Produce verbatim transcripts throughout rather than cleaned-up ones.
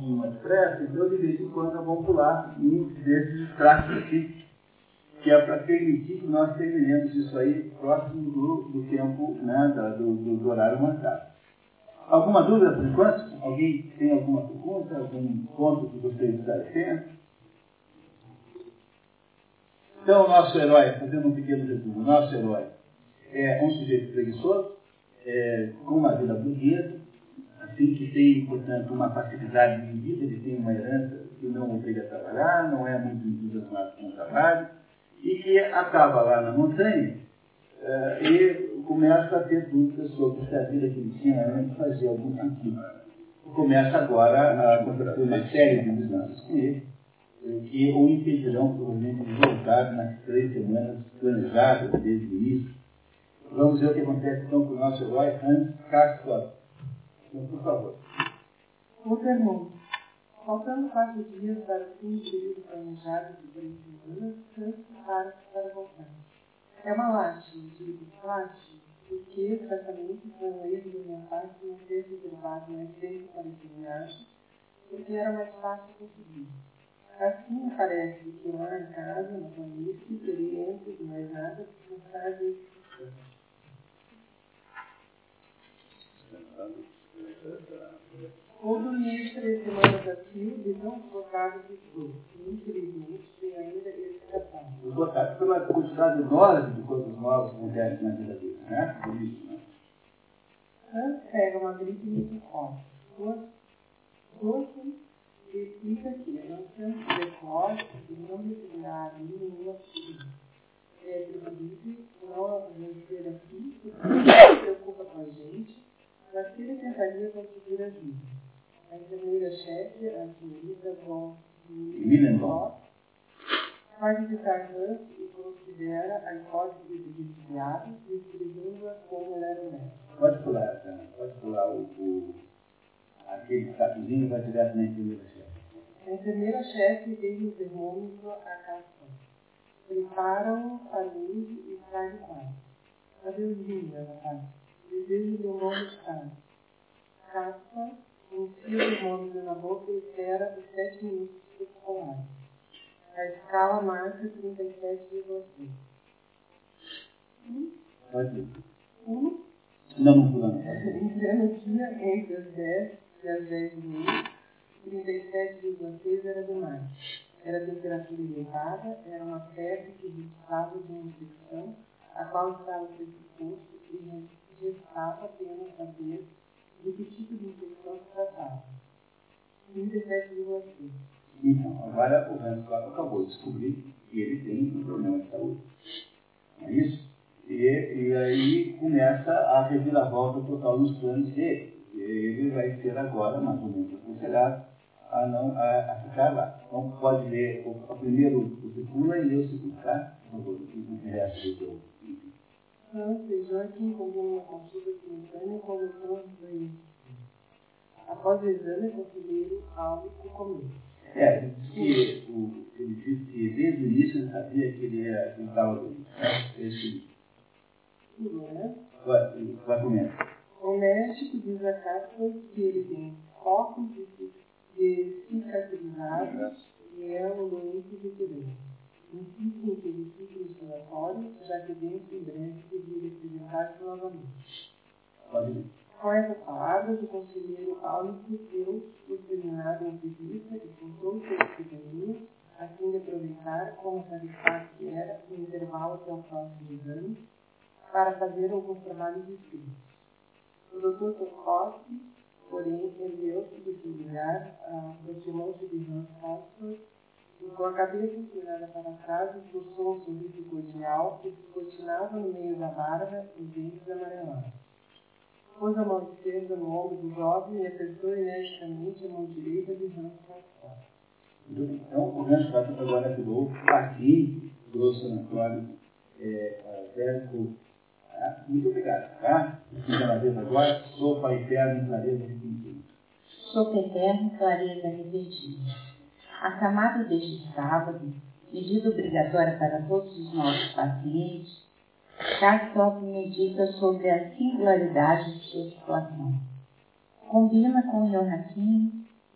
pouquinho mais pressa, então de vez em quando vamos pular um desses extratos aqui, que é para permitir que nós terminemos isso aí próximo do, do tempo, né, do, do, do horário marcado. Alguma dúvida por enquanto? Alguém tem alguma pergunta, algum ponto que gostaria de esclarecer? Então, o nosso herói, fazendo um pequeno resumo, o nosso herói é um sujeito preguiçoso, é, com uma vida burguesa, assim, que tem, portanto, uma passividade de vida, ele tem uma herança que não obriga a trabalhar, não é muito entusiasmado com o trabalho, e que acaba lá na montanha uh, e começa a ter dúvidas sobre se a vida que ele tinha antes fazia algum sentido. Começa agora a acontecer uma série de mudanças com ele, que o impedirão, provavelmente, de voltar nas três semanas planejadas desde o início. Vamos ver o que acontece então com o nosso herói Hans Castorp. Então, por favor. Outra pergunta. Faltando quatro dias para o fim do período planejado de três semanas, Hans prepara-se para voltar. É uma lástima, digo, lástima, porque, certamente, foi um erro da minha parte não ter reservado mais tempo para essa viagem, porque era mais fácil conseguir. Assim, me parece que lá em casa, na planície, teria, antes de mais nada, descansar de existência. Ou dormir três semanas a fio de tão esgotado que estou. Infelizmente, tem ainda esse detalhe. Esgotado pela quantidade enorme de coisas novas que acontecem na vida dele, né? Por isso, né? Hans pega uma gripe muito forte. Doce explica que, não sendo precoce e não receberá nenhuma atitude. É preferível não aparecer aqui, porque não se preocupa com a gente, mas que ele tentaria conseguir ajuda. A enfermeira-chefe, a senhorita von Millenborg, vai visitar Hans e considera a hipótese de desviado, descrevendo-a como lero-lero. Pode pular, tá? Pode pular o, o, aquele estatuzinho e vai direto na enfermeira-chefe. A enfermeira-chefe veio o termômetro a casa. Preparam a luz e sai do quarto. Adeusinho, rapaz. Desejo-lhe um bom descanso. Caspa, enfia o termômetro na boca e espera os sete minutos protocolares. A escala marca trinta e sete vírgula seis. Hum? Pode ir. Um? Não, não pula não. Em pleno dia, entre as dez e as dez e meia, trinta e sete vírgula seis era demais. Era temperatura elevada, era uma febre que resultava de uma infecção, a qual estava predisposto e restava apenas saber de que tipo de infecção se tratava. trinta e sete vírgula seis. Então, agora o Hans Klopp acabou de descobrir que ele tem um problema de saúde. Não é isso? E, e aí começa a reviravolta total nos planos dele. Ele vai ser agora, mais ou menos, aconselhado a, não, a, a ficar lá. Então, pode ler o, o primeiro, o segundo, e ler o segundo, tá? Por favor, o resto do jogo. Hans e Joaquim combinam uma consulta simultânea com o doutor Dois. Após o exame, conselheiro algo que comeu. É, ele disse que, o, ele disse que desde o início ele sabia que ele estava doente. Né? Esse... Né? Vai, vai comer. O médico diz a Cássio que ele tem focos de, de cicatrizados e é um doente de doença. Insiste em que ele fique no sanatório, já que dentro em breve deveria apresentar-se novamente. Pode ir. Com essas palavras, o conselheiro Áulico deu por terminada a entrevista e contou seus pequeninos, a fim de aproveitar, como tarifado que era, o intervalo até o próximo exame, para fazer alguns trabalhos escritos. O doutor Torkowski, porém, ergueu-se do seu lugar, aproximou-se de Hans Castor e, com a cabeça inclinada para trás, esboçou um sorriso cordial que descortinava no meio da barba os dentes amarelados. Pôs a mão esquerda no ombro do jovem e apertou energicamente a mão direita de Hans Castor. Então, o Hans Castor agora virou paciente do sanatório é, Verco. Ah, muito obrigado, tá? Uma vez agora, sopa eterna e clareza repentina. Sopa eterna e clareza repentina. Acamado deste sábado, medida obrigatória para todos os nossos pacientes, Castor medita sobre a singularidade de sua situação. Combina com Joaquim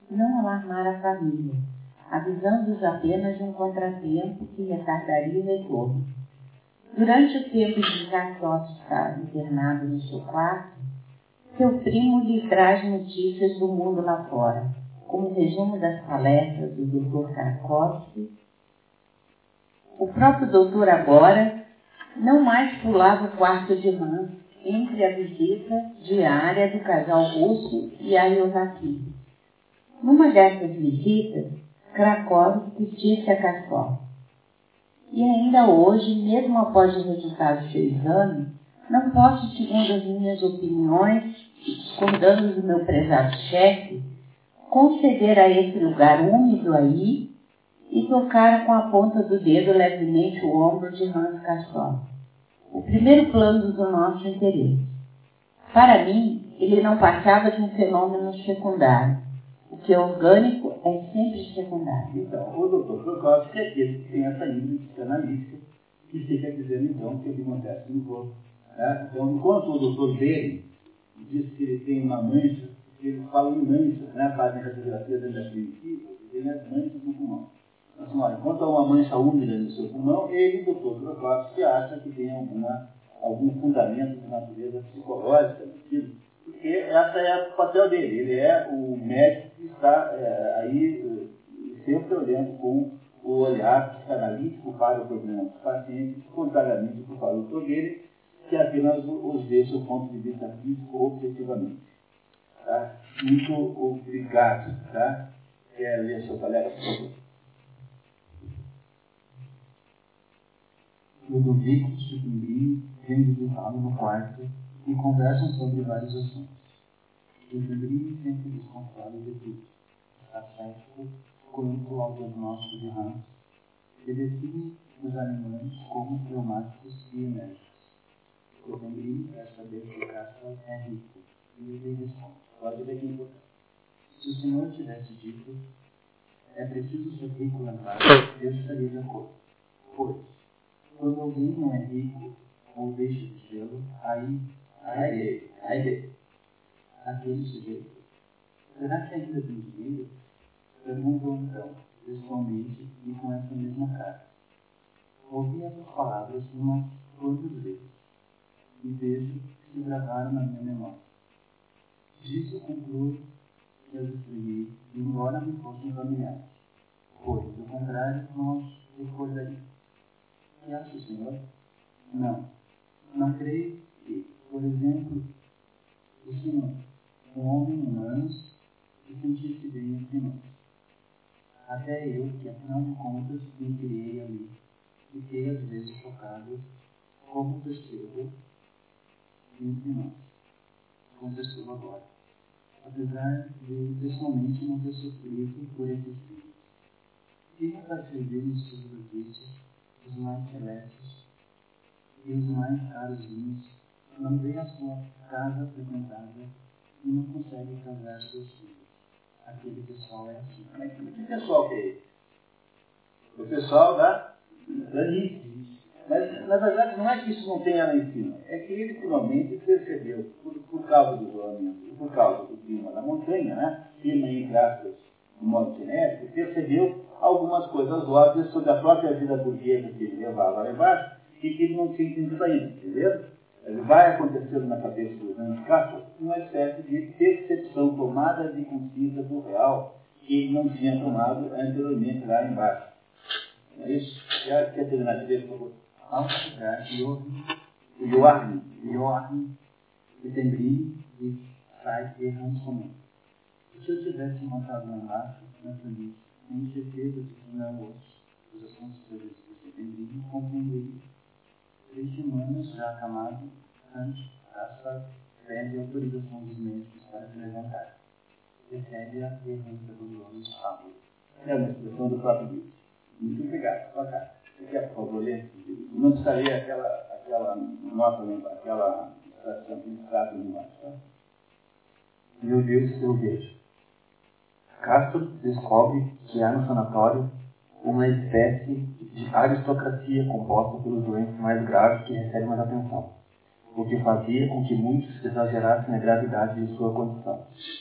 não alarmar a família, avisando-os apenas de um contratempo que retardaria o retorno. Durante o tempo em que Cassop está internado no seu quarto, seu primo lhe traz notícias do mundo lá fora, como resumo das palestras do doutor Krakowski. O próprio doutor agora não mais pulava o quarto de Hans entre a visita diária do casal russo e a Yosaki. Numa dessas visitas, Krakowski disse a Kassov: e ainda hoje, mesmo após o resultado do seu exame, não posso, segundo as minhas opiniões, discordando do meu prezado chefe, conceder a esse lugar úmido aí e tocar com a ponta do dedo levemente o ombro de Hans Kassov. O primeiro plano do nosso interesse. Para mim, ele não passava de um fenômeno secundário. O que é orgânico é sempre secundário. Então, o doutor Krakowski é aquele que tem essa índole psicanalítica que fica dizendo, então, que o que acontece no corpo. Tá? Então, enquanto o doutor Bering diz que ele tem uma mancha, ele fala em manchas, né? Fazem radiografia dentro da primitiva, ele tem as manchas no pulmão. Assim, olha, enquanto há uma mancha úmida no seu pulmão, ele, o doutor Krakowski, acha que tem alguma, algum fundamento de natureza psicológica naquilo. Porque esse é o papel dele, ele é o médico que está é, aí sempre olhando com o olhar psicanalítico para o problema dos pacientes, contrariamente ao que fala o doutor dele, que apenas os vê do ponto de vista físico objetivamente. Tá? Muito obrigado. Tá? Quer ler seu colega, por favor? Ludovico e Chupimbri vêm visitá-lo no quarto e conversam sobre vários assuntos. Chupimbri sempre desconfiado de tudo. Está cético quanto ao diagnóstico de Hans, que define os animais como pneumáticos e enérgicos. Chupimbri quer saber se Cassel é rico, e ele responde: pode ver que é importante. Se o senhor tivesse dito, é preciso ser rico lá embaixo, eu estaria de acordo. Pois, quando alguém não é rico ou deixa de ser, aí, aí dele, aí dele. Aquele sujeito. Será que ainda tem dinheiro? Perguntou então, pessoalmente e com essa mesma cara. Ouvi essas palavras umas quantas vezes e vejo que se gravaram na minha memória. Disso concluo que as estranhei, embora me fossem familiares, pois, do contrário, não as recordaria. Que acha o senhor? Não. Não creio que, por exemplo, o senhor, um homem humano, se sentisse bem entre nós. Até eu, que afinal de contas me criei ali, fiquei às vezes chocado como percebo entre nós, como percebo agora. Apesar de pessoalmente não ter sofrido por esses crimes. Fica para escrever nos seus ofícios os mais celestes e os mais caros vinhos, não vê a sua casa frequentada e não consegue casar seus filhos. Aquele pessoal é assim. Mas que pessoal que é esse? O pessoal da Danice. Mas, na verdade, não é que isso não tenha lá em cima. É que ele, finalmente, percebeu, por, por causa do isolamento, por causa do clima da montanha, né? Clima, entre aspas, de modo genérico, percebeu algumas coisas óbvias sobre a própria vida burguesa que ele levava lá embaixo e que ele não tinha entendido ainda, entendeu? Ele vai acontecendo na cabeça do Hans Kassel uma espécie de percepção, tomada de consciência do real que ele não tinha tomado anteriormente lá embaixo. É isso? Quer, quer terminar de ver, por favor? Ao chegar, Joachim, Joachim, Joachim, Setembri e sai e Hans comenta. Se eu tivesse montado lá embaixo, na família, tenho certeza de que não outros, os assuntos previstos por Setembri, compreenderia. Três semanas já acamado, antes, Kassel pede a autorização dos médicos para se levantar. Recebe-a e arranca dos olhos sábado. É uma expressão do próprio livro. Muito obrigado. Só cá. Você quer, por favor, ler? Não precisaria aquela, aquela nota lá embaixo, aquela extração, aquele extrato lá embaixo, tá? Meu Deus, eu vejo. Castro descobre que há no sanatório uma espécie de aristocracia composta pelos doentes mais graves que recebem mais atenção, o que fazia com que muitos exagerassem a gravidade de sua condição.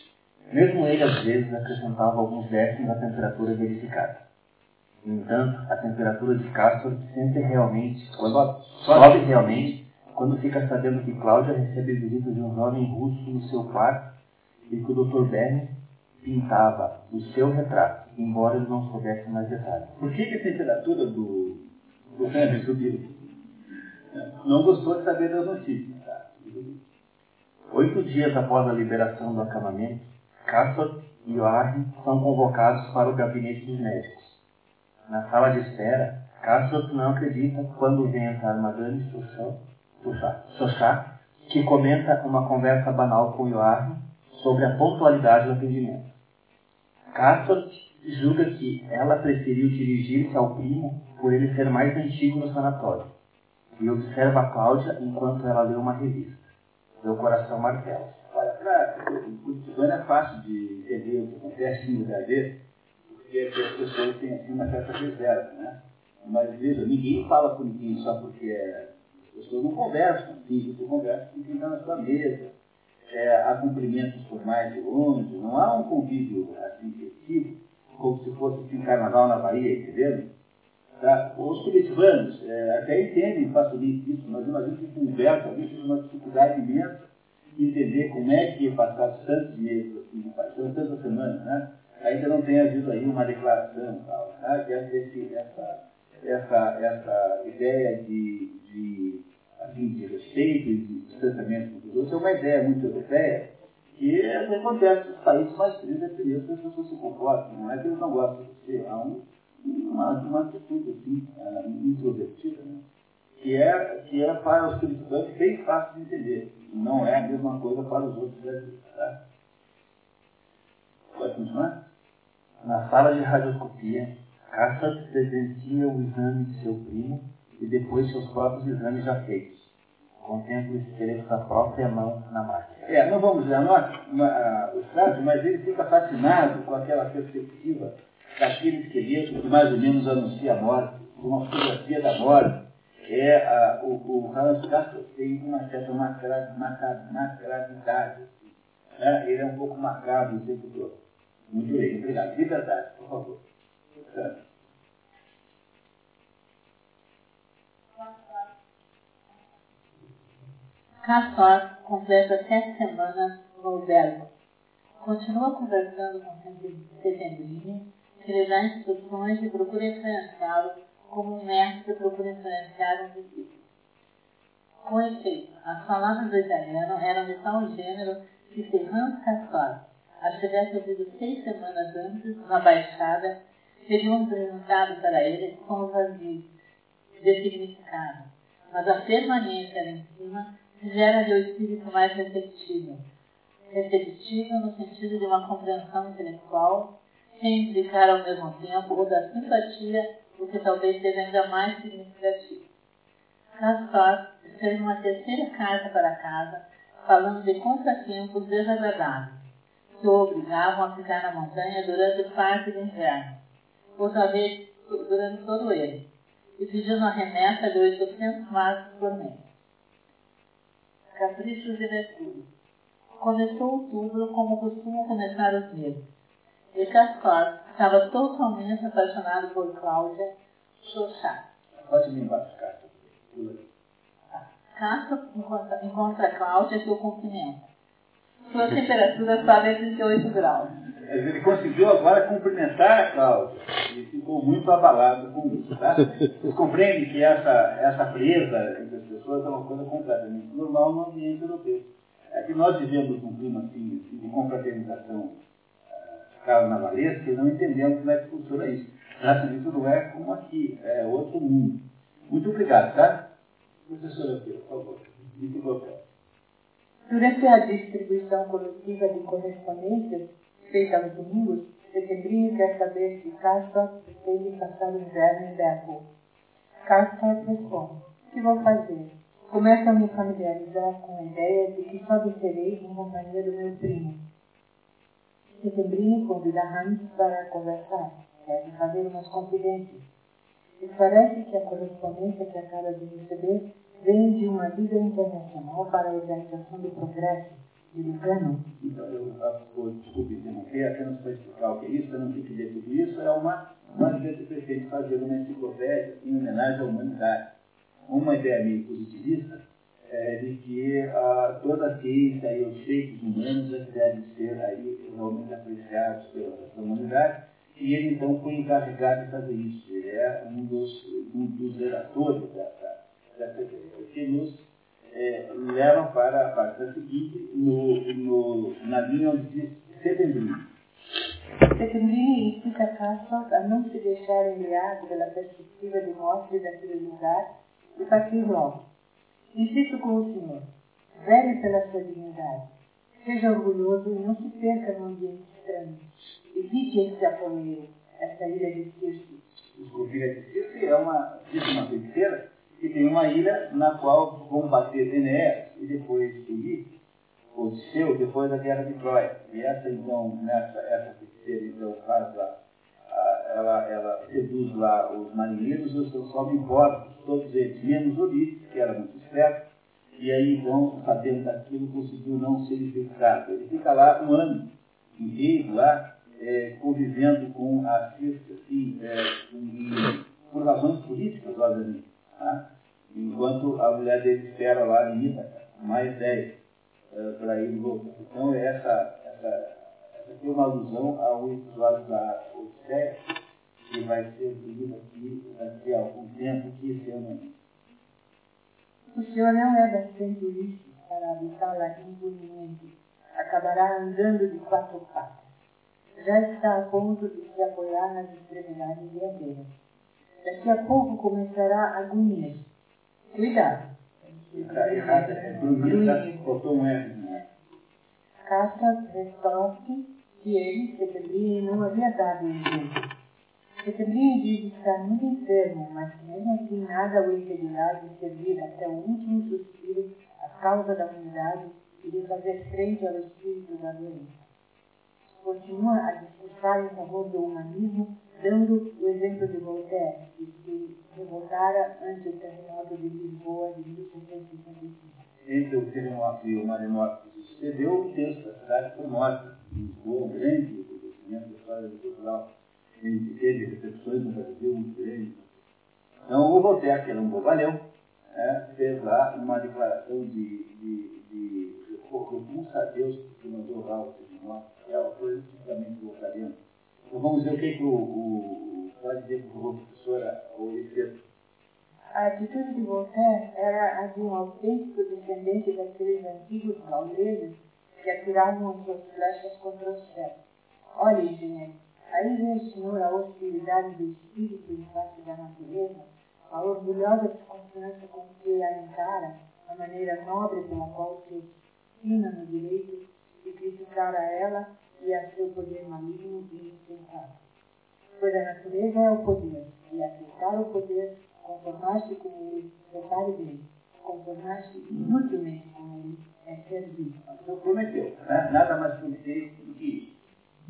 Mesmo ele, às vezes, acrescentava alguns décimos à temperatura verificada. No entanto, a temperatura de Castor sempre realmente, quando sobe realmente, quando fica sabendo que Cláudia recebe visita de um jovem russo no seu quarto e que o doutor Berner pintava o seu retrato, embora ele não soubesse mais detalhes. Por que, que a temperatura do, do Henry subiu? Não gostou de saber das notícias. Tá? Oito dias após a liberação do acamamento, Castor e Joachim são convocados para o gabinete dos médicos. Na sala de espera, Castor não acredita quando vê entrar Madame Chauchat, que comenta uma conversa banal com Joachim sobre a pontualidade do atendimento. Castor julga que ela preferiu dirigir-se ao primo por ele ser mais antigo no sanatório e observa a Cláudia enquanto ela lê uma revista. Seu coração martela. Olha, para o curitibano é fácil de entender o que acontece no lugar dele, porque as pessoas têm assim, uma certa reserva, né? Mas veja, ninguém fala com ninguém só porque é... as pessoas não conversam, assim, você conversa com quem está na sua mesa. É, há cumprimentos formais de longe, não há um convívio assim festivo, como se fosse assim, carnaval na Bahia, entendeu? Tá? Os curitibanos é, até entendem facilmente isso, mas imagino que com o Humberto ali tive uma dificuldade imensa de entender como é que passar tantos meses assim, de paixão, tantas semanas, né? Ainda não tem havido aí uma declaração, tal, né? Que é esse, essa, essa, essa ideia de, de assim, de respeito e de distanciamento dos outros, é uma ideia muito europeia que acontece nos países mais frios, é que as pessoas se comportam, não é que eles não gostam de você, há um, uma, uma atitude assim, uh, introvertida, né? que, é, que é para os cristãos bem fácil de entender, não é a mesma coisa para os outros brasileiros. Tá? Pode continuar? Na sala de radioscopia, Castor presencia o exame de seu primo e depois seus próprios exames já feitos. Contempla o esqueleto da própria mão na máquina. É, não vamos dizer o traço, mas ele fica fascinado com aquela perspectiva daquele esqueleto que mais ou menos anuncia a morte, uma fotografia da morte. É, a, o, o Hans Castor tem uma certa macabridade. Né? Ele é um pouco macabro o tempo todo. Muito bem, obrigado. Liberdade, por favor. Portanto, Castor completa sete semanas no albergue. Continua conversando com Setembrini, que lhe dá instruções e procura influenciá-lo como um mestre procura influenciar um discípulo. Com efeito, as palavras do italiano eram de tal gênero que se Hans Castor as tivesse ouvido seis semanas antes, na baixada, teriam apresentado para ele sons vazios, de significado. Mas a permanência lá em cima gera-lhe o espírito mais receptível. Receptível no sentido de uma compreensão intelectual, sem implicar ao mesmo tempo o da simpatia, o que talvez seja ainda mais significativo. Castor escreve uma terceira carta para casa, falando de contratempos desagradáveis, que o obrigavam a ficar na montanha durante parte do inverno, outra vez durante todo ele, e pedindo a remessa de oitocentos marcos por mês. Caprichos de Mercúrio. Começou outubro como costumam começar os meses, e Castor estava totalmente apaixonado por Cláudia Chauchat. pode me embaixo, Cássio. Castor encontra, encontra a Cláudia que o cumprimenta. Sua temperatura sobe a trinta e oito graus. Ele conseguiu agora cumprimentar a Cláudia e ficou muito abalado com isso. Tá? Vocês compreendem que essa, essa presa entre as pessoas é uma coisa completamente normal no ambiente europeu. É que nós vivemos num clima assim, assim de confraternização uh, carnavalesca e não entendemos como é que funciona isso. Tá? Isso não é como aqui, é outro mundo. Muito obrigado, tá? Professora, por favor. Muito obrigado. Durante a distribuição coletiva de correspondências feita aos domingos, Setembrini quer saber se Castor pretende passar o inverno em Bergamo. Castor responde: o que vou fazer? Começo a me familiarizar com a ideia de que só descerei em companhia do meu primo. Setembrini convida Hans para conversar, deve fazer umas confidências. Esclarece que a correspondência que acaba de receber vem de uma liga internacional para a organização do progresso de Lucano. Então, eu, eu desculpe interromper, apenas para explicar o que é isso, para não ter que ler tudo isso, é uma, uma ideia que pretende fazer uma enciclopédia em homenagem à humanidade. Uma ideia meio positivista é de que a, toda a ciência e os feitos humanos é que devem ser aí realmente apreciados pela, pela humanidade, e ele então foi encarregado de fazer isso. Ele é um dos, um dos redatores dessa, dessa ideia, que nos é, leva para a parte seguinte, no, no, na linha onde diz Settembrini. Settembrini incita Castle a não se deixar enviar pela perspectiva de morte daquele lugar e partir logo. Insisto com o senhor, vele pela sua dignidade. Seja orgulhoso e não se perca no ambiente estranho. Evite esse apoleiro, essa ilha de Circe. Desculpe, ilha de Circe é uma, uma feiticeira que tem uma ilha na qual vão bater Enéas e depois Ulisses, Odisseu, depois da guerra de Troia. E essa, então, nessa, essa feiticeira, então, faz lá, a, ela, ela seduz lá os marinheiros e os transforma em porcos, todos eles, menos Ulisses, que era muito esperto, e aí, então, sabendo daquilo, conseguiu não ser infectado. Ele fica lá um ano inteiro, lá, é, convivendo com a Circe, assim, é, em, por razões políticas, obviamente. Tá? Enquanto a mulher dele espera lá em Ítaca, mais dez, uh, para ele voltar. Então, essa, essa, essa aqui é uma alusão ao episódio da Odisseia, que vai ser lido aqui daqui a algum tempo, que esse ano. O senhor não é bastante Ulisses para habitá-la impunemente. Acabará andando de quatro patas. Já está a ponto de se apoiar nas extremidades dianteiras. Daqui a pouco começará a grunhir. Cuidado. Está errado, é grunhir, botou um R, né? Castas responde que ele, Settembrini, não havia dado um jeito. Settembrini diz estar muito enfermo, mas que mesmo assim nada o impedirá de servir até o último suspiro à causa da humanidade e de fazer frente ao espírito da doença. Continua a discursar em favor do humanismo, dando o exemplo de Voltaire, que se revoltara ante o terremoto de Lisboa de mil seiscentos e sessenta e cinco. Entre o terremoto e o maremoto que sucedeu, o texto da cidade foi morta. Lisboa, um grande acontecimento da história de Portugal. Ele teve repercussões no Brasil muito grandes. Então, o Voltaire, que era um bobalhão, é, fez lá uma declaração de, de, de, de repulsa a Deus, porque mandou lá o terremoto. É uma coisa tipicamente voltariana. Então, vamos ver o que, que o, o, pode dizer para a professora Oliveira. A atitude de Voltaire era a de um autêntico descendente daqueles antigos gauleses que atiravam as suas flechas contra o céu. Olha, engenheiro, aí vê o senhor a hostilidade do espírito em face da natureza, a orgulhosa desconfiança com que a encara, a maneira nobre pela qual se obstina no direito de criticar a ela e a seu poder maligno e insensato. Pois a natureza é o poder, e aceitar o poder, conformar-se com ele, repare bem, conformar-se inutilmente com ele, é servir. Então prometeu, né? Nada mais prometeu do que isso.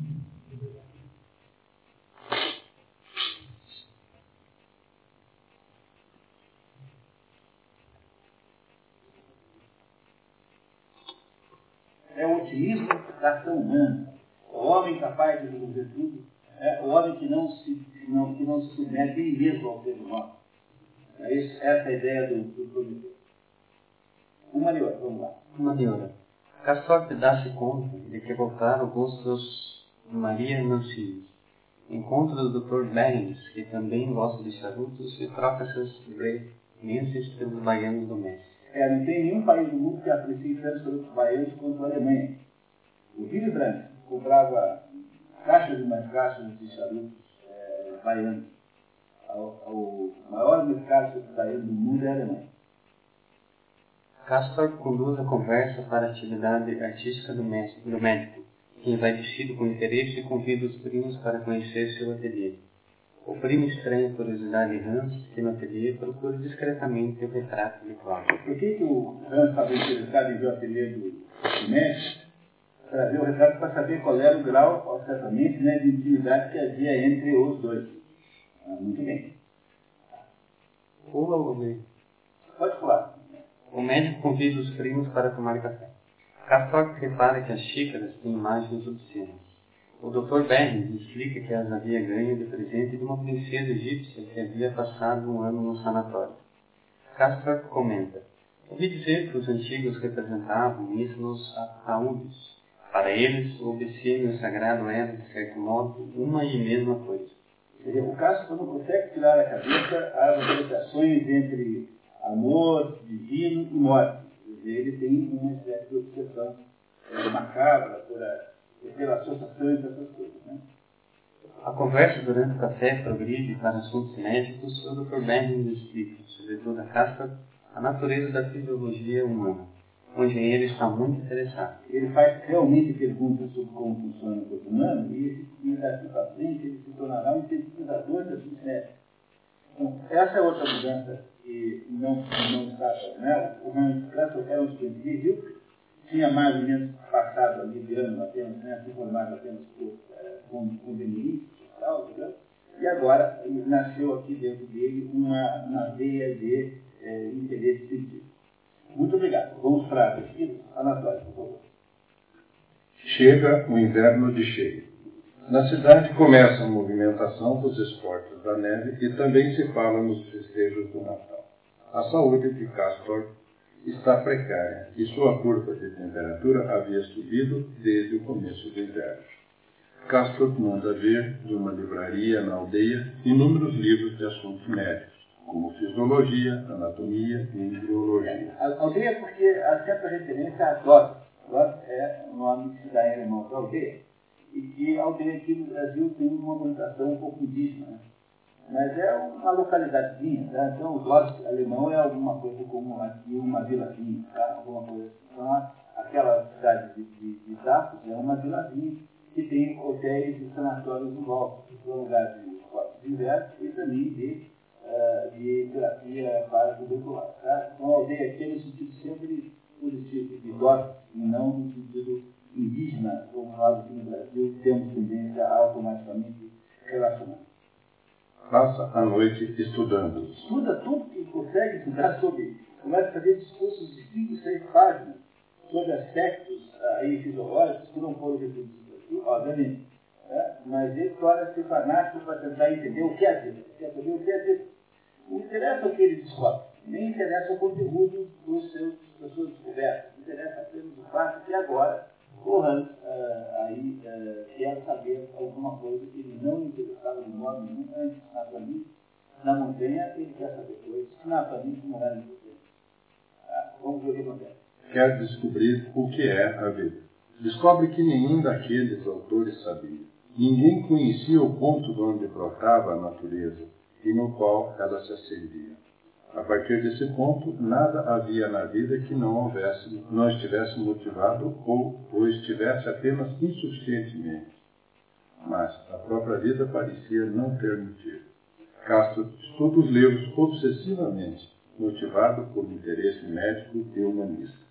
É o otimismo da ação humana. O homem capaz de resolver tudo. É o homem que não se, não, que não se submete nem mesmo ao terremoto. É isso, essa é a ideia do, do Prometeu. Uma de outra, vamos lá. Uma de outra. Castorp dá-se conta de que voltaram alguns dos Maria Mancini. Encontra o doutor Berens, que também gosta de charutos, e troca seus imensos pelos baianos do México. É, não tem nenhum país do mundo que aprecie tanto charutos baianos quanto a Alemanha. O Willy Brandt comprava caixas e mais caixas de charutos é, baianos. O maior mercado baiano do mundo é a Alemanha. Castor conduz a conversa para a atividade artística do médico, do médico, quem vai vestido com interesse e convida os primos para conhecer seu ateliê. O primo estranha a curiosidade de Hans, que no ateliê procura discretamente o retrato de Cláudio. Por que, que o Hans estava interessado em ver o ateliê do, do médico? Para ver o retrato, para saber qual era o grau, certamente, né, de intimidade que havia entre os dois. Ah, muito bem. Pula o Pode falar. O médico convida os primos para tomar café. Castorp repara que as xícaras têm imagens obscenas. O doutor Bernes explica que as havia ganho de presente de uma princesa egípcia que havia passado um ano no sanatório. Castorp comenta: ouvi dizer que os antigos representavam isso nos ataúdes. Para eles, o obsceno e o sagrado eram, de certo modo, uma e mesma coisa. O Castorp não consegue tirar da cabeça as associações entre amor, divino e morte. Ele tem uma espécie de obsessão é, macabra por a, pela associação entre essas coisas. Né? A conversa durante o café progride para assuntos médicos. O doutor Bernes explica, sobretudo a Castorp, a natureza da fisiologia humana. O engenheiro está muito interessado. Ele faz realmente perguntas sobre como funciona o corpo humano e, e daqui para frente ele se tornará um pesquisador da ciência. Então, essa é outra mudança que não, não está, né? O Hans Castorp era um estudante medíocre, tinha mais ou menos passado ali de ano apenas, né, se formado apenas por, é, com, com benefício social, né? E agora nasceu aqui dentro dele uma, uma veia de é, interesse científico. Muito obrigado. Vamos para a pesquisa. Anatório, por favor. Chega o inverno de cheio. Na cidade começa a movimentação dos esportes da neve e também se fala nos festejos do Natal. A saúde de Castorp está precária e sua curva de temperatura havia subido desde o começo do inverno. Castorp manda ver de uma livraria na aldeia inúmeros livros de assuntos médicos, como fisiologia, anatomia e embriologia. A aldeia porque há certa referência a Dorf. Dorf é o nome que se dá em alemão para aldeia. E que a aldeia aqui no Brasil tem uma conotação um pouco indígena, né? Mas é uma localidadezinha, tá? Então o Dorf alemão é alguma coisa como aqui uma vilazinha, tá? Alguma coisa assim. Então aquela cidade de, de, de Tapos é uma vilazinha que tem hotéis e sanatórios em volta, que é um lugar de esporte de inverno e também de Uh, de terapia para tuberculose. Tá? Então, a aldeia aqui é no sentido sempre positivo, de Dorf, e não no sentido indígena, como nós aqui no Brasil temos tendência a automaticamente relacionar. Passa a noite estudando. Estuda tudo que consegue estudar sobre, começa a fazer discursos de cinco, seis páginas sobre aspectos aí fisiológicos que não foram reproduzidos aqui, obviamente. É? Mas ele torna-se fanático para tentar entender o que é a vida. Quer saber o que é a vida. Não interessa o que ele descobre, nem interessa o conteúdo dos seus, das suas descobertas. Interessa apenas o fato que agora o Hans uh, aí, uh, quer saber alguma coisa que ele não interessava de modo nenhum antes na planície. Na montanha ele quer saber coisas que na planície não eram importantes. Ah, vamos ver o que acontece. Quer descobrir o que é a vida. Descobre que nenhum daqueles autores sabia. Ninguém conhecia o ponto de onde brotava a natureza e no qual ela se acendia. A partir desse ponto, nada havia na vida que não houvesse, não estivesse motivado ou, ou estivesse apenas insuficientemente. Mas a própria vida parecia não ter motivo. Castorp estuda os livros obsessivamente, motivado por interesse médico e humanista.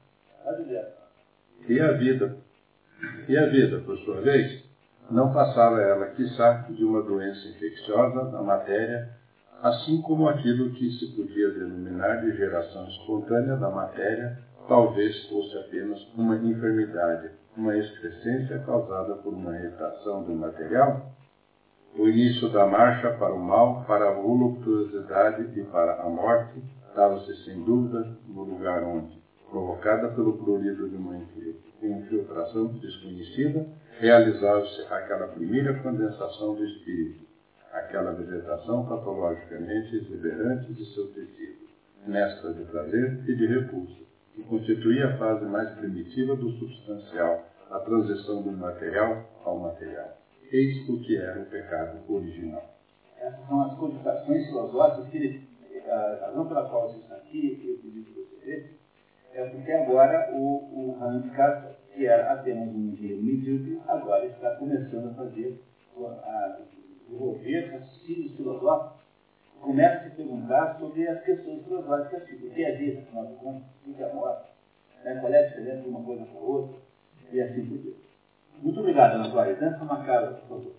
E a vida, e a vida, por sua vez, não passava ela, quiçá, de uma doença infecciosa da matéria, assim como aquilo que se podia denominar de geração espontânea da matéria, talvez fosse apenas uma enfermidade, uma excrescência causada por uma irritação do material. O início da marcha para o mal, para a voluptuosidade e para a morte, dava-se sem dúvida no lugar onde, provocada pelo prurido de uma infiltração desconhecida, realizava-se aquela primeira condensação do espírito, aquela vegetação patologicamente exuberante de seu tecido, mescla de prazer e de repulso, que constituía a fase mais primitiva do substancial, a transição do material ao material. Eis o que era o pecado original. Essas são as codificações filosóficas que, a razão pela qual você está aqui, eu pedi que você vê, é porque agora o, o Hans Castorp, que era apenas um engenheiro medíocre, agora está começando a fazer, a desenvolver raciocínios filosóficos, começa a se perguntar sobre as questões filosóficas, tipo, o que é a vida, afinal de contas, o que é a morte, né? Qual é a diferença de uma coisa para outra, e assim por diante. Muito obrigado, Ana Clara. Dança macabra, por favor.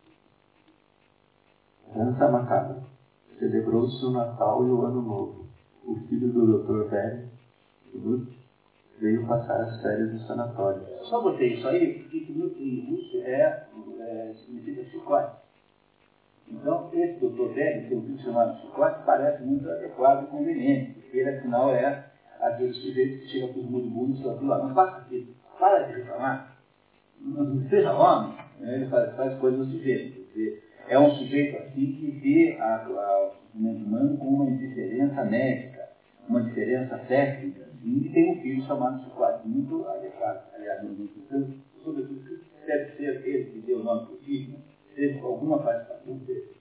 Dança macabra. Celebrou-se o Natal e o Ano Novo. O filho do doutor Bernes, veio passar as férias no sanatório. Eu só botei isso aí porque em russo é, é, significa chicote. Então, esse doutor velho, que é um filho chamado chicote, parece muito adequado e conveniente, porque ele, afinal, é aquele sujeito que chega para os moribundos e fala, não faça aquilo, para de reclamar, não seja homem. Ele faz, faz coisas do sujeito. É um sujeito assim que vê a, a, o sofrimento humano com uma indiferença médica, uma diferença técnica, assim, e tem um filho chamado chicote, muito adequado. Aliás, muito, sobretudo, deve ser ele que deu o nome para o filho, teve alguma participação dele.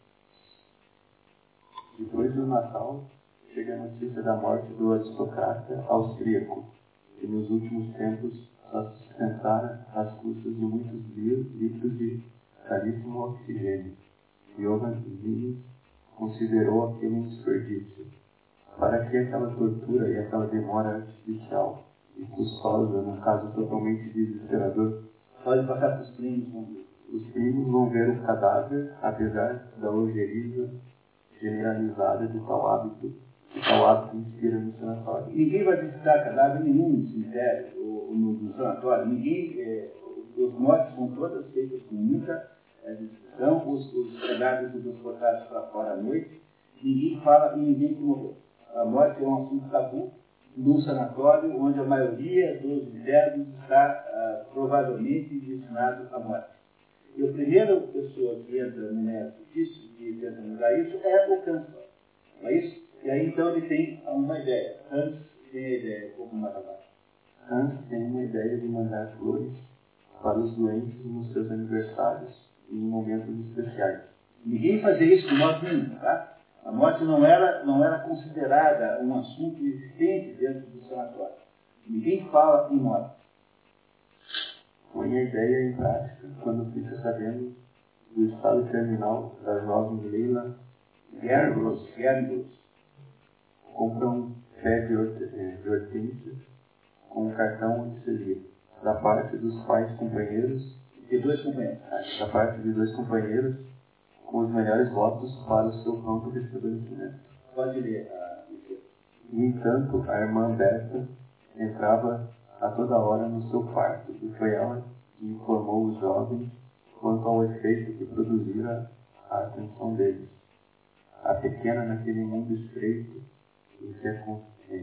Depois do Natal, chega a notícia da morte do aristocrata austríaco, que nos últimos tempos só se sustentara às custas de muitos litros de caríssimo oxigênio. Johann Vinnes considerou aquilo um desperdício. Para que aquela tortura e aquela demora artificial e custosa, num caso totalmente desesperador? Pode passar para os primos, vão ver. Os primos vão ver o cadáver, apesar da ojeriza generalizada de tal hábito, que tal hábito inspira no sanatório. Ninguém vai visitar cadáver nenhum no cemitério ou no, no sanatório. Ninguém, é, os mortes são todas feitas com muita é, discussão, os, os cadáveres são transportados para fora à noite. Ninguém fala em ninguém que morreu. A morte é um assunto tabu num sanatório onde a maioria dos internos está ah, provavelmente destinado à morte. E a primeira pessoa que entra no mérito disso, que tenta mudar isso, é o câncer. Não é isso? E aí então ele tem uma ideia. Hans tem a ideia, um pouco mais abaixo. Hans tem uma ideia de mandar flores para os doentes nos seus aniversários e em momentos especiais. Ninguém fazia isso de modo nenhum, tá? A morte não era, não era considerada um assunto existente dentro do sanatório. Ninguém fala em morte. Põe a ideia em prática quando fica sabendo do estado terminal da jovem Leila Gerlos. Compra um pé de hortênsias com um cartão onde se lia: da parte dos pais companheiros, de dois companheiros, da parte de dois companheiros, com os melhores votos para o seu pronto restabelecimento. Pode ler. No entanto, a irmã Berta entrava a toda hora no seu quarto, e foi ela que informou os jovens quanto ao efeito que produzira a atenção deles. A pequena, naquele mundo estreito em que a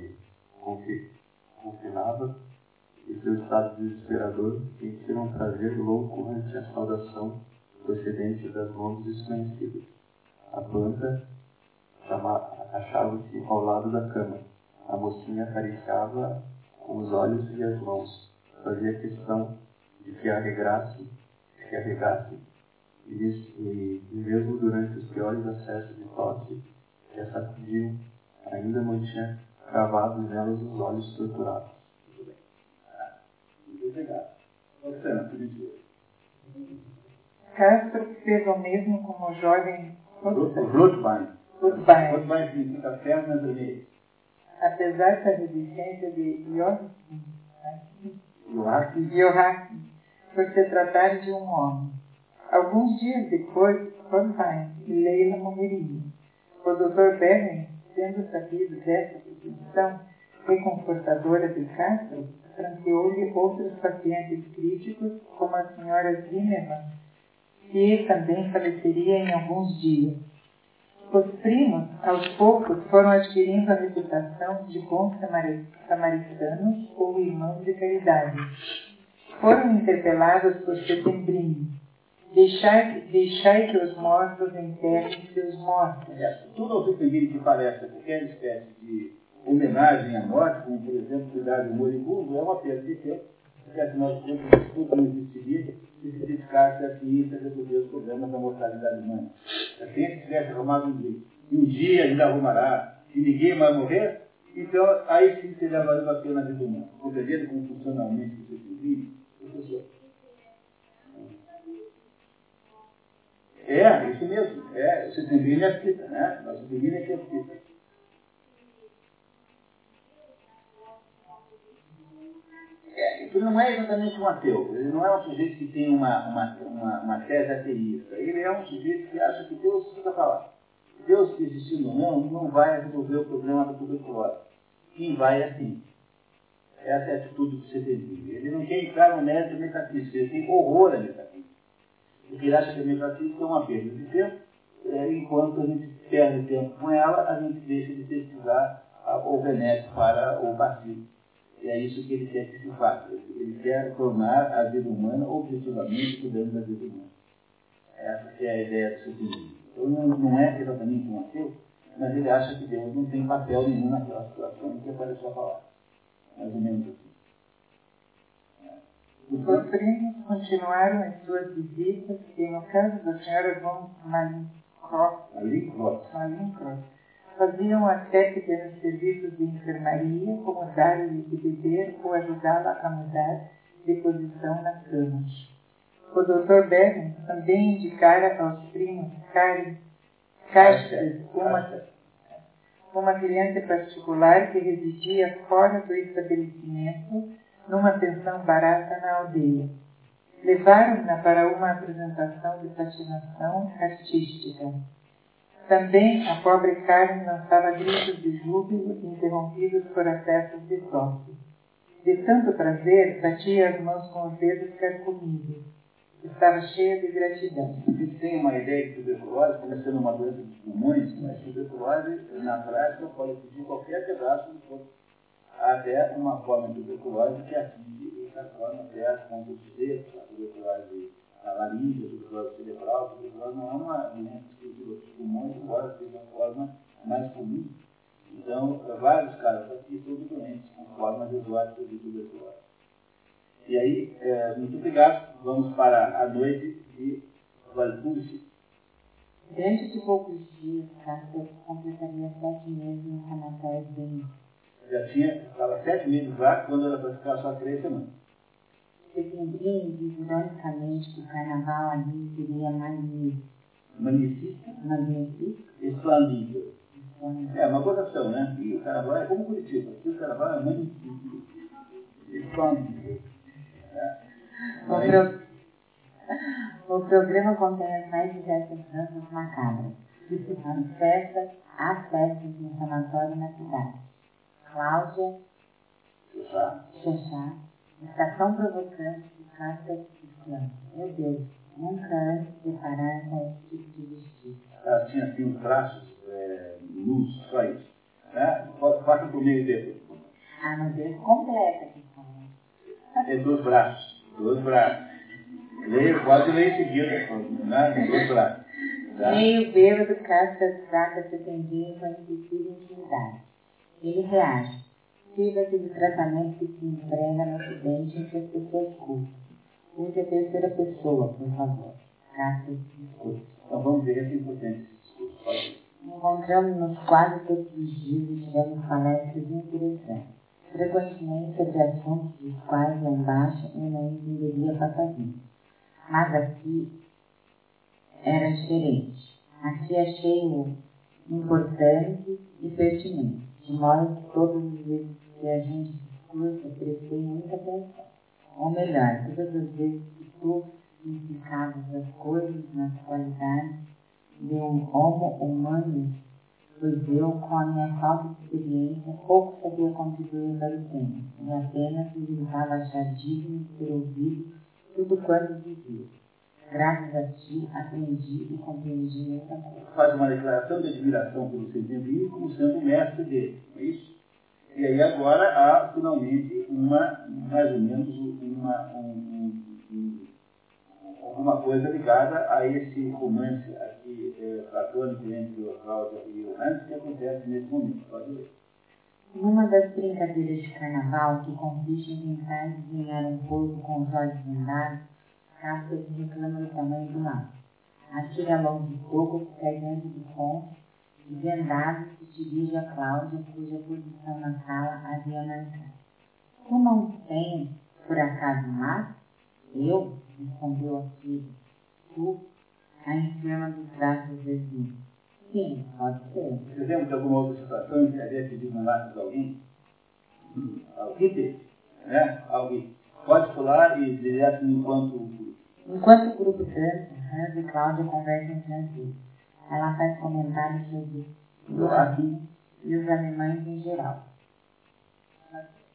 confinava, e seu estado desesperador sentiram um prazer louco ante a saudação procedente das mãos desconhecidas. A planta achava-se ao lado da cama. A mocinha acariciava com os olhos e as mãos. Fazia questão de que arregasse, que arregasse e, e, e mesmo durante os piores acessos de tosse que a sacudiam, ainda mantinha cravados nelas os olhos torturados. Muito bem. Ah, muito obrigado. Oxana, por isso. Castro fez o mesmo como o jovem Rothbein. Rothbein. Rothbein significa pernas vermelhas. Apesar da resistência de Joachim, Joachim, por se tratar de um homem. Alguns dias depois, Rothbein e Leila morreriam. O doutor Berling, sendo sabido dessa proposição reconfortadora de Castro, franqueou-lhe outros pacientes críticos, como a senhora Zimmermann, que também faleceria em alguns dias. Os primos, aos poucos, foram adquirindo a reputação de bons samaritanos ou irmãos de caridade. Foram interpelados por Setembrinho: Deixai, deixai que os mortos enterrem seus mortos. É, tudo ao Setembrinho que parece qualquer espécie de homenagem à morte, como por exemplo cuidar do moribundo, é uma perda de tempo, porque afinal de contas tudo não existiria se se dedicasse à ciência a resolver os problemas da mortalidade humana. Se a ciência tivesse arrumado um dia, e um dia ainda arrumará, e ninguém vai morrer, então aí sim seria valendo a pena a vida humana. Compreendendo como funciona a mente do Setembrinho, professor? É, isso mesmo. É, o Setembrinho é fita, né? Mas o Setembrinho é que é fita. É, ele não é exatamente um ateu. Ele não é um sujeito que tem uma, uma, uma, uma tese ateísta. Ele é um sujeito que acha que Deus fica para lá. Deus, existindo ou não, não vai resolver o problema da tuberculose. Quem vai é assim. essa é a atitude do setembrismo. Ele não quer entrar no mérito da metafísica, ele tem horror à metafísica. Porque ele acha que a metafísica é uma perda de tempo, é, enquanto a gente perde tempo com ela, a gente deixa de pesquisar a, o benéfico para o passivo. E é isso que ele quer que se faça. Ele quer tornar a vida humana objetivamente cuidando da vida humana. Essa que é a ideia do setembrismo. Então não, não é exatamente um ateu, mas ele acha que Deus não tem papel nenhum naquela situação que apareceu a falar. Mais ou menos assim. Os primos continuaram as suas visitas e, no caso da senhora von Malincroft, faziam até pequenos serviços de enfermaria, como dar-lhe de beber ou ajudá-la a mudar de posição na cama. O doutor Berman também indicara aos primos Karen Castas, uma, uma criança particular que residia fora do estabelecimento, numa pensão barata na aldeia. Levaram-na para uma apresentação de patinação artística. Também a pobre Karen lançava gritos de júbilo, interrompidos por acessos de tosse. De tanto prazer, batia as mãos com os dedos carcomidos. Estava cheia de gratidão. Vocês têm uma ideia de tuberculose, começando uma doença dos pulmões, mas tuberculose, na prática, pode atingir qualquer pedaço do corpo. Até uma forma de tuberculose que atinge e transforma até as pontas dos dedos, a tuberculose a laringe, a tuberculose cerebral. A tuberculose não é uma doença exclusiva dos pulmões, embora seja a forma mais comum. Então, vários casos aqui são doentes com formas exóticas de tuberculose. E aí, é, muito obrigado. Vamos para a noite de Valpurgi. Dentro de poucos dias, Casper completaria sete meses no sanatório de Benito. Já tinha, estava sete meses lá, quando ela foi ficar só três semanas. Setembrinho diz ironicamente que o carnaval ali seria magnífico. Magnífico? Magnífico? Esplendível. É uma cotação, né? E o carnaval é como Curitiba. Aqui o carnaval é magnífico. Esplendível. É. O, pro... o programa contém as mais diversas danças macabras. As festas, as festas no sanatório na cidade. Cláudia, Xoxá, está tão provocante que Casper exclama: meu Deus, nunca antes prepararam para esse tipo de vestido. Ela tinha assim os braços é, nus, só isso. Né? Faça por meio dedo. A nudez completa que fala. É dois braços, dois braços. Leio, pode ler em seguida, né? Dois braços. Tá? Meio bêbado, Casper trata Setembrinho com a impossível intimidade. Ele reage. Sirva-se de tratamento que se emprega no ocidente entre as pessoas cultas. Use a terceira pessoa, por favor. Casper discurso. Então vamos ver esse importante discurso. Encontramos-nos quase todos os dias e tivemos palestras interessantes, frequentemente sobre assuntos dos quais lá embaixo eu não entenderia papazinho. Mas aqui era diferente. Aqui achei-o importante e pertinente, de modo que todas as vezes que a gente discursa, prestei muita atenção. Ou melhor, todas as vezes que tu significavas as coisas nas qualidades de um homo humanus, pois eu, com a minha falta de experiência, pouco sabia contribuir para o tema, e apenas me limitava a achar digno de ter ouvido tudo quanto dizia. Graças a ti, aprendi e compreendi muita coisa. Faz uma declaração de admiração pelo Setembrinho como sendo o mestre dele, não é isso? E aí agora há, finalmente, uma, mais ou menos, uma, um, um, uma coisa ligada a esse romance aqui, é, platônico entre o Cláudia e o Hans, que acontece nesse momento. Pode ler. Numa das brincadeiras de carnaval, que consiste em tentar desenhar um corpo com os olhos vendados, Casper reclama do tamanho do lápis. Atira a mão de fogo que cai dentro do ponto e, vendado, se dirige a Cláudia, cuja posição na sala havia marcado. Tu não tens, por acaso, lápis? Eu? Respondeu a filha. Tu, a enferma dos braços vermelhos. Sim, pode ser. Você lembra de alguma outra situação em que havia pedido um lápis a alguém? Alguém teve, né? Alguém. Pode pular e direto enquanto... Enquanto o grupo dança, Hans e Cláudia conversam em francês. Ela faz comentários sobre o latim e os alemães em geral.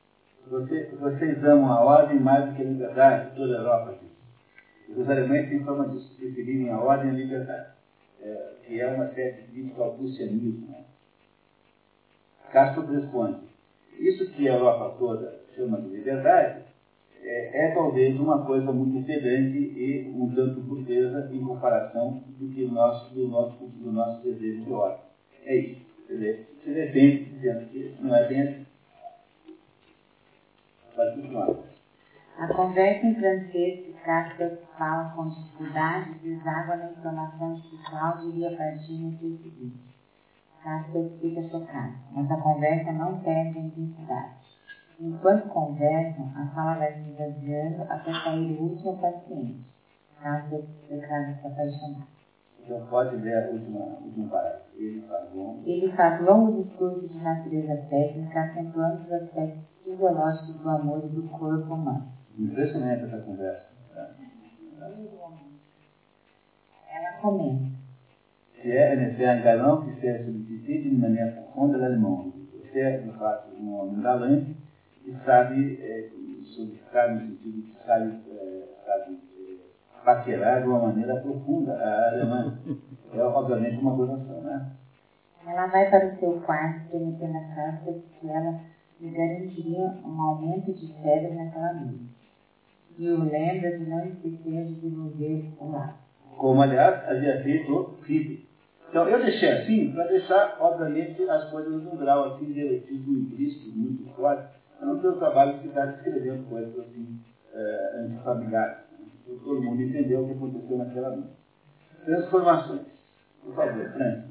Você, vocês amam a ordem mais do que a liberdade, toda a Europa diz. Os alemães têm fama disso, preferirem a ordem e a liberdade, é, que é uma espécie de crítica ao prussianismo. Né? Castro responde, isso que a Europa toda chama de liberdade é, é talvez uma coisa muito pedante e um tanto burguesa em comparação do que o nosso, do nosso, do nosso desejo de ordem. É isso. Quer dizer, se defende dizendo que não é bem assim. Pode continuar. A conversa em francês que Castro fala com dificuldade deságua na informação de que Cláudio iria partir no dia seguinte. Castro fica chocado, mas a conversa não perde a intensidade. Enquanto conversam, a sala vai se esvaziando até sair o último paciente. Castro declara se apaixonado. Então pode ler a última, última parágrafo. Ele faz longo. Ele faz longo discurso de natureza técnica, acentuando os aspectos fisiológicos do amor e do corpo humano. Impressionante essa conversa. Ela comenta. Se é necessário um galão que seja substituído de maneira profunda da limão. Você é, de fato, um homem galante que sabe, é, sabe no sentido que sabe, é, sabe é, paquerar de uma maneira profunda a alemã. É, obviamente, uma gozação, né? Ela vai para o seu quarto, prometendo a Castro que ela lhe garantiria um aumento de febre naquela noite. E o lembra de não esquecer de devolver o lar. Como, aliás, havia feito o Ribe. Então, eu deixei assim para deixar, obviamente, as coisas num grau assim, de erotismo implícito, muito forte. Eu não tenho o trabalho de ficar escrevendo coisas assim, é, antifamiliares. Né? Todo mundo entendeu o que aconteceu naquela noite. Transformações. Por favor, França.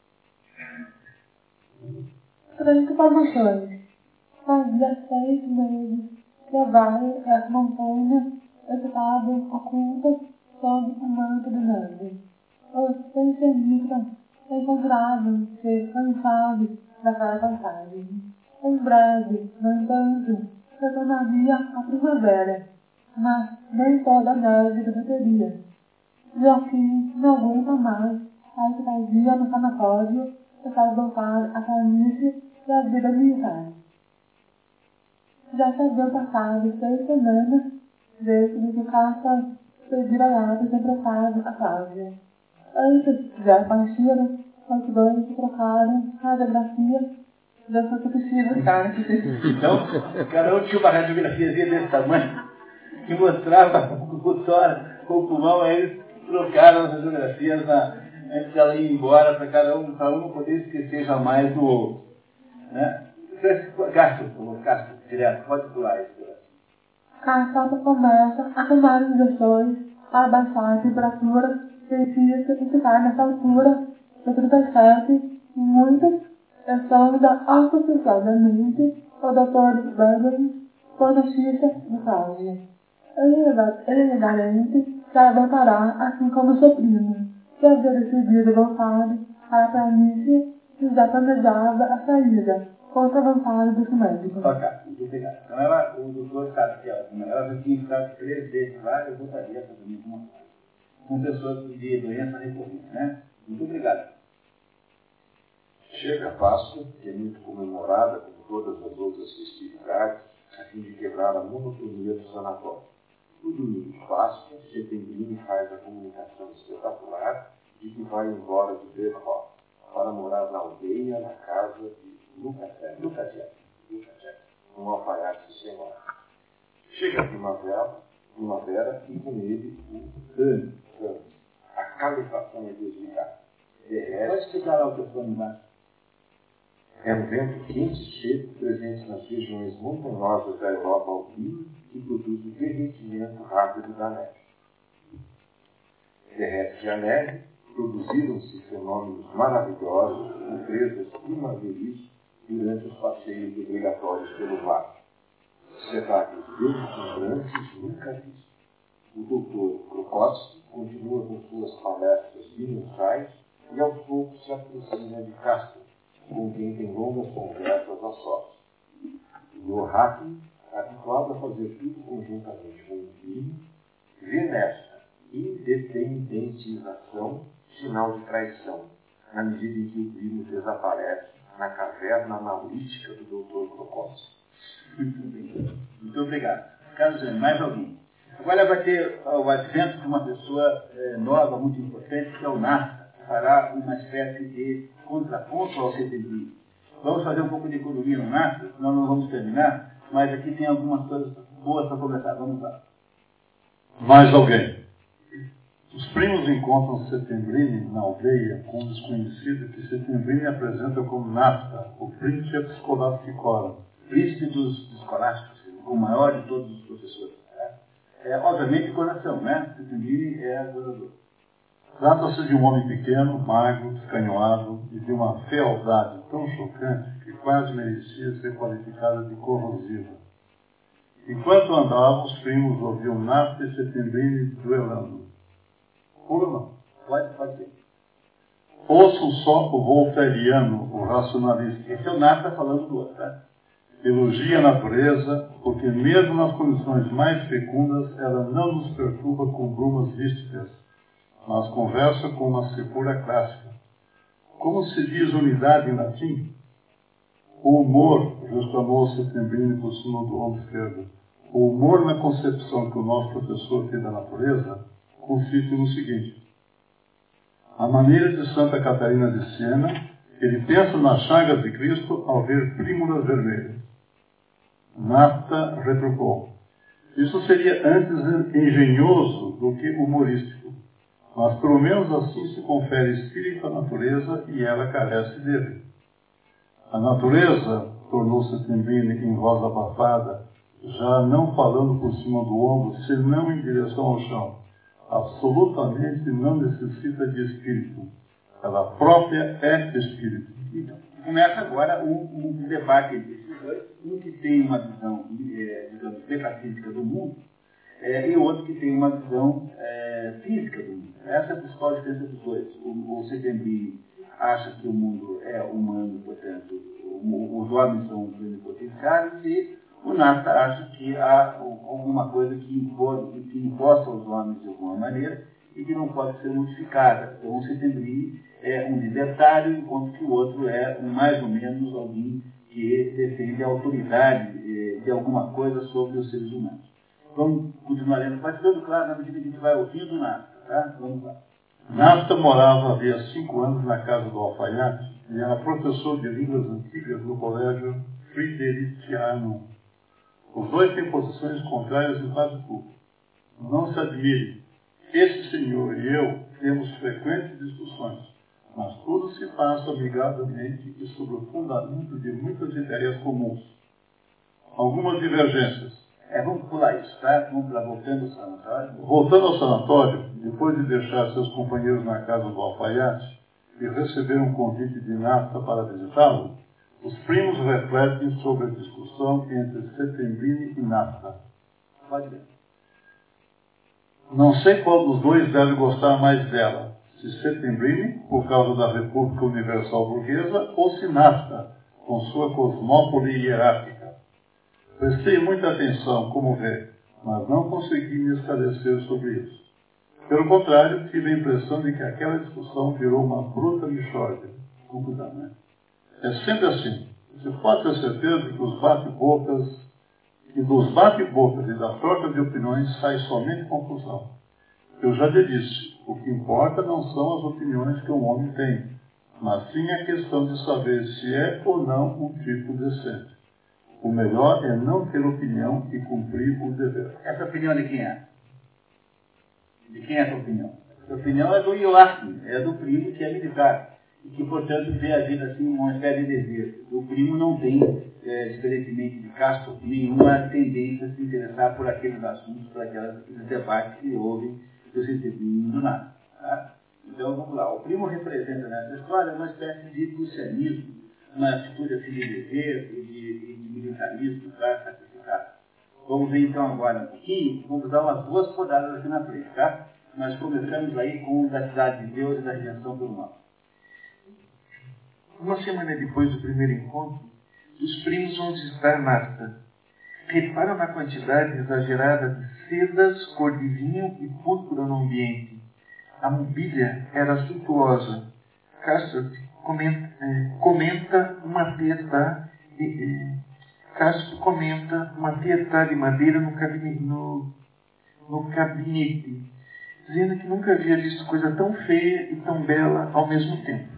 Transformações. Fazia seis meses que a vale e as montanhas estavam ocultas sob o manto de neve. Os pensionistas encontravam-se cansados daquela passagem. Em breve, no entanto, retornaria a primavera, mas nem toda a neve derreteria. Joaquim não aguenta mais a estadia no sanatório e faz voltar a planície e a vida militar. Já se haviam passado seis semanas desde que Castro pedira lápis emprestado a Cláudia. Antes de ela partir, os dois trocaram radiografia das sucessivas cartas. Então, cada um tinha uma radiografiazinha desse tamanho que mostrava o tórax, o pulmão, aí eles trocaram as radiografias na, antes dela ir embora, para cada um, para um não poder esquecer jamais do outro. Né? Castro, Castro, direto, pode pular isso. Castro começa a tomar injeções para baixar a temperatura científica e ficar nessa altura de trinta e sete, muitas estão da autossuficientemente o doutor Beverly com notícia de Cláudia. Ele lhe garante que ela voltará assim como seu primo, que havia decidido voltar para a planície e já planejava a saída, contra a vontade desse médico. Ok, muito obrigado. Então ela, o doutor sabe que ela, ela já tinha estado três vezes lá, eu voltaria para a mesma coisa. Com pessoas de doença recorrente, né? Muito obrigado. Chega a Páscoa, que é muito comemorada, como todas as outras festividades, a fim de quebrar a monotonia do sanatório. No domingo de Páscoa, Setembrino faz a comunicação espetacular de que vai embora de Berhoff para morar na aldeia, na casa de Lukachev, um alfaiate sem hora. Chega a primavera, primavera e com ele o ano, a calefação é desligada. Pode explicar lá o que eu estou embaixo. É um vento quente e seco presente nas regiões montanhosas da Europa alpina que produz o derretimento rápido da neve. Derrete a neve, produziram-se fenômenos maravilhosos, surpresas primaveris durante os passeios obrigatórios pelo vale. Espetáculos deslumbrantes nunca vistos. O doutor Krokowski continua com suas palestras bimestrais e aos poucos se aproxima de Castro, com quem tem longas conversas a sós. E o Hacking, habituado a fazer tudo conjuntamente com o primo, vê nesta independentização sinal de traição, na medida em que o primo desaparece na caverna analítica do doutor Krokowski. Muito bem. Muito obrigado. Carlos, mais alguém? Agora vai ter o advento de uma pessoa é, nova, muito importante, que é o Nasta, que fará uma espécie de contraponto ao setembrismo. Vamos fazer um pouco de economia no Nasta, senão não vamos terminar, mas aqui tem algumas coisas boas para começar. Vamos lá. Mais alguém? Os primos encontram Settembrini na aldeia com um desconhecido que Settembrini apresenta como Nasta, o príncipe escolasticora. Príncipe dos escolásticos, o maior de todos os professores. É, é obviamente coração, né? Settembrini é adorador. Trata-se de um homem pequeno, magro, descanhoado e de uma fealdade tão chocante que quase merecia ser qualificada de corrosiva. Enquanto andavam, os primos ouviam Nasta e Settembrini duelando. Pula não? Pode, pode ser. Ouçam só o Voltairiano, o racionalista. Esse é o Nasta falando do outro, tá? Elogia a natureza, porque mesmo nas condições mais fecundas, ela não nos perturba com brumas vísticas, mas conversa com uma secura clássica. Como se diz unidade em latim? O humor, exclamou Settembrini por cima do ombro esquerdo, o humor na concepção que o nosso professor tem da natureza consiste no seguinte. À maneira de Santa Catarina de Siena, ele pensa nas chagas de Cristo ao ver prímulas vermelhas. Nasta retrucou. Isso seria antes engenhoso do que humorístico, mas pelo menos assim se confere espírito à natureza e ela carece dele. A natureza, tornou Settembrini em voz abafada, já não falando por cima do ombro, senão em direção ao chão, absolutamente não necessita de espírito. Ela própria é espírito. Então, começa agora um, um debate entre esses dois, um que tem uma visão, é, digamos, metafísica do mundo, é, e outro que tem uma visão é, física do mundo. Essa é a principal diferença dos dois. O, o Settembrini acha que o mundo é humano, portanto, o, os homens são plenipotenciários, e o Nasta acha que há alguma coisa que impõe, que imposta aos homens de alguma maneira e que não pode ser modificada. Então o Settembrini é um libertário, enquanto que o outro é um, mais ou menos alguém que defende a autoridade eh, de alguma coisa sobre os seres humanos. Vamos continuar lendo. Vai ficando claro na medida que a gente vai ouvindo o Nasta. Tá? Vamos lá. Nasta morava havia cinco anos na casa do alfaiate e era professor de línguas antigas no colégio Fridericianum. Os dois têm posições contrárias em quase tudo. Não se admire. Esse senhor e eu temos frequentes discussões, mas tudo se passa amigavelmente e sob o fundamento de muitas ideias comuns. Algumas divergências. É, vamos pular isso, tá? Vamos lá, voltando ao sanatório. Voltando ao sanatório, depois de deixar seus companheiros na casa do alfaiate e receber um convite de Nasta para visitá-lo, os primos refletem sobre a discussão entre Settembrini e Nasta. Pode ver. Não sei qual dos dois deve gostar mais dela, se Settembrini, por causa da República Universal Burguesa, ou se Nasta, com sua cosmópole hierárquica. Prestei muita atenção, como vê, mas não consegui me esclarecer sobre isso. Pelo contrário, tive a impressão de que aquela discussão virou uma bruta mixórdia. Conclusão, né? É sempre assim. Você pode ter certeza que os bate-bocas, e dos bate-bocas e da troca de opiniões sai somente confusão. Eu já lhe disse, o que importa não são as opiniões que um homem tem, mas sim a questão de saber se é ou não um tipo decente. O melhor é não ter opinião e cumprir o dever. Essa opinião de quem é? De quem é essa opinião? Essa opinião é do Joachim, é do primo que é militar. E que, portanto, vê a vida assim uma espécie de dever. O primo não tem, é, diferentemente de Castro, nenhuma tendência a se interessar por aqueles assuntos, por aquelas, aqueles debates que houve do Settembrini do nada. Tá? Então, vamos lá. O primo representa nessa história uma espécie de prussianismo, uma atitude assim de dever e de, de militarismo para sacrificar. Vamos ver então agora um pouquinho, vamos dar umas duas rodadas aqui na frente, tá? Nós começamos aí com o da cidade de Deus e da redenção pelo mal. Uma semana depois do primeiro encontro, os primos vão visitar Nasta. Reparam na quantidade exagerada de sedas, cor de vinho e púrpura no ambiente. A mobília era suntuosa. Castro comenta, eh, comenta uma teta, eh, Castro comenta uma Pietà de madeira no gabinete, no, no gabinete, dizendo que nunca havia visto coisa tão feia e tão bela ao mesmo tempo.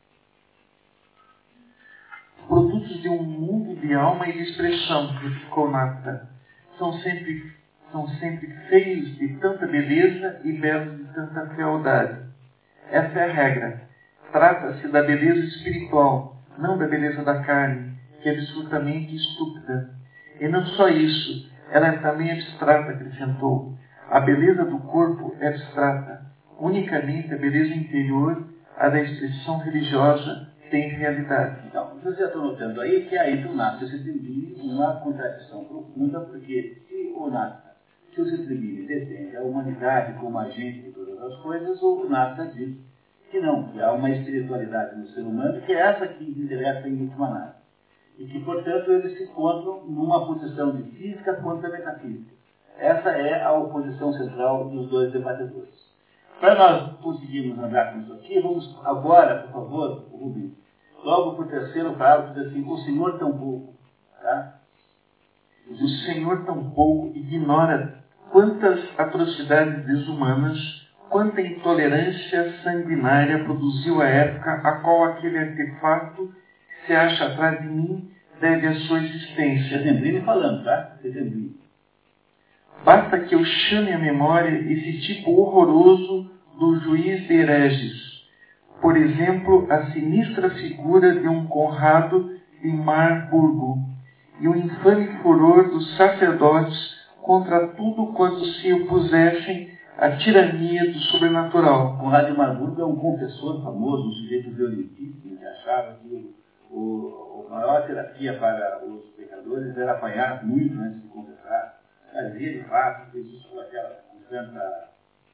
Produtos de um mundo de alma e de expressão, replicou Nata, são sempre, são sempre feios de tanta beleza e belos de tanta fealdade. Essa é a regra. Trata-se da beleza espiritual, não da beleza da carne, que é absolutamente estúpida. E não só isso, ela é também abstrata, acrescentou. A beleza do corpo é abstrata. Unicamente a beleza interior, a da expressão religiosa, tem realidade. Então, vocês já estão notando aí que aí do Nata se atribui uma contradição profunda, porque se o Nata, se o Cetrebini defende a humanidade como agente de todas as coisas, o Nata diz que não, que há uma espiritualidade no ser humano, que é essa que interessa em última análise. E que, portanto, eles se encontram numa posição de física contra metafísica. Essa é a oposição central dos dois debatedores. Para nós conseguirmos andar com isso aqui, vamos agora, por favor, Rubens, logo para o terceiro parágrafo, diz assim, o Senhor tampouco, tá? O Senhor tampouco ignora quantas atrocidades desumanas, quanta intolerância sanguinária produziu a época a qual aquele artefato que se acha atrás de mim deve a sua existência. Setembrini falando, tá? Setembrini. Basta que eu chame à memória esse tipo horroroso do juiz de hereges. Por exemplo, a sinistra figura de um Conrado de Marburgo e o infame furor dos sacerdotes contra tudo quanto se opusessem à tirania do sobrenatural. Conrado de Marburgo é um confessor famoso, um sujeito violentíssimo, que achava que o, a maior terapia para os pecadores era apanhar muito antes de confessar. Fazia de fato, fez isso com aquela com tanta...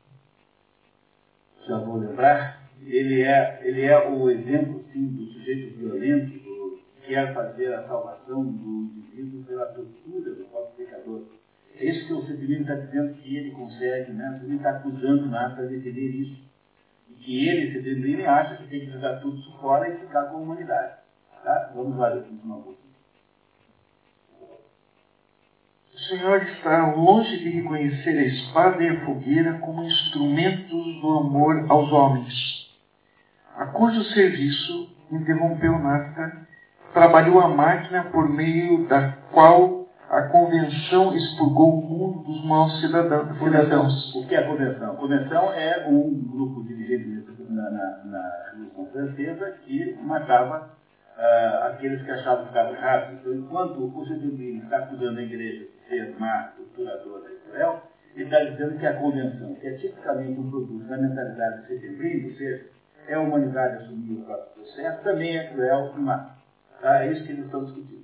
Já vou lembrar. Ele é, ele é o exemplo, sim, do sujeito violento do, que quer fazer a salvação do indivíduo pela tortura do próprio pecador. É isso que o Cetrebini está dizendo que ele consegue, né? Ele está acusando nada para defender isso. E que ele, Cetrebini, acha que tem que jogar tudo isso fora e ficar com a humanidade. Tá? Vamos lá, eu continuar um pouquinho. O Senhor está longe de reconhecer a espada e a fogueira como instrumentos do amor aos homens, a cujo serviço, interrompeu Nata, trabalhou a máquina por meio da qual a Convenção expurgou o mundo dos maus cidadãos. cidadãos. O que é a Convenção? A Convenção é um grupo dirigente na, na, na Revolução Francesa que matava uh, aqueles que achavam que estavam errados. Então, enquanto o Cetrebini está acusando a igreja de ser má, torturadora e cruel, ele está dizendo que a Convenção, que é tipicamente um produto da mentalidade de Cetrebini, ou seja, é a humanidade assumir o próprio processo, também é cruel e má. Tá? É isso que eles estão discutindo.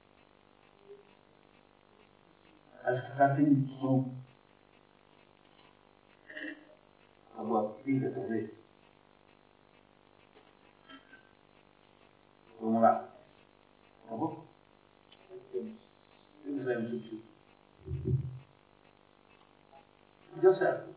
Acho que está sem som. Acabou a pilha, talvez. Vamos lá. Acabou? Temos aí um subtítulo. Deu certo.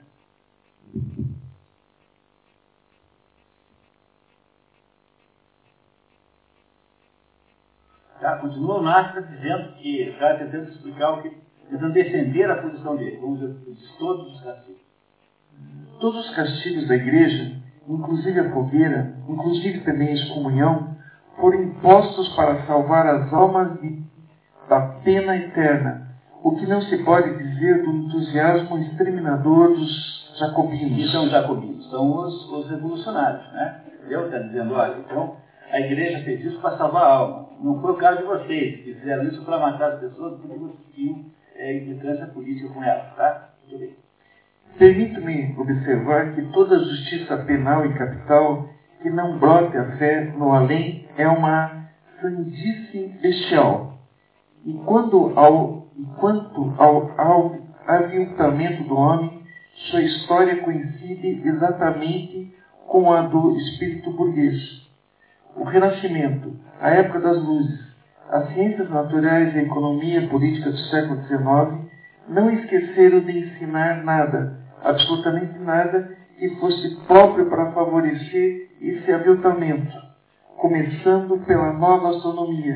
Tá? Continua o Nata dizendo que está tentando explicar o que, tentando defender a posição dele, vamos dizer, de todos os castigos. Todos os castigos da igreja, inclusive a fogueira, inclusive também a excomunhão, foram impostos para salvar as almas de, da pena eterna, o que não se pode dizer do entusiasmo exterminador dos jacobinos. E são os jacobinos, são os, os revolucionários, né? Deus está dizendo, olha, então a igreja fez isso para salvar a alma. Não foi o caso de vocês, que fizeram isso para matar as pessoas porque vocês tinham é, implicância política com elas, tá? Muito bem. Permito-me observar que toda justiça penal e capital que não brote a fé no além é uma sandice bestial. E quando ao, e quanto ao, ao aviltamento do homem, sua história coincide exatamente com a do espírito burguês. O Renascimento, a época das luzes, as ciências naturais e a economia política do século dezenove não esqueceram de ensinar nada, absolutamente nada, que fosse próprio para favorecer esse aviltamento, começando pela nova astronomia,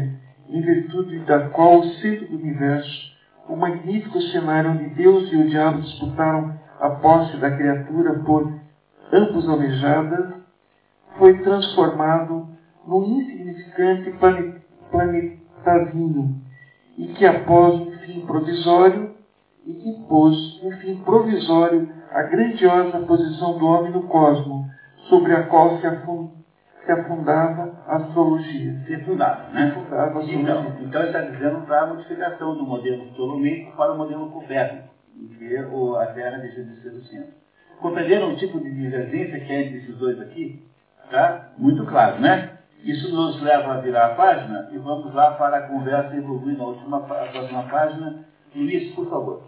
em virtude da qual o centro do universo, o magnífico cenário onde Deus e o diabo disputaram a posse da criatura por ambos almejadas, foi transformado num insignificante planetazinho, e que após um fim provisório, e que pôs um fim provisório à grandiosa posição do homem no cosmos, sobre a qual se, afund, se afundava a astrologia. Se afundava, né? Se afundava a astrologia. Então, então ele está dizendo para a modificação do modelo ptolomeico para o modelo copérnico, em que a Terra deixa de ser o centro. Compreenderam o tipo de divergência que é entre esses dois aqui? Tá? Muito claro, né? Isso nos leva a virar a página e vamos lá para a conversa evoluir na última, a próxima página. Luiz, por favor.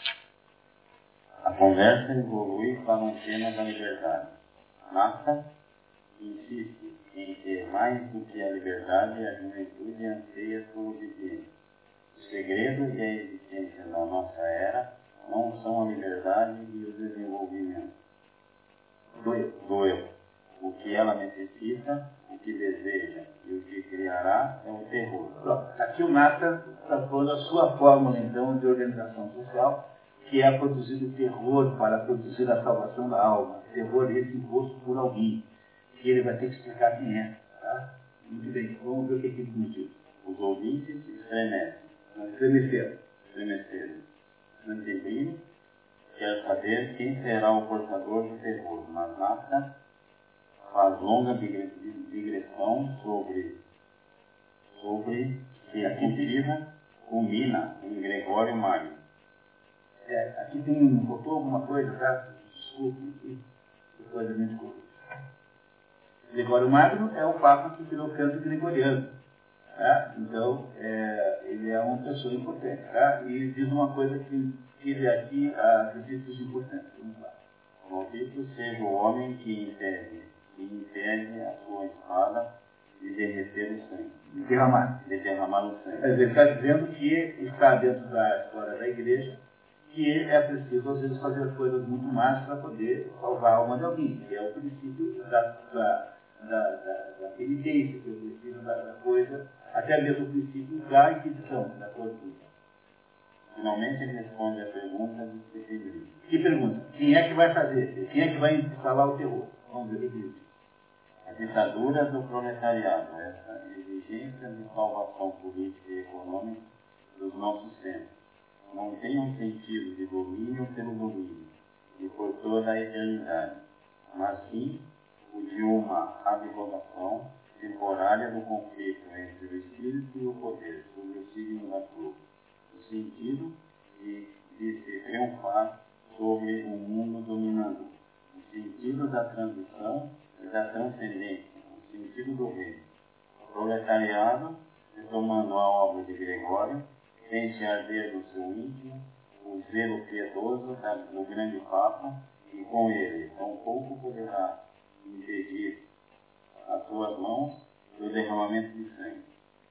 A conversa evolui para um tema da liberdade. Massa insiste em ter mais do que a liberdade e a juventude anseia por obediência. O segredo e a existência da nossa era não são a liberdade e o desenvolvimento do eu. do eu. O que ela necessita, o que deseja e o que criará é o terror. Pronto. Aqui o Nata está pondo a sua fórmula, então, de organização social, que é produzir o terror para produzir a salvação da alma. Terror esse imposto por alguém, que ele vai ter que explicar quem é. Tá? Muito bem, vamos ver o que ele diz. Os ouvintes estremecem. Estremeceram. Estremeceram. Santebrino quer saber quem será o portador do terror, mas Nata faz longa digressão sobre, sobre que a cultiva culmina em Gregório Magno. É, aqui tem um, botou alguma coisa, tá? Desculpe, depois a gente corrige. Gregório Magno é o Papa que criou o canto gregoriano. Tá? Então, é, ele é uma pessoa importante. Tá? E diz uma coisa que, que ele aqui acredita ser importante. Vamos lá. Maldito seja o homem que impede, que impede a sua espada de derreter o sangue. De derramar. De derramar o sangue. Ele está dizendo que está dentro da história da igreja que é preciso, às vezes, fazer coisas muito más para poder salvar a alma de alguém, que é o princípio da, da, da, da, da penitência, que é o princípio da, da coisa, até mesmo o princípio da inquisição, da tortura. Finalmente ele responde a pergunta de Seferino. Que pergunta? Quem é que vai fazer? Quem é que vai instalar o terror? Vamos ver o que diz. A ditadura do proletariado, essa exigência de salvação política e econômica dos nossos centros, não tem um sentido de domínio pelo domínio, e por toda a eternidade, mas sim o de uma advocação temporária do conflito entre o espírito e o poder sobre o signo da cruz, no sentido de, de se triunfar sobre o mundo dominando, no sentido da transição e da transcendência, no sentido do reino. O proletariado, retomando a obra de Gregório, sente arder no seu íntimo o zelo piedoso do grande Papa, e com ele tampouco poderá impedir as suas mãos do derramamento de sangue.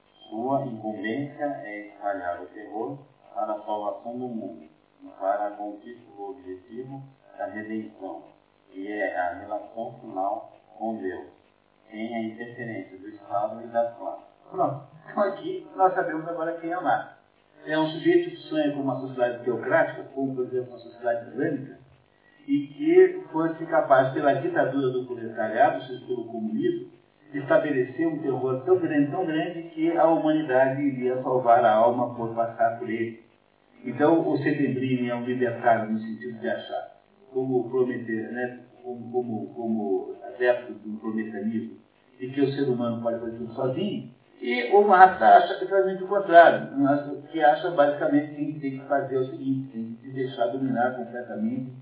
Sua incumbência é espalhar o terror para a salvação do mundo, e para a conquista do objetivo da redenção, que é a relação final com Deus, sem a interferência do Estado e das classes. Pronto. Então aqui nós sabemos agora quem é o Marx. É um sujeito que sonha com uma sociedade teocrática, como, por exemplo, uma sociedade islâmica, e que fosse capaz, pela ditadura do proletariado, ou seja, pelo comunismo, de estabelecer um terror tão grande, tão grande, que a humanidade iria salvar a alma por passar por ele. Então, o Settembrini é um libertário no sentido de achar, como Prometeu, né, como, como, como adepto do prometanismo, e que o ser humano pode fazer tudo sozinho. E o Marx acha exatamente o contrário, que acha basicamente que tem que fazer o seguinte, tem que se deixar dominar completamente,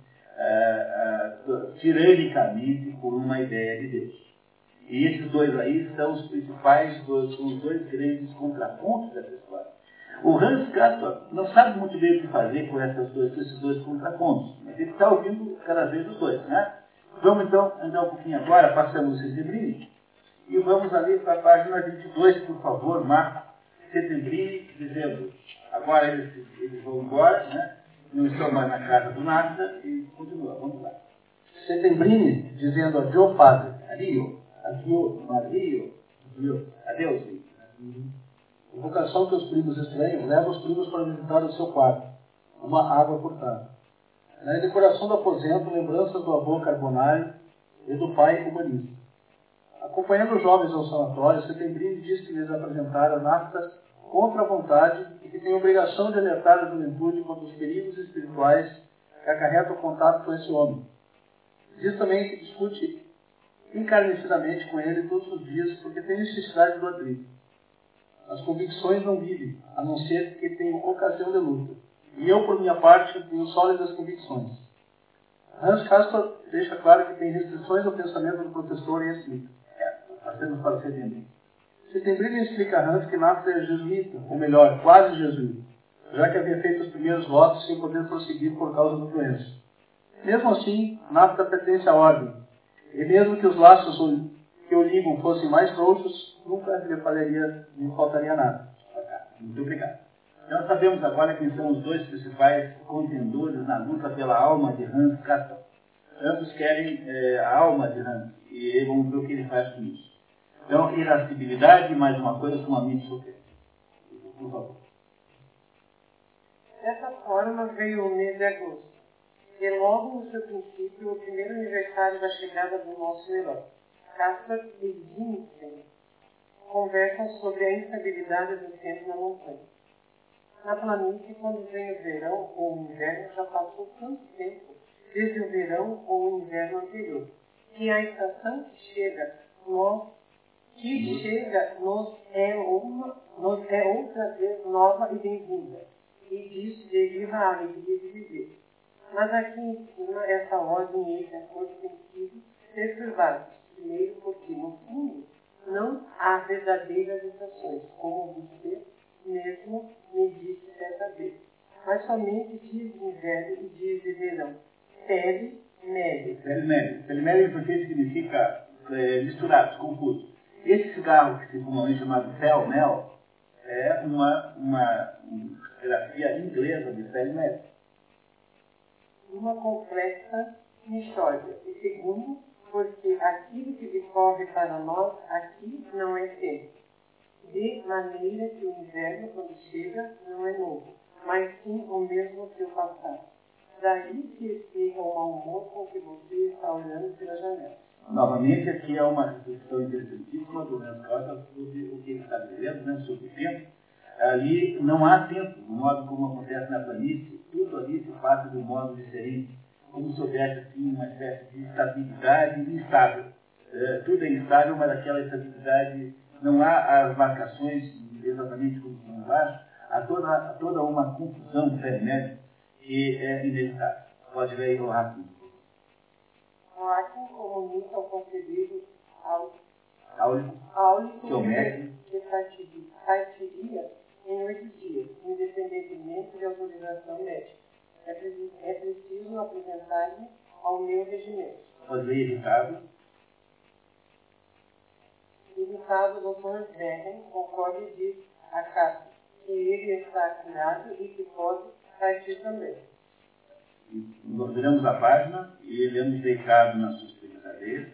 uh, uh, tiranicamente, por uma ideia de Deus. E esses dois aí são os principais, dois, são os dois grandes contrapontos dessa história. O Hans Castorp não sabe muito bem o que fazer com, essas dois, com esses dois contrapontos, mas ele está ouvindo cada vez os dois, né? Vamos então andar um pouquinho agora, passamos o Settembrini, e vamos ali para a página vinte e dois, por favor, Marco Settembrini, dizendo, agora eles, eles vão embora, né? Não estão mais na casa do nada, e continua, vamos lá. Settembrini dizendo a Joe Padre, adio, adio, adio, adio, adeus. Invocação educação que os primos estranhos levam os primos para visitar o seu quarto, uma água cortada. Na decoração do aposento, lembranças do avô carbonário e do pai humanista. Acompanhando os jovens ao sanatório, Settembrini diz que lhes apresentaram Nafta contra a vontade e que tem obrigação de alertar a juventude contra os perigos espirituais que acarreta o contato com esse homem. Diz também que discute encarnecidamente com ele todos os dias porque tem necessidade do atrito. As convicções não vivem, a não ser que tenham ocasião de luta. E eu, por minha parte, tenho sólidas convicções. Hans Castorp deixa claro que tem restrições ao pensamento do professor e explica. É, passemos para Settembrini. Settembrini explica a Hans que Nafta é jesuíta, ou melhor, quase jesuíta, já que havia feito os primeiros votos sem poder prosseguir por causa da doença. Mesmo assim, Nafta pertence à ordem, e mesmo que os laços que o ligam fossem mais frouxos, nunca lhe faltaria, lhe faltaria nada. Muito obrigado. Nós sabemos agora quem são os dois principais contendores na luta pela alma de Hans Castorp. Ambos querem é, a alma de Hans, e vamos ver o que ele faz com isso. Então, irascibilidade, mais uma coisa, sumamente sofrência. Por favor. Dessa forma veio o mês de agosto, e logo no seu princípio o primeiro aniversário da chegada do nosso herói. Castorp e Vincenz conversam sobre a instabilidade do tempo na montanha. Na planície, quando vem o verão ou o inverno, já passou tanto tempo desde o verão ou o inverno anterior, que a estação que chega, nós, que chega nos, é uma, nos é outra vez nova e bem-vinda, e disso deriva a alegria de viver. Mas aqui em cima, essa ordem e esse acordo têm sido perturbados. Primeiro porque, no fundo, não há verdadeiras estações, como você mesmo me disse certa vez, mas somente dias de inverno e dias de verão. Pele média. Pele média. Pele média porque significa é, misturados, confusos. Esse cigarro que se comumente chamado Pall Mall é uma, uma, uma grafia inglesa de pele média. Uma complexa mistória. E segundo, porque aquilo que decorre para nós aqui não é tempo. De maneira que o inverno, quando chega, não é novo, mas sim o mesmo que o passado. Daí que explica o mau humor com que você está olhando pela janela. Novamente, aqui é uma reflexão interessantíssima do Hans Castorp sobre o que ele está dizendo, né, sobre o tempo. Ali não há tempo, no modo como acontece na planície, tudo ali se passa de um modo diferente, como se houvesse assim, uma espécie de estabilidade instável. É, tudo é instável, mas aquela estabilidade, não há as marcações exatamente como estão embaixo, há toda, há toda uma confusão permanente que é inevitável. Pode ver aí o rápido. O átomo comunica ao concebido ao áulico, áulico geométrico, que partiria em oito dias, independentemente de autorização médica. É preciso, é preciso apresentar-me ao meu regimento. Pode ver irritado. Irritado, doutor Bergen concorda e diz a Cássio que ele está curado e que pode partir também. Nós viramos a página e ele anda deitado na sua cadeira.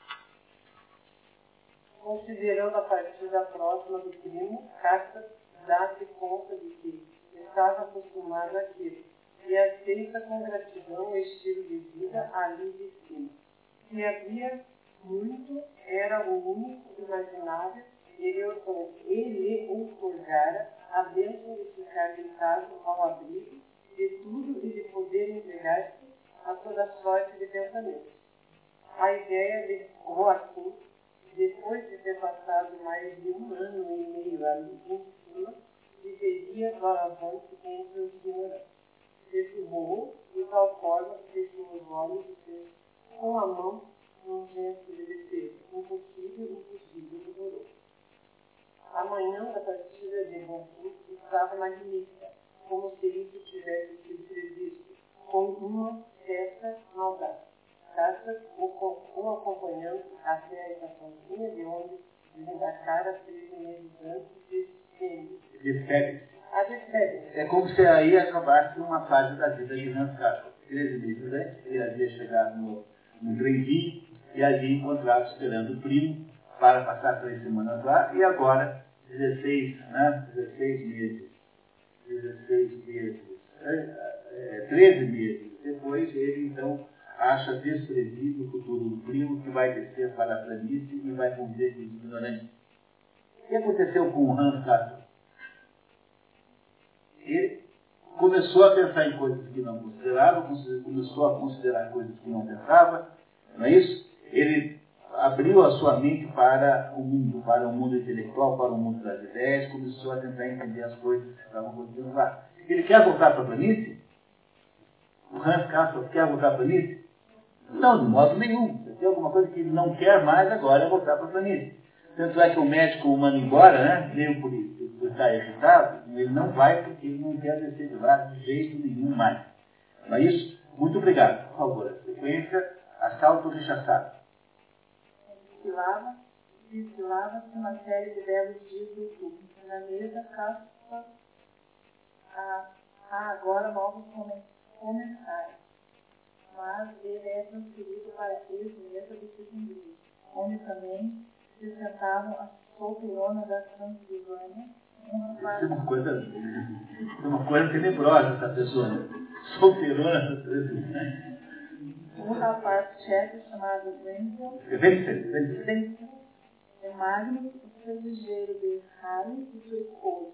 Considerando a partida próxima do primo, Cássio dá-se conta de que estava acostumado àquilo e aceita com gratidão o estilo de vida ali de cima. Se havia muito, era o único imaginável, ele outorgara a bênção de ficar deitado ao abrigo de tudo e de poder entregar-se a toda sorte de pensamentos. A ideia de Joaquim, depois de ter passado mais de um ano e meio ali em cima, viveria doravante entre os ignorantes. Desfurrou e tal forma fechou os olhos e fez com a mão um gesto de defesa, impossível, impossível, vigoroso. A manhã da partida de Bonfim estava magnífica, como se isso tivesse sido previsto, com uma certa maldade. Castorp o acompanhando até a estaçãozinha de onde desembarcara três meses antes de férias. De férias. A de férias. É como se aí acabasse uma fase da vida de Hans Castorp. Treze meses antes, ele havia chegado no, no Greenville e ali encontrado esperando o primo para passar três semanas lá, e agora dezesseis, né? dezesseis meses, dezesseis meses, é, é, treze meses. Depois ele, então, acha desprevido o futuro do primo que vai descer para a planície e vai conviver com os ignorantes. O que aconteceu com o Hans Castorp? Ele começou a pensar em coisas que não considerava, começou a considerar coisas que não pensava, não é isso? Ele abriu a sua mente para o mundo, para o mundo intelectual, para o mundo das ideias, começou a tentar entender as coisas que estavam acontecendo lá. Ele quer voltar para a planície? O Hans Castorp quer voltar para a planície? Não, de modo nenhum. Se tem alguma coisa que ele não quer mais agora é voltar para a planície. Tanto é que o médico o manda embora, né? Meio por, por estar irritado, ele não vai porque ele não quer descer de lá de jeito nenhum mais. Não é isso? Muito obrigado. Por favor, a sequência, assalto rechaçado. Desfilava, desfilava-se uma série de belos dias do outubro. Na mesa, Castorp, há, há agora novos comentários. Mas ele é transferido para ex-mesa do setembro, onde também se sentavam as solteironas da Transilvânia. Isso é uma coisa, é uma coisa tenebrosa, essa pessoa. Solteirona da Transilvânia. Um rapaz tcheco chamado Wenzel, Wenzel, Wenzel, de Magnus, o seu ligeiro de Harry e sua esposa.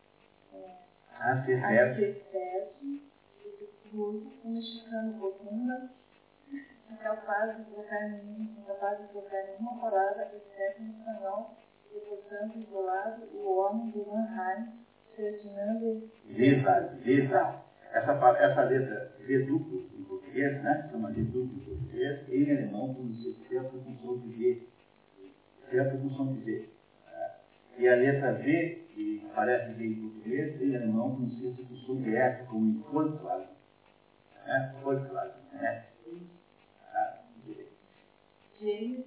Ah, se repete. Um mexicano profunda, incapaz de trocar nenhum, incapaz de trocar nenhuma palavra, exceto em espanhol, e portanto isolado, o homem de Mannheim, Ferdinando Lisa, Lisa. Essa, essa letra V duplo em português, né? Chama V duplo em português, em alemão pronuncia sempre com som de V. Sempre com som de V. E a letra V, que parece V em português, em alemão pronuncia com som de F, como em Volkswagen. É, Volkswagen, né? Ah, James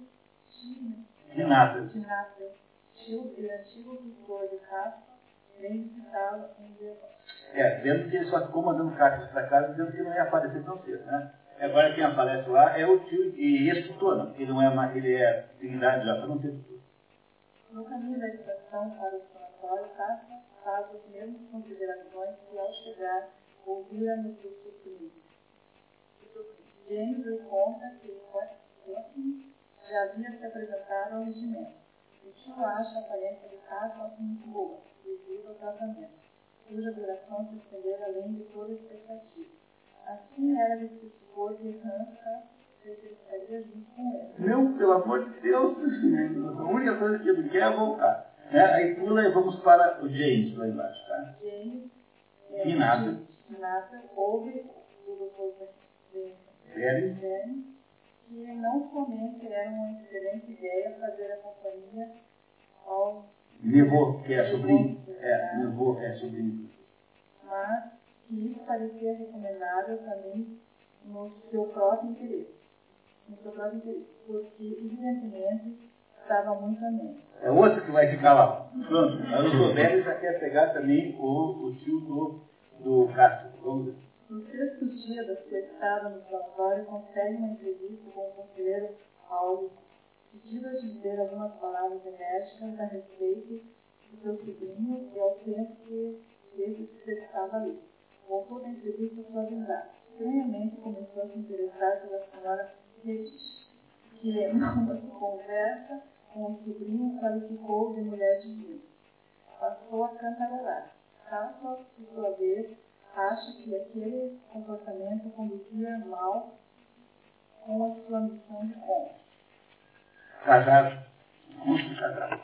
Tinasel. Tinasel, tio e antigo tutor de Castro, nem visitá-lo em Verona. É, vendo que ele só ficou mandando cartas para casa, dizendo que não ia aparecer tão cedo, né? Agora quem aparece lá é o tio e ex-tutor, não, ele não é mais, ele é dignidade já para não ser tutor. No caminho da estação para o sanatório, Castro faz as mesmas considerações que ao chegar ouvira no seu suprimido. James deu conta que Watson já havia se apresentado ao regimento. O tio acha a aparência de Castorp muito boa, devido ao tratamento, cuja duração se estendera além de toda expectativa. Assim era de se supor que Hans Castorp estaria junto com ele. Não, pelo amor de Deus, a única coisa que ele quer é voltar. Né? Aí pula e vamos para o James lá embaixo, tá? James, é, Tinasel. Tinasel ouve o doutor Sério? que não somente era uma excelente ideia fazer a companhia ao Nevô, que é sobrinho. É, Nevô é sobrinho. Mas que isso parecia recomendável também no seu próprio interesse. No seu próprio interesse. Porque, evidentemente, estava muito ameno. É outro que vai ficar lá. Pronto. Mas o Soberg já quer pegar também o, o tio do, do Castro. Vamos ver. No sexto dia da sua estada no sanatório, consegue uma entrevista com o conselheiro Paulo, pedido a dizer algumas palavras enérgicas a respeito do seu sobrinho e ao tempo que ele se estava ali. Voltou da entrevista suavizado. Estranhamente começou a se interessar pela senhora Regis, que numa conversa com o sobrinho qualificou de mulher divina. Passou a cantarolar. Castorp, por sua vez, acha que aquele comportamento conduzia mal com a sua missão de compra. Casado. Muito casado.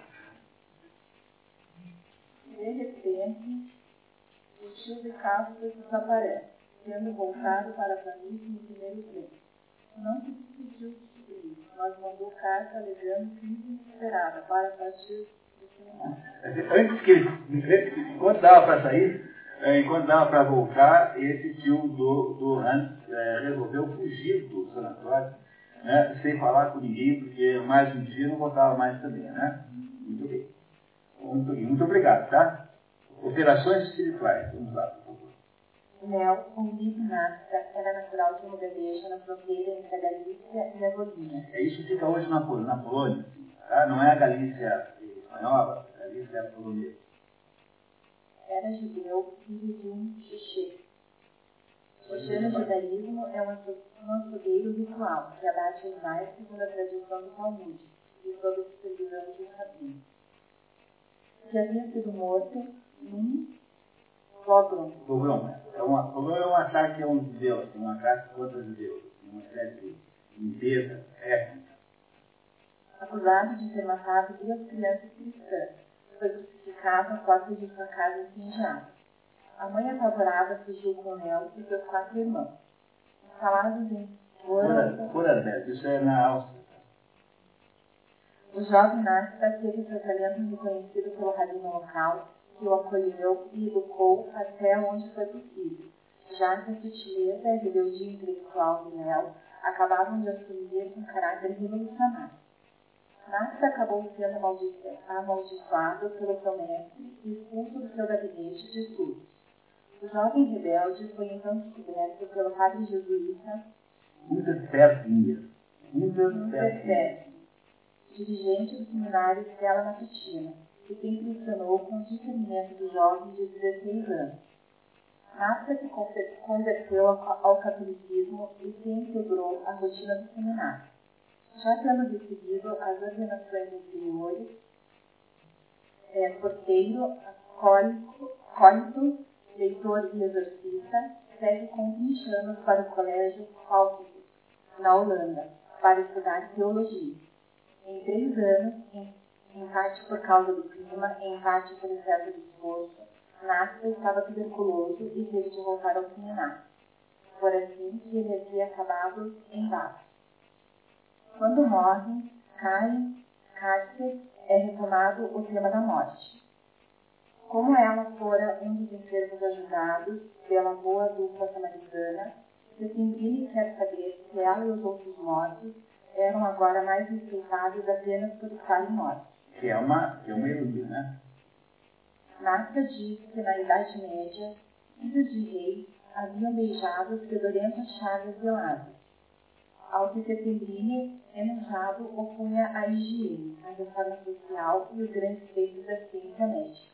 De repente, o tio de Castro desaparece, tendo voltado para a planície no primeiro tempo. Não se despediu do sobrinho, mas mandou carta alegando crise inesperada para partir do seminário. Antes que ele, enquanto dava para sair, enquanto dava para voltar, esse tio do, do Hans é, resolveu fugir do sanatório, né, sem falar com ninguém, porque mais um dia não voltava mais também, né? Muito bem. Muito bem. Muito obrigado, tá? Operações espirituais. Vamos lá, por favor. Nelson Vignática era natural de Modeveja, na fronteira entre a Galícia e a Volínia. É isso que fica hoje na, na Polônia, tá? Não é a Galícia espanhola, a disse a polonesa. Era judeu, filho de um xixê. Xixê no judaísmo é um açougueiro ritual que abate animais segundo a tradição do Talmud e sob a supervisão dos rabinos. Que havia sido morto num pogrom. Pogrom é, uma, pogrom é um ataque a um judeu, assim, um ataque contra os judeus, uma espécie de limpeza étnica. Acusado de ter matado duas crianças cristãs, foi crucificado à porta de sua casa incendiada. A mãe apavorada fugiu com Nel e seus quatro irmãos. Instalados em Vorarlberg, isso é na Áustria. O jovem Nasta teve seu talento reconhecido pelo rabino local, que o acolheu e educou até onde foi possível, já que a sutileza e a rebeldia intelectual de Nel acabavam de assumir um caráter revolucionário. Nasta acabou sendo amaldiçoado pelo seu mestre e expulso do seu gabinete de estudos. O jovem rebelde foi então descoberto pelo padre jesuíta Unterpertinger, Unterpertinger, dirigente do seminário Stella Matutina, que se impressionou com o discernimento do jovem de dezesseis anos. Nasta se converteu ao catolicismo e se integrou à rotina do seminário. Já tendo recebido as ordenações anteriores, é, porteiro, cólico, leitor e exorcista, segue com vinte anos para o colégio Falkirk, na Holanda, para estudar teologia. Em três anos, em, em parte por causa do clima, em parte por excesso de esforço, Nasta estava tuberculoso e teve de voltar ao seminário. Por assim que ele havia acabado em Bach. Quando morre, cai, cárcere, é retomado o tema da morte. Como ela fora um dos enfermos ajudados pela boa dupla samaritana, Settembrini quer saber se ela e os outros mortos eram agora mais respeitados apenas por estarem mortos. Que é uma, que é uma ironia, né? Nasta diz que na Idade Média, filhos de reis haviam beijado fedorentas chagas veladas. Ao que Settembrini, enojado, opunha a higiene, a reforma social e os grandes feitos da ciência médica.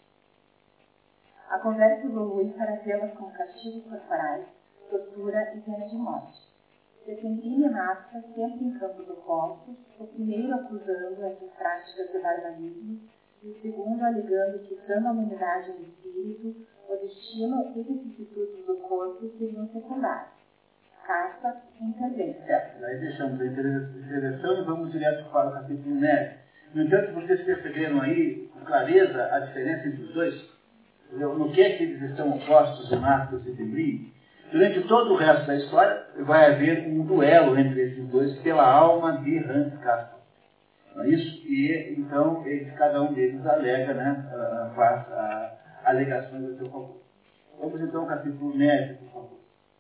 A conversa evolui para temas como castigos corporais, tortura e pena de morte. Settembrini e Nasta, sempre em campo do posto, o primeiro acusando essas práticas de barbarismo e o segundo alegando que, estando a humanidade no espírito, o destino e vicissitudes do corpo seriam secundários. Caça e intervenção. É, aí deixamos a intervenção e vamos direto para o capítulo nove. No entanto, vocês perceberam aí com clareza a diferença entre os dois? No que é que eles estão opostos, o Nasta e o Settembrini? Durante todo o resto da história, vai haver um duelo entre esses dois pela alma de Hans Castorp. Não é isso? E então, eles, cada um deles alega, né, faz a, alegações a seu favor. Vamos então ao capítulo nove, por favor.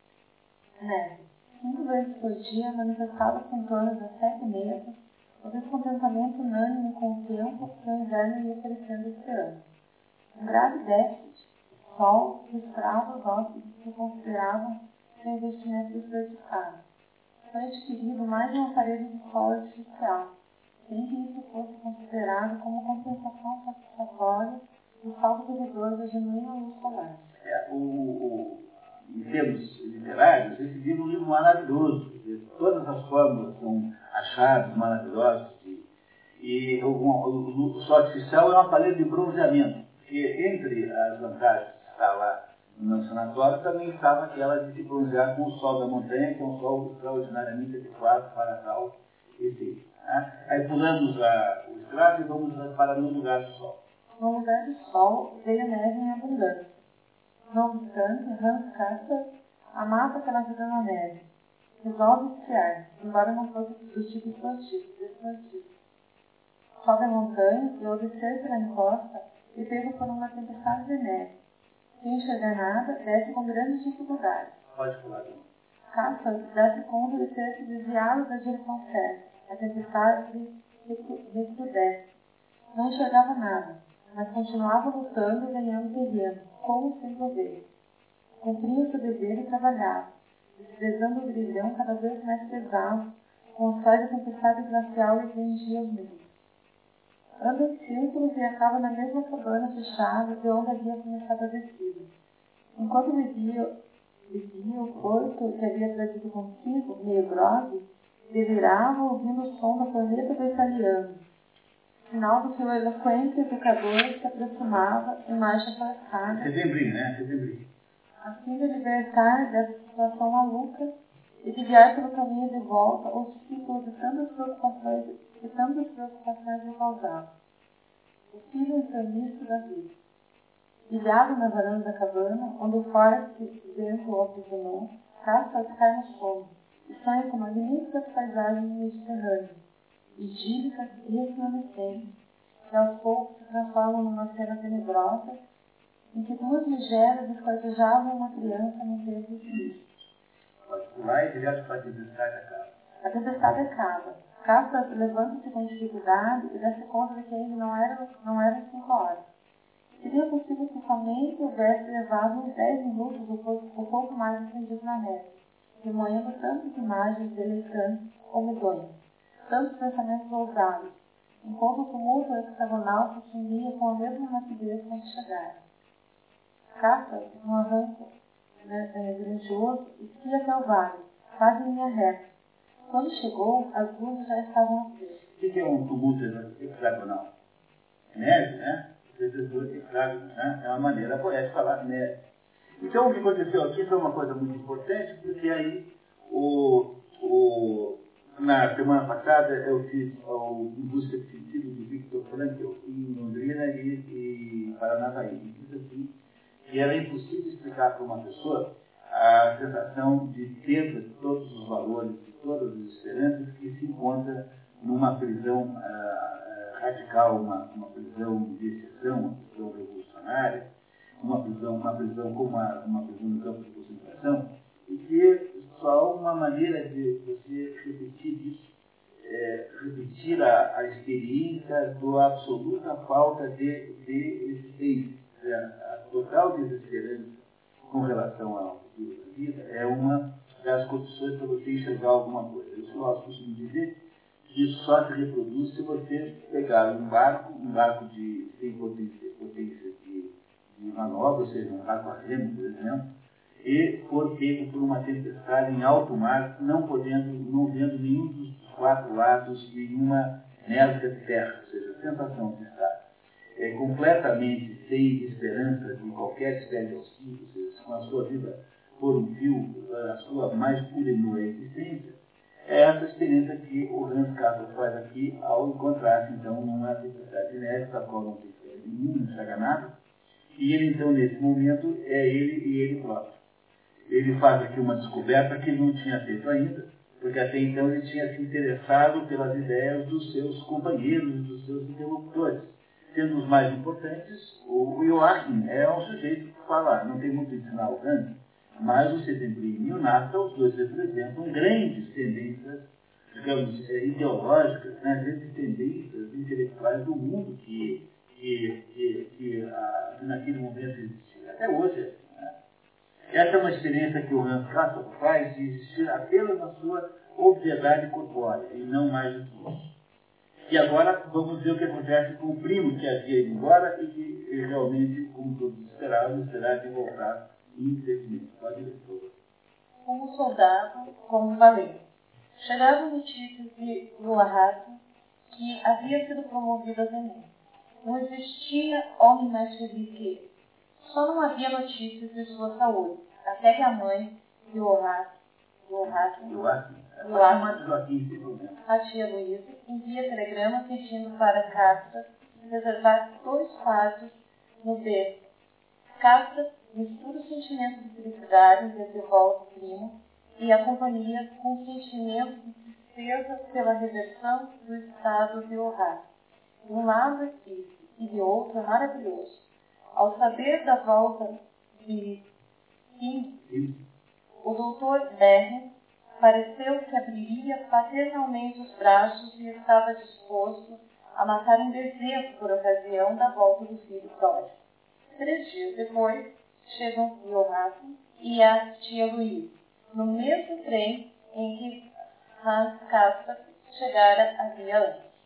Neve. Cinco vezes por dia manifestava-se em torno das sete meses o descontentamento unânime com o tempo que o inverno ia oferecendo esse ano. Um grave déficit, sol e escravos hóspedes que consideravam seu investimento desperdiçado. Foi adquirido mais um aparelho de sol artificial, sem que isso fosse considerado como compensação satisfatória do saldo devedor da genuína luz solar. É, o, o, em termos literários, esse livro é um livro maravilhoso. Todas as fórmulas são achadas maravilhosas. E, e o, o, o sol artificial é um aparelho de bronzeamento. Porque entre as vantagens de estar lá no sanatório também estava aquela de se bronzear com o sol da montanha, que é um sol extraordinariamente adequado para tal efeito. Né? Aí pulamos a, o estrado e vamos para no lugar do sol. No lugar do sol veio neve em abundância. Não obstante, Hans Castorp amava aquela vida na neve. Resolve esquiar, embora não fosse do tipo esportivo. Sobe a montanha e ao descer pela encosta, e pego por uma tempestade de neve. Sem enxergar nada, desce com grandes dificuldades. Pode pular. Castorp dá-se conta de ter se desviado da direção certa. A tempestade recrudesce. Não enxergava nada, mas continuava lutando e ganhando terreno, como sem poder. Cumpria seu dever e trabalhava, desprezando o grilhão cada vez mais pesado, com o sol da tempestade glacial e prendia os medos. Anda em círculos e acaba na mesma cabana fechada de onde havia começado a descida. Enquanto bebia, bebia o porto que havia trazido consigo, meio grogue, delirava ouvindo o som da planeta do italiano, sinal do que o eloquente educador se aproximava em marcha forçada. Setembrinho, né? Setembrinho. A fim de libertar dessa situação maluca e de guiar pelo caminho de volta os discípulos de tantas preocupações e tantas preocupações lhe causavam. O filho enfermiço da vida. Ilhado na varanda da cabana, onde o forte vento o aprisionou, Castor cai no sono e sonha com magníficas paisagens mediterrâneas, idílicas e resplandecentes, que aos poucos se transformam numa cena tenebrosa em que duas ligeras esquartejavam uma criança num terço sinistro. Pode pular e direto para a tempestade acaba. A tempestade acaba. Castor levanta-se com dificuldade e dá-se conta de que ainda não eram não era cinco horas. Seria possível que somente houvesse levado uns dez minutos ou pouco, pouco mais estendido na neve, remoendo tantas imagens deleitantes ou medonhas, tantos pensamentos ousados, enquanto o tumulto hexagonal se sumia com a mesma rapidez quando chegara. Castor, num arranco né, é, grandioso, esquia até o vale, quase em linha reta. Quando chegou, as luzes já estavam acesas. O que é um tumulto hexagonal? Neve, né? É uma maneira poética de falar neve. Então, o que aconteceu aqui foi uma coisa muito importante, porque aí, o, o, na semana passada, eu fiz o Em Busca de Sentido de Victor Frankl em Londrina e, e Paranavaí. E disse assim, que era impossível explicar para uma pessoa a sensação de perda de todos os valores, de todas as esperanças que se encontra numa prisão ah, radical, uma, uma prisão de exceção, uma prisão revolucionária, uma prisão, uma prisão como uma, uma prisão no campo de concentração, e que só uma maneira de você repetir isso, é, repetir a, a experiência da absoluta falta de, de existência, a, a total desesperança com relação ao futuro da vida, é uma das condições para você enxergar alguma coisa. Os filósofos costumam dizer que isso só se reproduz se você pegar um barco, um barco de, sem potência, potência de, de manobra, ou seja, um barco a remo, por exemplo, e for pego por uma tempestade em alto mar, não podendo, não vendo nenhum dos quatro lados, nenhuma névoa de terra, ou seja, a sensação de estar é, completamente sem esperança de qualquer espécie de auxílio, ou seja, com a sua vida por um fio, a sua mais pura e nua existência, é essa experiência que o Hans Castor faz aqui ao encontrar-se, então, numa tempestade de neve, da qual não tem nenhum, não enxerga nada, e ele, então, nesse momento, é ele e ele próprio. Ele faz aqui uma descoberta que ele não tinha feito ainda, porque até então ele tinha se interessado pelas ideias dos seus companheiros, dos seus interlocutores. Sendo os mais importantes, o Joachim é um sujeito que fala, não tem muito a ensinar o Hans, mas o Setembrini e o Nafta, os dois representam grandes tendências, digamos, ideológicas, né, grandes tendências intelectuais do mundo que, que, que, que, ah, que naquele momento existia. Até hoje. Né? Essa é uma experiência que o Hans Castor faz de existir apenas na sua obviedade corpórea, e não mais do que isso. E agora vamos ver o que acontece com o primo que havia ido embora e que realmente, como todos esperavam, esperava de voltar infelizmente. Pode ler, por favor. Como soldado, como valente. Chegavam notícias de Luarrato que havia sido promovido a tenente. Não existia homem mais feliz que ele. Só não havia notícias de sua saúde, até que a mãe de Luarrato, Luarrato, a tia Luísa, envia telegrama pedindo para Castor reservar dois quartos no berço. Castor mistura o sentimento de felicidade de ter volta o primo e a companhia com o sentimento de tristeza pela reversão do estado de Luarrato. De um lado é triste e de outro é maravilhoso. Ao saber da volta de Kim, o doutor Berren pareceu que abriria paternalmente os braços e estava disposto a matar um desejo por ocasião da volta do filho pródigo. Três dias depois, chegam Joachim e a tia Luísa, no mesmo trem em que Hans Castor chegara havia antes.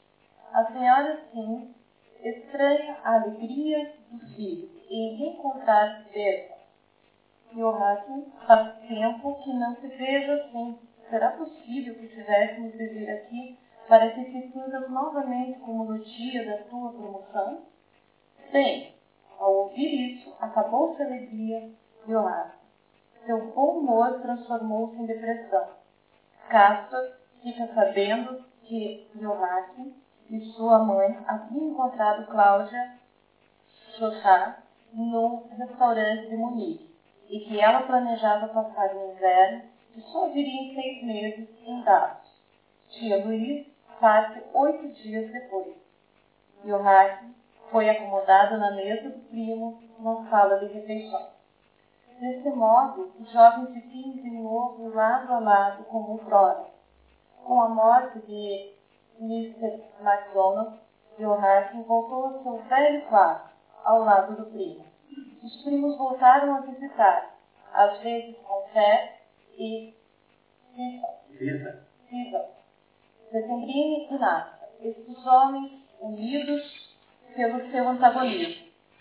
A senhora, sim, estranha a alegria do filho em reencontrar Berta. Joachim, faz tempo que não se veja assim. Será possível que tivéssemos de vir aqui para que se sintas novamente como no dia da tua promoção? Bem, ao ouvir isso, acabou-se a alegria de Joachim. Seu bom humor transformou-se em depressão. Castor fica sabendo que Joachim e sua mãe haviam encontrado Cláudia Chauchat no restaurante de Munique e que ela planejava passar o inverno e só viria em seis meses em Davos. Tia Luiz parte oito dias depois. Joachim foi acomodado na mesa do primo na sala de refeições. Desse modo, os jovens viviam de novo lado a lado como outrora. Com a morte de mister MacDonald, Joachim voltou ao seu velho quarto, ao lado do primo. Os primos voltaram a visitar, às vezes com fé e Cisa, Setembrine e Nasta, estes homens unidos pelo seu antagonismo.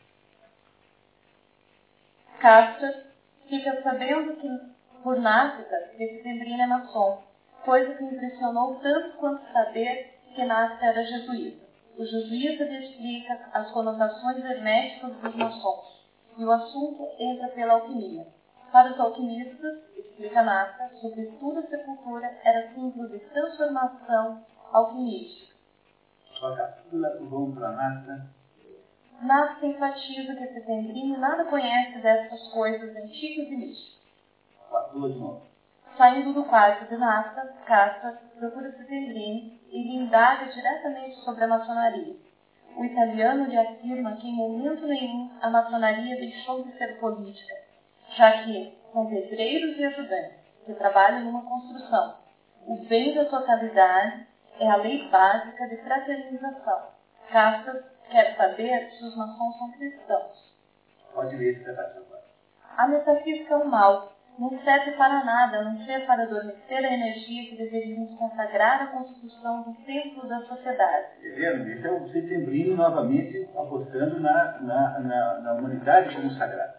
Castor fica sabendo que, por Nasta, que Setembrine é maçom, coisa que impressionou tanto quanto saber que Nasta era jesuíta. O jesuíta lhe explica as conotações herméticas dos maçons, e o assunto entra pela alquimia. Para os alquimistas, explica Nasta, sobretudo a sepultura era símbolo de transformação alquimística. Vamos para Nasta. Nasta enfatiza que Setembrine nada conhece dessas coisas antigas e místicas. Duas de novo. Saindo do quarto de Nasta, Castor procura Setembrine e lhe indaga diretamente sobre a maçonaria. O italiano lhe afirma que em momento nenhum a maçonaria deixou de ser política, já que são pedreiros e ajudantes que trabalham numa construção. O bem da totalidade é a lei básica de fraternização. Castor quer saber se os maçons são cristãos. Pode ler esse pedaço agora. A metafísica é um mal. Não serve para nada, a não ser para adormecer a energia que deveríamos consagrar à construção do templo da sociedade. Entendendo? Esse é o Setembrine novamente apostando na, na, na, na humanidade como sagrada.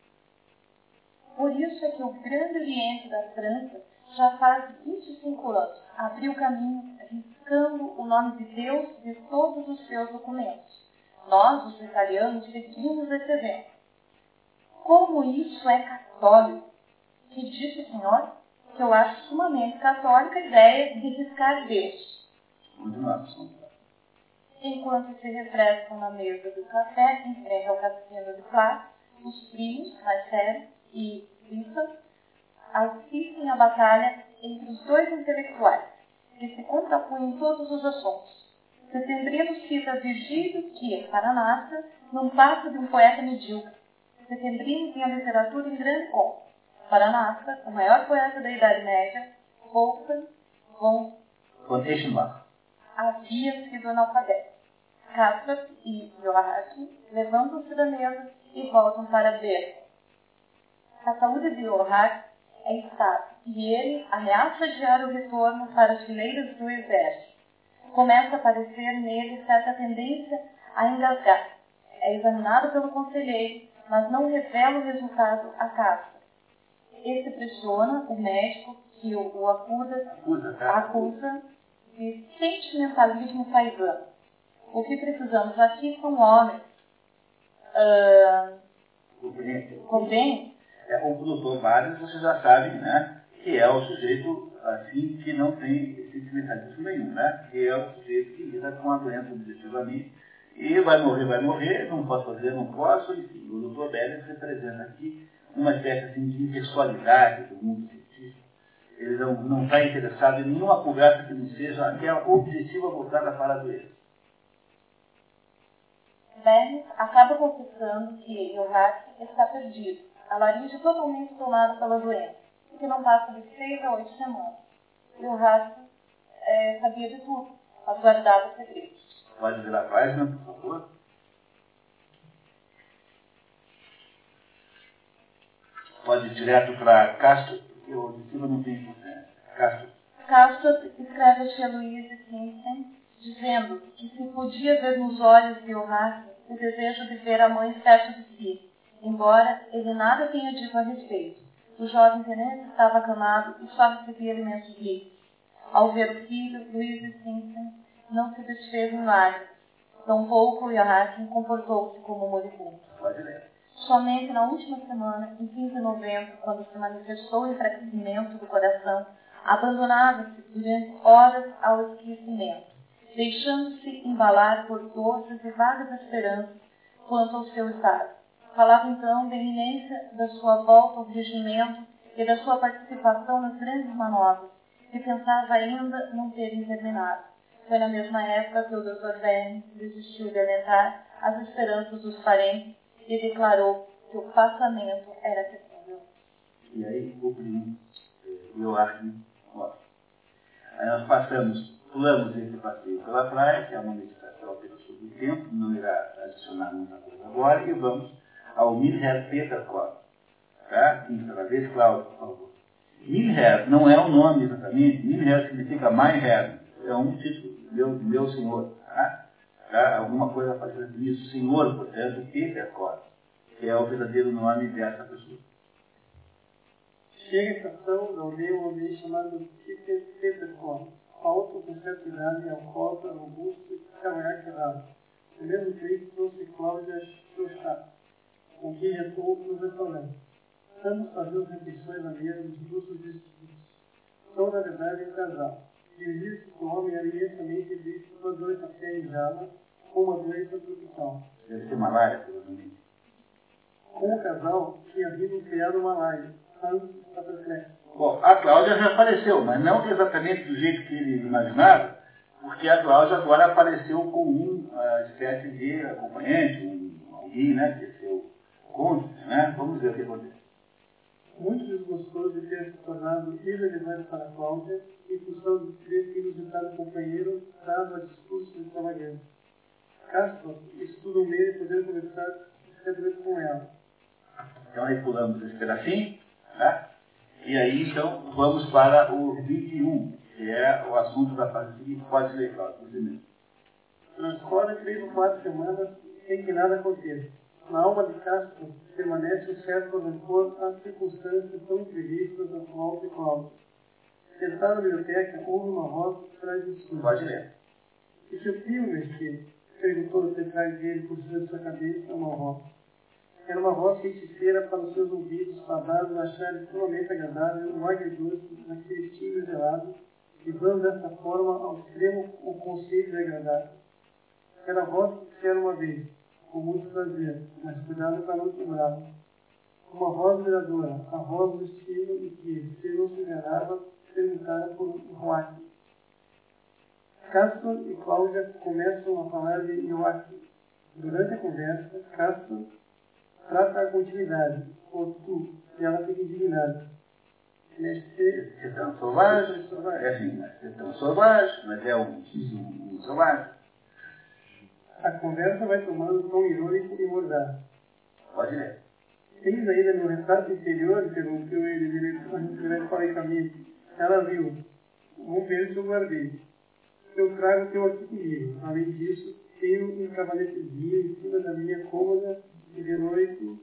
Por isso é que o Grande Oriente da França já faz vinte e cinco anos abriu caminho riscando o nome de Deus de todos os seus documentos. Nós, os italianos, seguimos esse evento. Como isso é católico? Que disse o senhor que eu acho sumamente católica a ideia de riscar Deus. Muito massa. Enquanto se refrescam na mesa do café, em frente ao cassino de Plat, os primos, Marcelo e Lisa, assistem à batalha entre os dois intelectuais, que se contrapunham em todos os assuntos. Setembrino cita Virgílio que, para Nasta, num passo de um poeta medíocre. Setembrino tem a literatura em grande conta. Para Nasta, o maior poeta da Idade Média, Wolfgang von, von Eschenbach, havia sido analfabeto. Castor e Joachim levantam-se da mesa e voltam para Berta. A saúde de Joachim é estável e ele ameaça adiar o retorno para as fileiras do exército. Começa a aparecer nele certa tendência a engasgar. É examinado pelo conselheiro, mas não revela o resultado a Castor. Este pressiona o médico que o, o acusa, acusa de sentimentalismo paisano. O que precisamos aqui são homens uh, com bem. É, o doutor Barnes, vocês já sabem, né, que é o sujeito assim que não tem sentimentalismo nenhum, né, que é o sujeito que lida com a doença objetivamente e vai morrer, vai morrer, não posso fazer, não posso, enfim. O doutor Barnes representa aqui uma espécie assim, de impessoalidade do mundo científico. Ele não está interessado em nenhuma conversa que não seja aquela objetiva voltada para a doença. Bernes acaba confessando que Joachim está perdido, a laringe totalmente tomada pela doença, e que não passa de seis a oito semanas. Joachim é, sabia de tudo, mas guardava segredos. Pode virar a página, por favor? Pode ir direto para Castor, porque o de cima não tem importância. Castor. Castor escreve a tia Louise Kinston dizendo que se podia ver nos olhos de Horácio o desejo de ver a mãe perto de si, embora ele nada tenha dito a respeito. O jovem tenente estava acamado e só recebia alimentos líquidos. Ao ver o filho, Louise Simpson não se desfez em lágrimas. Tampouco Horácio comportou-se como moribundo. Somente na última semana, em quinze de novembro, quando se manifestou o enfraquecimento do coração, abandonava-se durante horas ao esquecimento, deixando-se embalar por doces e vagas esperanças quanto ao seu estado. Falava então da iminência da sua volta ao regimento e da sua participação nas grandes manobras, que pensava ainda não terem terminado. Foi na mesma época que o doutor Verne desistiu de alentar as esperanças dos parentes e declarou que o passamento era possível. E aí, o primo, eu acho que, ó, aí nós passamos, pulamos esse passeio pela praia, que é uma meditação pelo sobre o tempo, não irá adicionar muita coisa agora, e vamos ao Milher Peterkopf, tá? Quinta vez, Cláudio, por favor. Milher não é o nome exatamente, Milher significa My Herr, é um título, meu, meu senhor, tá? Tá? Alguma coisa fazendo isso, senhor, portanto, Peterkopf, que é o verdadeiro nome dessa pessoa. Chega a estação da aldeia um homem chamado Peter Peterkopf, alto, com certa idade, alcoólatra, robusto e cavanhaque-rabo. O mesmo trem trouxe Cláudia Chochat, com quem retou no restaurante. Ambos faziam refeições à mesa dos bruços vestidos. São, na verdade, um casal. Dizia-se que o homem era imensamente visto por uma doença ferrijada ou uma doença tropical. Deve ser malária, provavelmente. Com o casal, tinha havido um criado malaio, Hans Paterkleck. Bom, a Cláudia já apareceu, mas não exatamente do jeito que ele imaginava, porque a Cláudia agora apareceu com uma espécie de acompanhante, um, alguém, né, que é seu cônjuge, né? Vamos ver o que acontece. Muito desgostoso de ter se tornado irrelevante para a Cláudia, em função de ter inusitado companheiro dado a discursos extravagantes. Castro estuda um meio de poder conversar discretamente com ela. Então aí pulamos esse pedacinho, tá? E aí então vamos para o vinte e um, que é o assunto da fase seguinte. Pode ler, Cláudio, você mesmo. Transcorre três ou quatro semanas sem que nada aconteça. Na alma de Castro permanece um certo rancor às circunstâncias tão imprevistas da volta de Cláudia. Sentado na biblioteca, ouve uma voz que traz um susto. Pode ler. E seu filho, meu filho? Perguntou por detrás dele, por cima de sua cabeça, uma voz. Era uma voz feiticeira para os seus ouvidos, fadados a achar extremamente agradável o agridoce naquele timbre gelado, levando dessa forma ao extremo o conceito de agradar. Era a voz que disseram uma vez, com muito prazer, mas cuidado para não quebrá-la. Uma voz miradora, a voz do estilo e que, se não se enganava, perguntara por Joaquim. Castro e Cláudia começam a falar de Joaquim. Durante a conversa, Castro trata a continuidade, ou tu, e ela fica indignada. Neste é tão selvagem, é assim, é tão selvagem, mas é um, um, um selvagem. A conversa vai tomando um tom irônico e mordaz. Pode ler. Tens ainda meu retrato interior? Perguntou ele, direto para o caminho. Ela viu. Vou ver se eu guardei. Eu trago o teu aqui comigo. Além disso, tenho um cavaletezinho em cima da minha cômoda e de noite.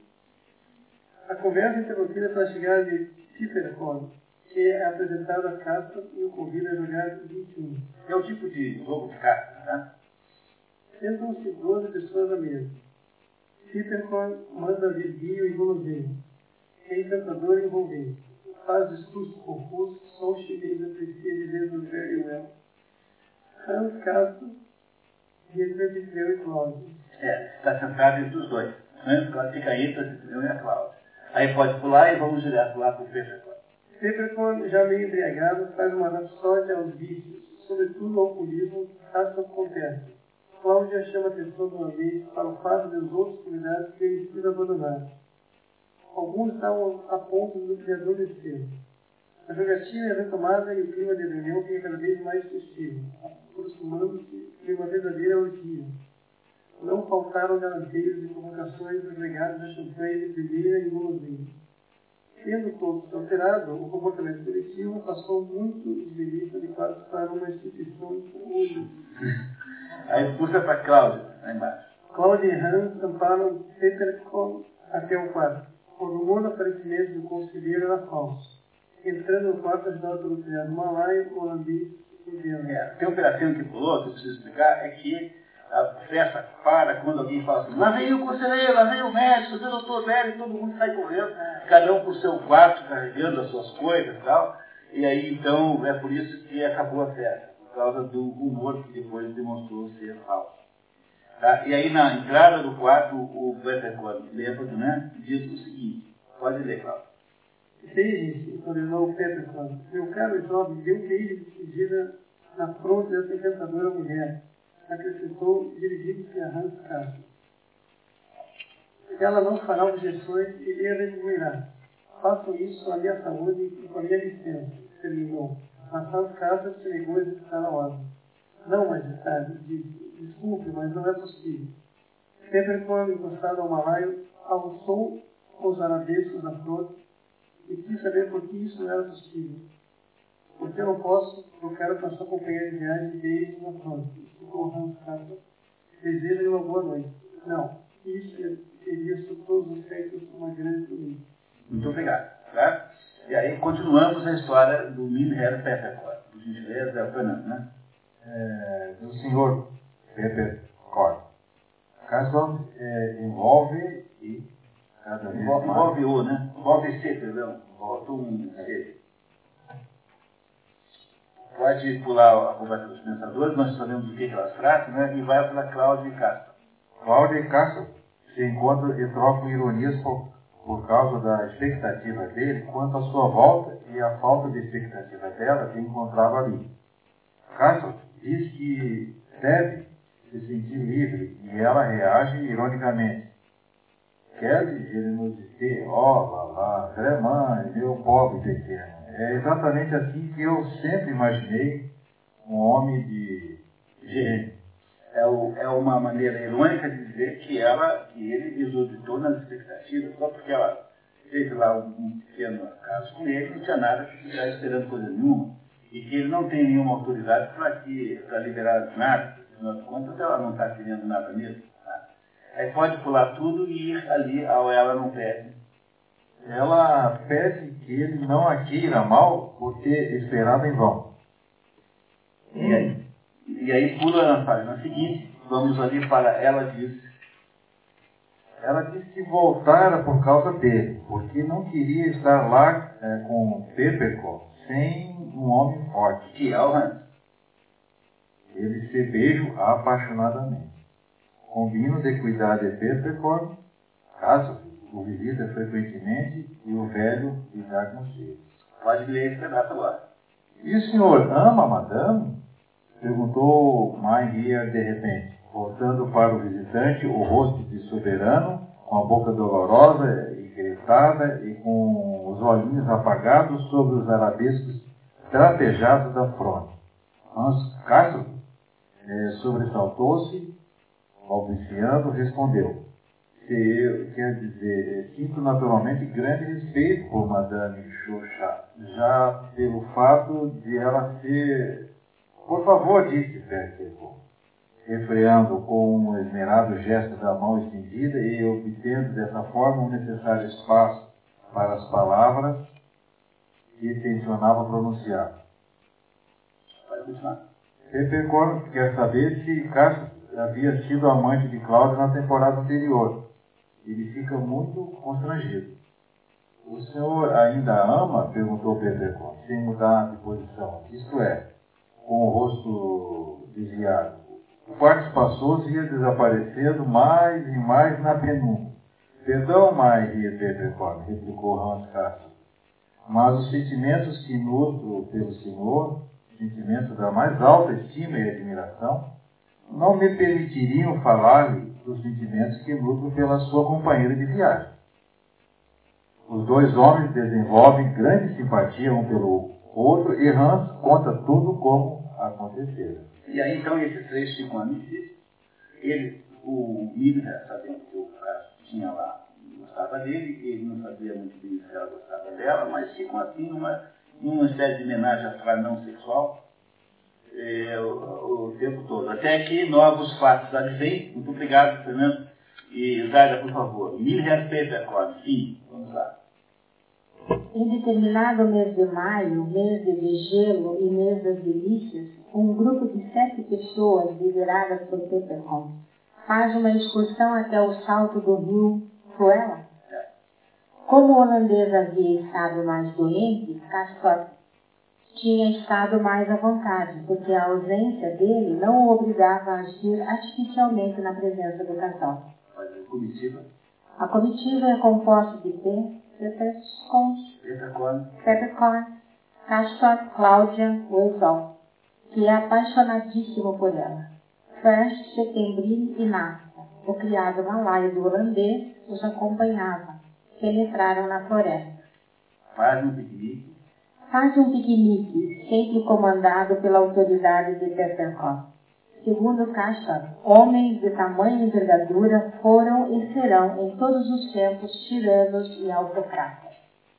A conversa interrompida pela chegada de Peterkopf, que é apresentado a Castro e o convida a jogar vinte e um. É o tipo de jogo de cartas, tá? Sentam-se doze pessoas à mesa. Peterkopf manda vir vinho e guloseima. É encantador e envolvente. Faz discursos confusos, só os chineses apreciam de resolver e well. Hans Castro e entre Anfitrião e Cláudia. É, está sentado entre os dois. Hans Cláudio fica entre o Anfitrião e a Cláudia. Aí pode pular e vamos direto lá para o Peterkopf. Peterkopf, já meio embriagado, faz uma rapsódia aos vícios, sobretudo ao alcoolismo, Castro contesta. Cláudia chama a atenção de uma vez para o fato de os outros convidados terem sido abandonados. Alguns estavam a ponto de adormecer. A jogatina é retomada e o clima de reunião fica cada vez mais festivo, aproximando-se de uma verdadeira orgia. Não faltaram galanteios e provocações dos legados a champanhe de primeira e guloseima. Tendo todos alterado, o comportamento coletivo passou muito de vista de quase para uma instituição única. Aí puxa para Cláudia, lá embaixo. Cláudia e Hans amparam Peter até o quarto. O rumor do aparecimento do conselheiro era falso. Entrando no quarto, ajudado pelo criado malaio, holandês e indiano. É, tem um pedacinho que pulou, que eu preciso explicar, é que a festa para quando alguém fala assim, lá vem o conselheiro, lá vem o médico, o doutor velho, e todo mundo sai correndo, cada um por seu quarto, carregando as suas coisas e tal. E aí, então, é por isso que acabou a festa, por causa do rumor que depois demonstrou ser falso. Tá? E aí, na entrada do quarto, o Petercor, bêbado, né, diz o seguinte, pode ler, Cláudio. Seja, ordenou Petercor, meu caro jovem, deu um beijo de despedida na fronte dessa encantadora mulher. Acrescentou, dirigindo-se a Hans Castro. Ela não fará objeções e lhe retribuirá. Façam isso à minha saúde e com a minha licença, terminou. Mas Hans Castro se negou a executar a ordem. Não, majestade, disse, desculpe, mas não é possível. Peppercorn, encostado ao malaio, alçou os arabescos da flor e quis saber por que isso não era possível. Porque eu não posso, eu quero com a sua companheira de viagem de beijos na flor. Ficou Hans Castro. Desejo-lhe uma boa noite. Não, isso seria sobre todos os feitos uma grande política. Muito obrigado. Tá? E aí continuamos a história do Minher Peppercorn. Por gentileza, é o Fernando, né? É, do senhor Peppercorn. Caso é, envolve e cada vez envolve, mais... envolve o, né? Envolve C, perdão. Envolve um C. Pode pular a conversa dos pensadores, nós sabemos do que elas tratam, né? E vai para Cláudia e Castro. Cláudia e Castro se encontram e trocam ironias por, por causa da expectativa dele quanto à sua volta e a falta de expectativa dela de encontrá-lo ali. Castro diz que deve se sentir livre e ela reage ironicamente. Queres ele nos dizer, ó, lá, lá, vraiment, meu pobre pequeno. É exatamente assim que eu sempre imaginei um homem de gênio. É, o, é uma maneira irônica de dizer que ela, que ele exorbitou nas expectativas, só porque ela teve lá um, um pequeno caso com ele, não tinha nada que ficar esperando coisa nenhuma, e que ele não tem nenhuma autoridade para liberar nada, afinal de contas ela não está querendo nada mesmo. Tá? Aí pode pular tudo e ir ali ao ela não pede. Ela pede que ele não a queira mal por ter esperado em vão. E aí, e aí pula na página seguinte, vamos ali para ela diz. Ela disse que voltara por causa dele, porque não queria estar lá é, com Peppercorn sem um homem forte. Que é o Hans. Eles se beijam apaixonadamente. Combinam de cuidar de Peppercorn, caso o visita frequentemente e o velho lhe dá conselhos. Pode ler esse pedaço agora. E o senhor ama a madame? Perguntou Maria de repente, voltando para o visitante o rosto de soberano, com a boca dolorosa e gritada e com os olhinhos apagados sobre os arabescos trapejados da fronte. Hans Castro eh, sobressaltou-se, balbuciando, respondeu. Eu, quer dizer, sinto naturalmente grande respeito por Madame Chauchat, já pelo fato de ela ser... Por favor, disse Peppercorn, refreando com um esmerado gesto da mão estendida e obtendo dessa forma o necessário espaço para as palavras que tensionava pronunciar. Pode continuar. Peppercorn quer saber se Castro havia sido amante de Cláudia na temporada anterior. Ele fica muito constrangido. O senhor ainda ama? Perguntou Peppercorn, sem mudar de posição. Isto é, com o rosto desviado. O quarto espaçoso ia desaparecendo mais e mais na penumbra. Perdão, Maria Peppercorn, replicou Hans Castro. Mas os sentimentos que nutro pelo senhor, sentimentos da mais alta estima e admiração, não me permitiriam falar-lhe dos sentimentos que nutro pela sua companheira de viagem. Os dois homens desenvolvem grande simpatia um pelo outro e Hans conta tudo como aconteceu. E aí então esses três ficam amigos. Ele, o Miller, sabendo que o cara tinha lá, gostava dele, ele não sabia muito bem se ela gostava dela, mas ficam assim numa, numa espécie de homenagem à não sexual é, o, o tempo todo. Até que novos fatos advêm. Muito obrigado, Fernando. E Zaida, por favor. Milher Peterkorn, sim, vamos lá. Em determinado mês de maio, mês de gelo e mês das delícias, um grupo de sete pessoas, lideradas por Peterkorn, faz uma excursão até o salto do rio Fruela. Como o holandês havia estado mais doente, Castor tinha estado mais à vontade, porque a ausência dele não o obrigava a agir artificialmente na presença do casal. Comitiva. A comitiva é composta de Peterkorn, Peterkorn, Castor, Cláudia, Wesol, que é apaixonadíssimo por ela. First, Setembrin e Nasta, o criado malaio do holandês, os acompanhava. Penetraram na floresta. Faz um piquenique. Faz um piquenique, sempre comandado pela autoridade de Peterkorn. Segundo Castor, homens de tamanha envergadura foram e serão em todos os tempos tiranos e autocratas.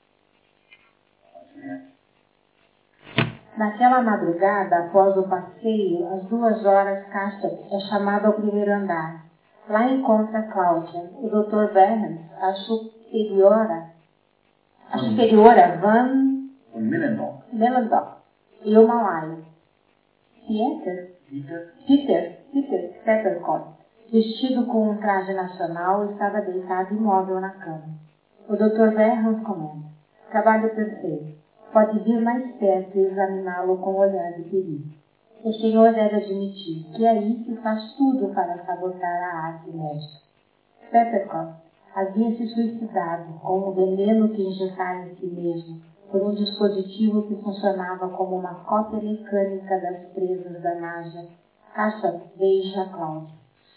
Naquela madrugada, após o passeio, às duas horas, Castor é chamado ao primeiro andar. Lá encontra Cláudia, o doutor Verhans, a superiora, a superiora Van Melendorf e o malaio. Pieter? Peter. Peter, Peter Peterkorn, vestido com um traje nacional, estava deitado imóvel na cama. O doutor Verhans comenta: trabalho perfeito. Pode vir mais perto e examiná-lo com um olhar de perigo. O senhor deve admitir que aí se faz tudo para sabotar a arte médica. Peterkorn havia se suicidado com o veneno que injetara em si mesmo, por um dispositivo que funcionava como uma cópia mecânica das presas da Naja. Castor beija Cláudia.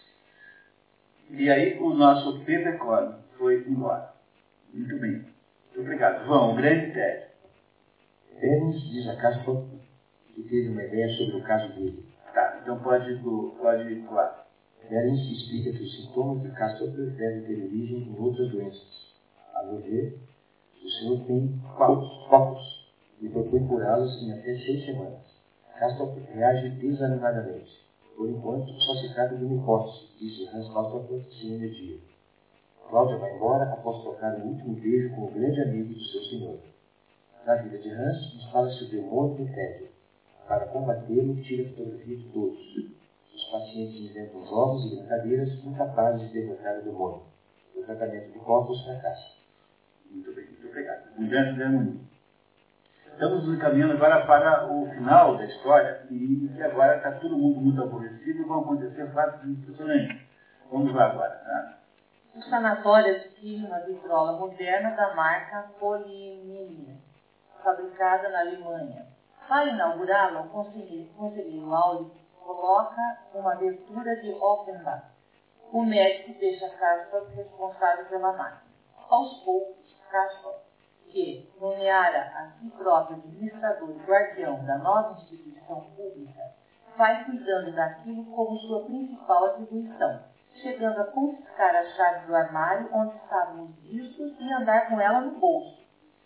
E aí o nosso Peterkorn foi embora. Muito bem. Muito obrigado. João, o grande Ted. Verhans diz a Castor que teve uma ideia sobre o caso dele. Tá, então pode, pode pular. Verhans explica que os sintomas de Castor devem ter origem em outras doenças. A meu ver, o senhor tem focos e propõe curá-los em até seis semanas. Castor reage desanimadamente. Por enquanto, só se trata de uma hipótese, disse Hans Castor sem energia. Cláudia vai embora após trocar o último beijo com o grande amigo do seu senhor. Na vida de Hans, instala-se o demônio do tédio. Para combatê-lo, tira fotografia de todos. Os pacientes inventam jogos e brincadeiras incapazes de derrotar o demônio. O tratamento de corpos fracassa. Muito bem, muito obrigado. Mudança de harmonia. Estamos nos encaminhando agora para o final da história e que agora está todo mundo muito aborrecido e vão acontecer fatos impressionantes. Vamos lá agora. Tá? O sanatório adquire uma vitrola moderna da marca Polymenia, fabricada na Alemanha. Para inaugurá-la, o conselheiro, conselheiro Auli coloca uma abertura de Offenbach. O médico deixa Castor responsável pela máquina. Aos poucos, Castor, que nomeara a si próprio administrador e guardião da nova instituição pública, vai cuidando daquilo como sua principal atribuição, chegando a confiscar a chave do armário onde estavam os discos e andar com ela no bolso.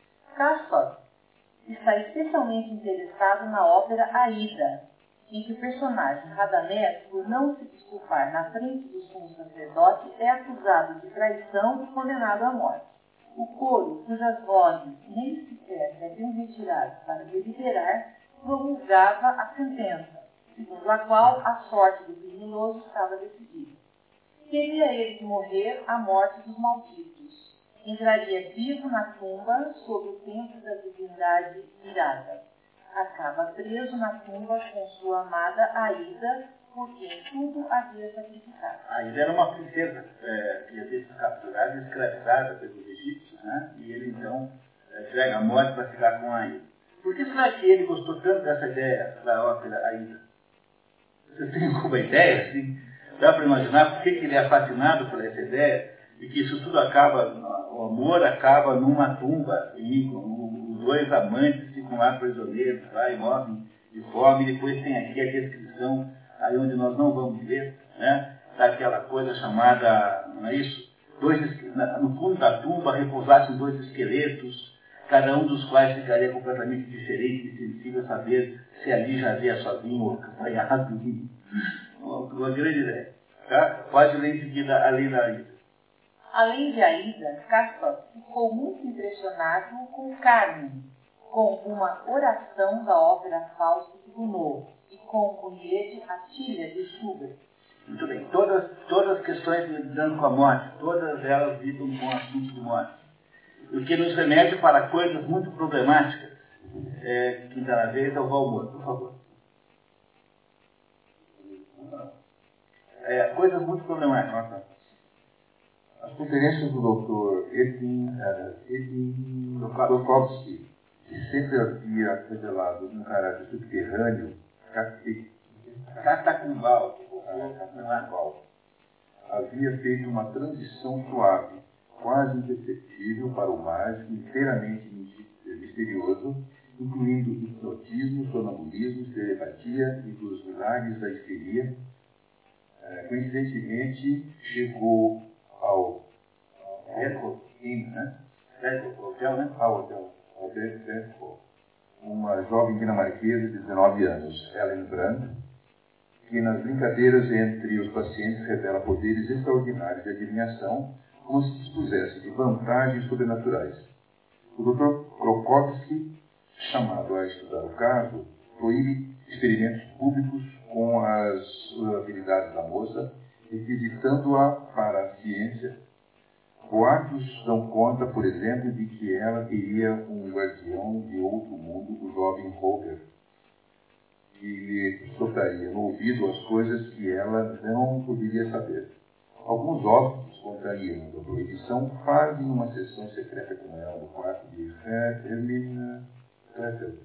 Castor está especialmente interessado na ópera Aida, em que o personagem Radamés, por não se desculpar na frente do sumo sacerdote, é acusado de traição e condenado à morte. O coro, cujas vozes nem sequer seriam retiradas para deliberar, promulgava a sentença, segundo a qual a sorte do criminoso estava decidida. Teria ele que morrer a morte dos malditos. Entraria vivo na tumba sob o templo da divindade irada. Acaba preso na tumba com sua amada Aida, por quem tudo havia sacrificado. Aida era uma princesa é, que havia sido capturada e escravizada pelos egípcios, né? E ele então entrega a morte para ficar com a Aida. Por que será que ele gostou tanto dessa ideia da ópera Aida? Você tem alguma ideia? Assim? Dá para imaginar por que ele é fascinado por essa ideia de que isso tudo acaba, o amor acaba numa tumba e os dois amantes ficam lá prisioneiros, lá, e morrem de fome, e depois tem aqui a descrição, aí onde nós não vamos ver, né, daquela coisa chamada, não é isso? Dois, no fundo da tumba repousassem dois esqueletos, cada um dos quais ficaria completamente diferente e sensível a saber se ali já havia sozinho ou acompanhado. Uma, uma grande ideia. Tá? Pode ler em seguida a lei da Aida. Além de Aida, Castor ficou muito impressionado com Carmen, com uma oração da ópera Fausto do Novo e com o Lied Atília de Schubert. Muito bem. Todas, todas as questões lidando com a morte, todas elas lidam com o assunto de morte. O que nos remete para coisas muito problemáticas. É, quinta na vez é o Valmor, por favor. É, coisas muito problemáticas. As conferências do doutor Edwin, uh, Edwin Dokowski, que sempre havia revelado um caráter subterrâneo, catacumbal, havia feito uma transição suave, quase imperceptível para o mágico, inteiramente misterioso, incluindo hipnotismo, sonambulismo, telepatia e dos milagres da histeria. Uh, coincidentemente, chegou ao Eco Inn, né? Eco, hotel, né? Ao hotel, ao Eco. Uma jovem dinamarquesa de dezenove anos, Ellen Brand, que nas brincadeiras entre os pacientes revela poderes extraordinários de adivinhação, como se dispusesse de vantagens sobrenaturais. O doutor Krokowski, chamado a estudar o caso, proíbe experimentos públicos com as habilidades da moça, requisitando-a para a ciência. Boatos dão conta, por exemplo, de que ela teria um guardião de outro mundo, o jovem Holger, que lhe sopraria no ouvido as coisas que ela não poderia saber. Alguns hóspedes, contrariando a proibição, fazem uma sessão secreta com ela no quarto de Hermine Kleffel.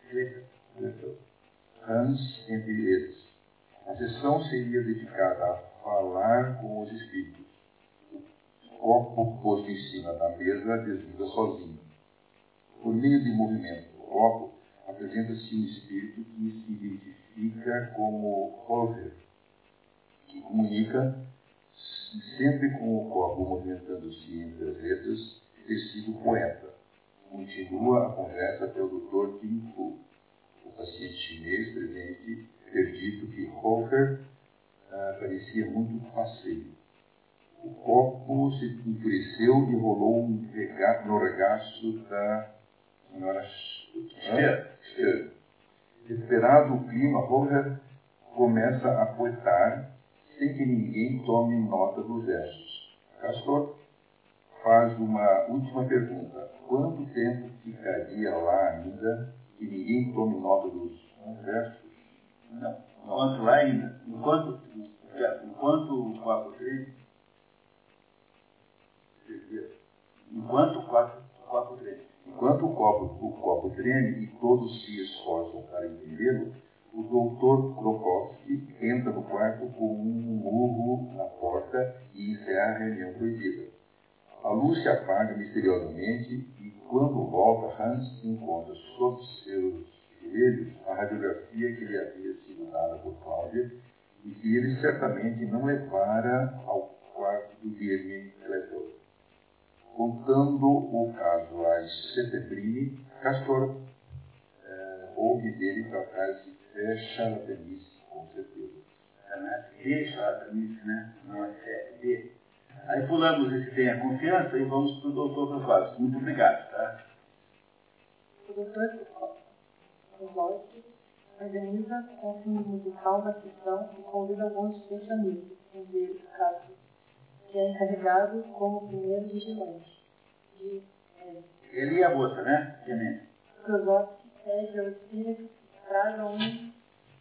Hans entre eles. A sessão seria dedicada a falar com os espíritos. O copo posto em cima da mesa desliga sozinho. Por meio de movimento do copo, apresenta-se um espírito que se identifica como Holger, que comunica, sempre com o copo movimentando-se entre as letras, ter sido poeta. Continua a conversa até o doutor Kim Fu, o paciente chinês presente, ter dito que Holger ah, parecia muito faceiro. O copo se enfureceu e rolou um rega no regaço da senhora Stern. Desesperado o clima, Holger começa a poetar sem que ninguém tome nota dos versos. Castor faz uma última pergunta. Quanto tempo ficaria lá ainda que ninguém tome nota dos versos? Não. Enquanto lá ainda? Enquanto, enquanto o copo treme? Enquanto o copo treme. Enquanto o copo, o copo treme e todos se esforçam para entendê-lo, o doutor Krokowski entra no quarto com um murro na porta e encerra a reunião proibida. A luz se apaga misteriosamente e, quando volta, Hans encontra sob seus joelhos a radiografia que lhe havia sido dada por Cláudia e que ele certamente não levara ao quarto do Guilherme Kleffel. Contando o caso a Settembrini, Castor eh, ouve dele tratar-se de charlatanice, com certeza. De charlatanice, né? Não é de. Aí pulamos esse tem a confiança e vamos para o doutor Krokowski. Muito obrigado, tá? O doutor Krokowski organiza com o fundo musical uma sessão e convida alguns de seus amigos, entre eles Castro, que é encarregado como primeiro vigilante. De, é, Ele e a moça, né? Tenente. Krokowski pede ao espírito que traga um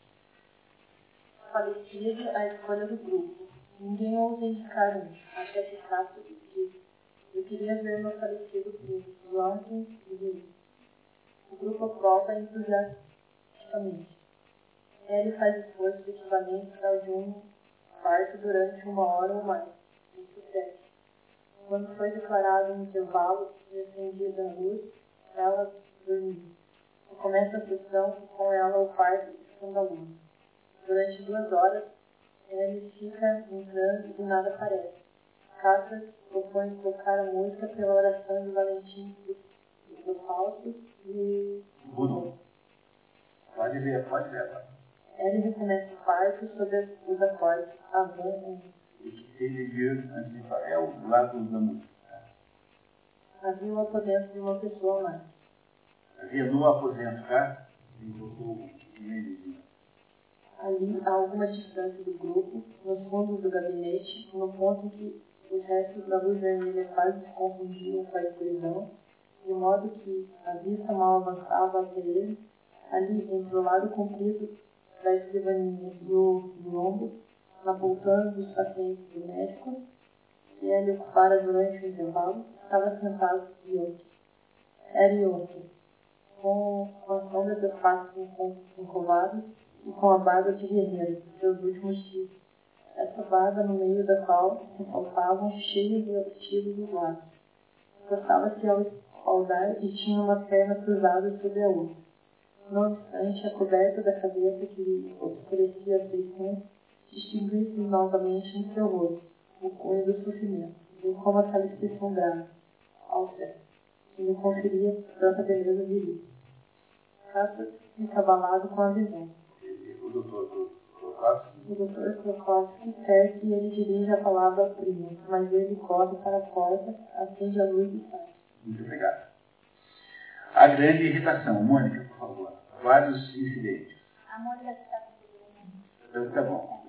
falecido à escolha do grupo. Ninguém ousa indicar um, até que Castro diz: eu queria ver meu falecido primo, Joaquim Rio. O grupo aprova entusiasticamente. Ele faz esforço equivalente ao de um parto durante uma hora ou mais. Sucesso. Quando foi declarado um intervalo e acendida a luz, ela dormiu. E começa a sessão e com ela o parto escandaloso. Durante duas horas, ele fica em transe e nada aparece. Casas propõe tocar a música pela oração de Valentim do holocaustos e... Bruno. Pode ver, pode ver agora. Ele recomeça o parto sobre os acordes Havana. E que teve Dieu antes de falar. É o lado da música. Havia o aposento de uma pessoa mais. Havia no aposento, tá? E botou o meio. Ali, a alguma distância do grupo, nos fundos do gabinete, no ponto em que os restos da luz vermelha quase se confundiam com a escuridão, de modo que a vista mal avançava até ele, ali entre o lado comprido da escrivaninha e o lombo, na poltrona dos pacientes do médico, que ele ocupara durante o intervalo, estava sentado Yoki. Era Yoki, com, com a sombra dos passos encovados e com a barba de guerreiro, seus últimos dias. Essa barba no meio da qual ressaltavam cheios e obtidos os lados. Encostava-se ao espaldar e tinha uma perna cruzada sobre a outra. Não obstante, a coberta da cabeça que lhe obscurecia as feições distinguia-se novamente no seu rosto, o cunho do sofrimento, bem como aquela expressão grave, austera, que lhe conferia tanta beleza viril. Caça encabalado com a visão. O doutor Krokowski? O doutor Krokowski quer que ele dirija a palavra ao primo, mas ele corre para a porta, acende a luz e sai. Muito obrigado. A grande irritação. Mônica, por favor. Vários incidentes. A Mônica está Então, tá bom.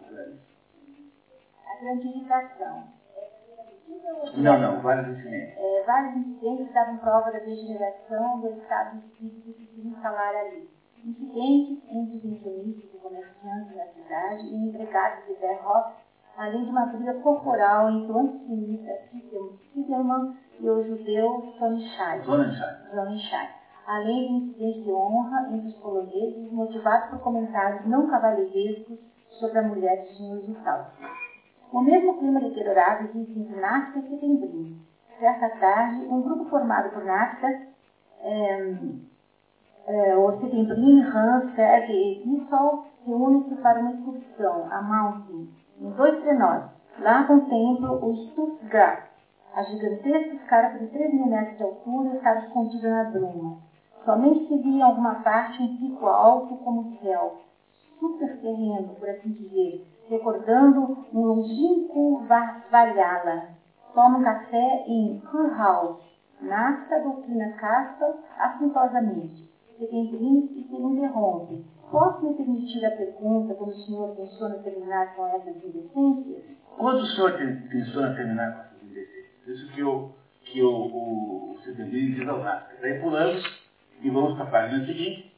A grande irritação. Não, não, vários incidentes. É, vários incidentes davam prova da degeneração do estado de espírito que se instalara ali. Incidentes entre os pensionistas e comerciantes da cidade e empregados de Verhoff, além de uma briga corporal entre o antissemita Tideman e o judeu Sonnenschein. Sonnenschein. Além de incidentes de honra entre os poloneses, motivados por comentários não cavalheirescos sobre a mulher de senhor Zutowski. O mesmo clima deteriorado existe entre Nafta e Setembrini. Certa tarde, um grupo formado por Nafta, é, é, o Setembrini, Hans, Ferg e Issol reúnem-se para uma excursão a Malmsteen, em dois trenós. Lá contemplam o Stuttgart. A gigantesca escarpa de três mil metros de altura estava escondida na bruma. Somente se via em alguma parte um pico alto como o céu, super terreno, por assim dizer, recordando um longínquo Valhalla. Toma um café em Kurhaus. Nafta doutrina Castle assintosamente. Setembrini e se interrompe. Posso me permitir a pergunta quando o senhor tenciona terminar com essas indecências? Quando o senhor tenciona terminar com essas indecências? Isso que, eu, que o, o, o Setembrini diz ao Nafta. Daí pulamos e vamos para a página seguinte.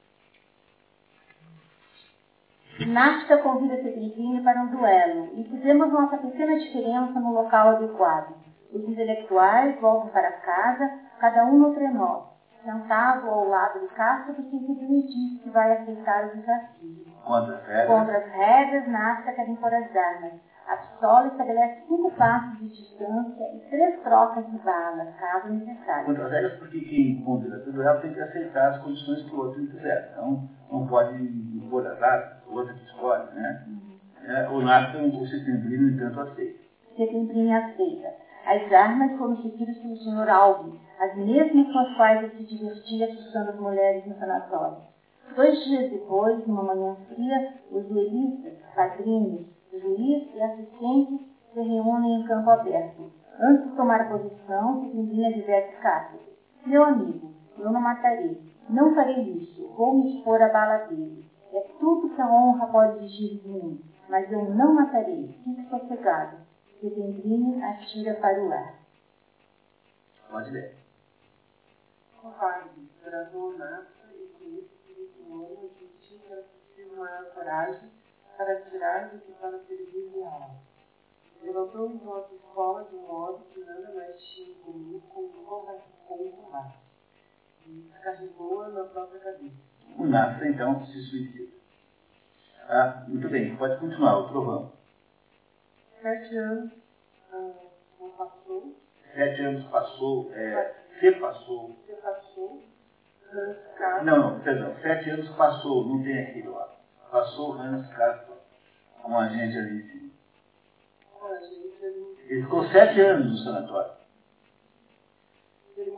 Nafta convida Setembrini para um duelo e fizemos nossa pequena diferença no local adequado. Os intelectuais voltam para casa, cada um no trenó. Sentado ao lado de Castro, que Setembrini diz que vai aceitar o desafio. Contra as regras? Contra as regras, Nafta quer impor as armas. A pistola estabelece cinco passos de distância e três trocas de balas, caso necessário. Contra as regras, porque quem convida para o duelo tem que aceitar as condições que o outro quiser. Então, não pode impor as armas, o outro que escolhe, né? Uhum. É, o Nafta, o Setembrini, no entanto, aceita. Setembrini aceita. As armas foram cedidas pelo senhor Alvin, as mesmas com as quais ele se divertia assustando as mulheres no sanatório. Dois dias depois, numa manhã fria, os duelistas, padrinhos, o juiz e assistentes se reúnem em campo aberto. Antes de tomar posição, Setembrini adverte Castro. Meu amigo, eu não matarei. Não farei isso. Vou me expor à bala dele. É tudo que a honra pode exigir de mim. Mas eu não matarei. Fique sossegado. Setembrini atira para o ar. Pode ler. Covarde, bradou Nafta e com isso insinuou a justiça era possível maior coragem para atirar do que para servir de alma. Levantou então a pistola de um modo que nada mais tinha comigo com o combate. E descarregou-a na própria cabeça. O Nafta então se suicida. Ah, muito bem, pode continuar, o trovão. Sete anos ah, passou. Sete anos passou, é, se passou. Se passou. Hans Castle. Não, não, perdão, sete anos passou, não tem aqui lá. Passou Hans Castle, um agente ali em cima. Um agente ali. Ele ficou sete anos no sanatório. Ele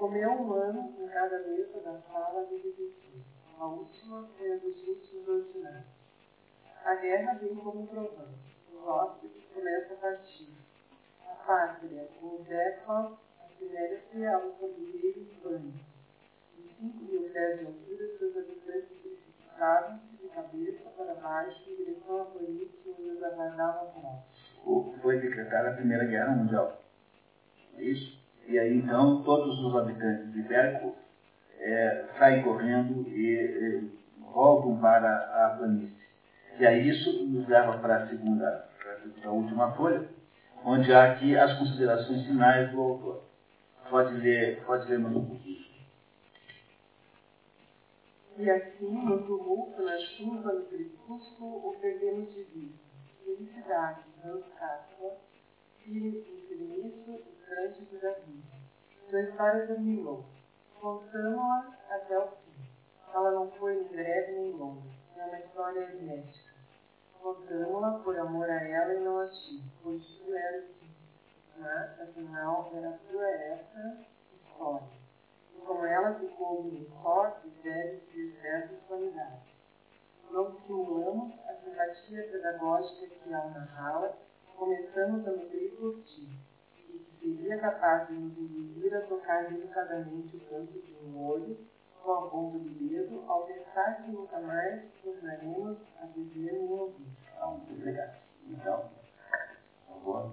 comeu um ano em cada mesa da sala de visitação. A última foi a dos justos ordinários. A guerra vem como trovão. Os hóspedes começam a partir. A pátria, o Zéfalo, assemelha-se ao tabuleiro urbano. Em cinco mil pés de altura, seus habitantes precipitavam-se de cabeça para baixo em direção a Paris, onde os aguardavam a Foi decretada a Primeira Guerra Mundial. É isso? E aí, então, todos os habitantes de Berco é, saem correndo e, e voltam para a planície. E aí isso nos leva para a segunda, para a última folha, onde há aqui as considerações finais do autor. Pode ler, pode ler mais um pouquinho. E assim, no tumulto, na chuva, no crepúsculo, o perdemos de vista. Felicidade, Hans Castor, filho enfermiço e trânsito da vida. Sua história terminou. Contamos-la até o fim. Ela não foi nem breve nem longa. É uma história hermética. Contamos-la por amor a ela e não a ti, pois tu eras assim. Mas, afinal, era tua essa história. E como ela ficou nos corpos, deve ser certa qualidade. Não simulamos a simpatia pedagógica que ao narrá-la, começamos a nutrir por ti, e que seria capaz de nos induzir a tocar delicadamente o canto de um olho, com a ponta do dedo, ao pensar que nunca mais tornaremos a viver nem ouvir. Então, obrigado. Então, por favor.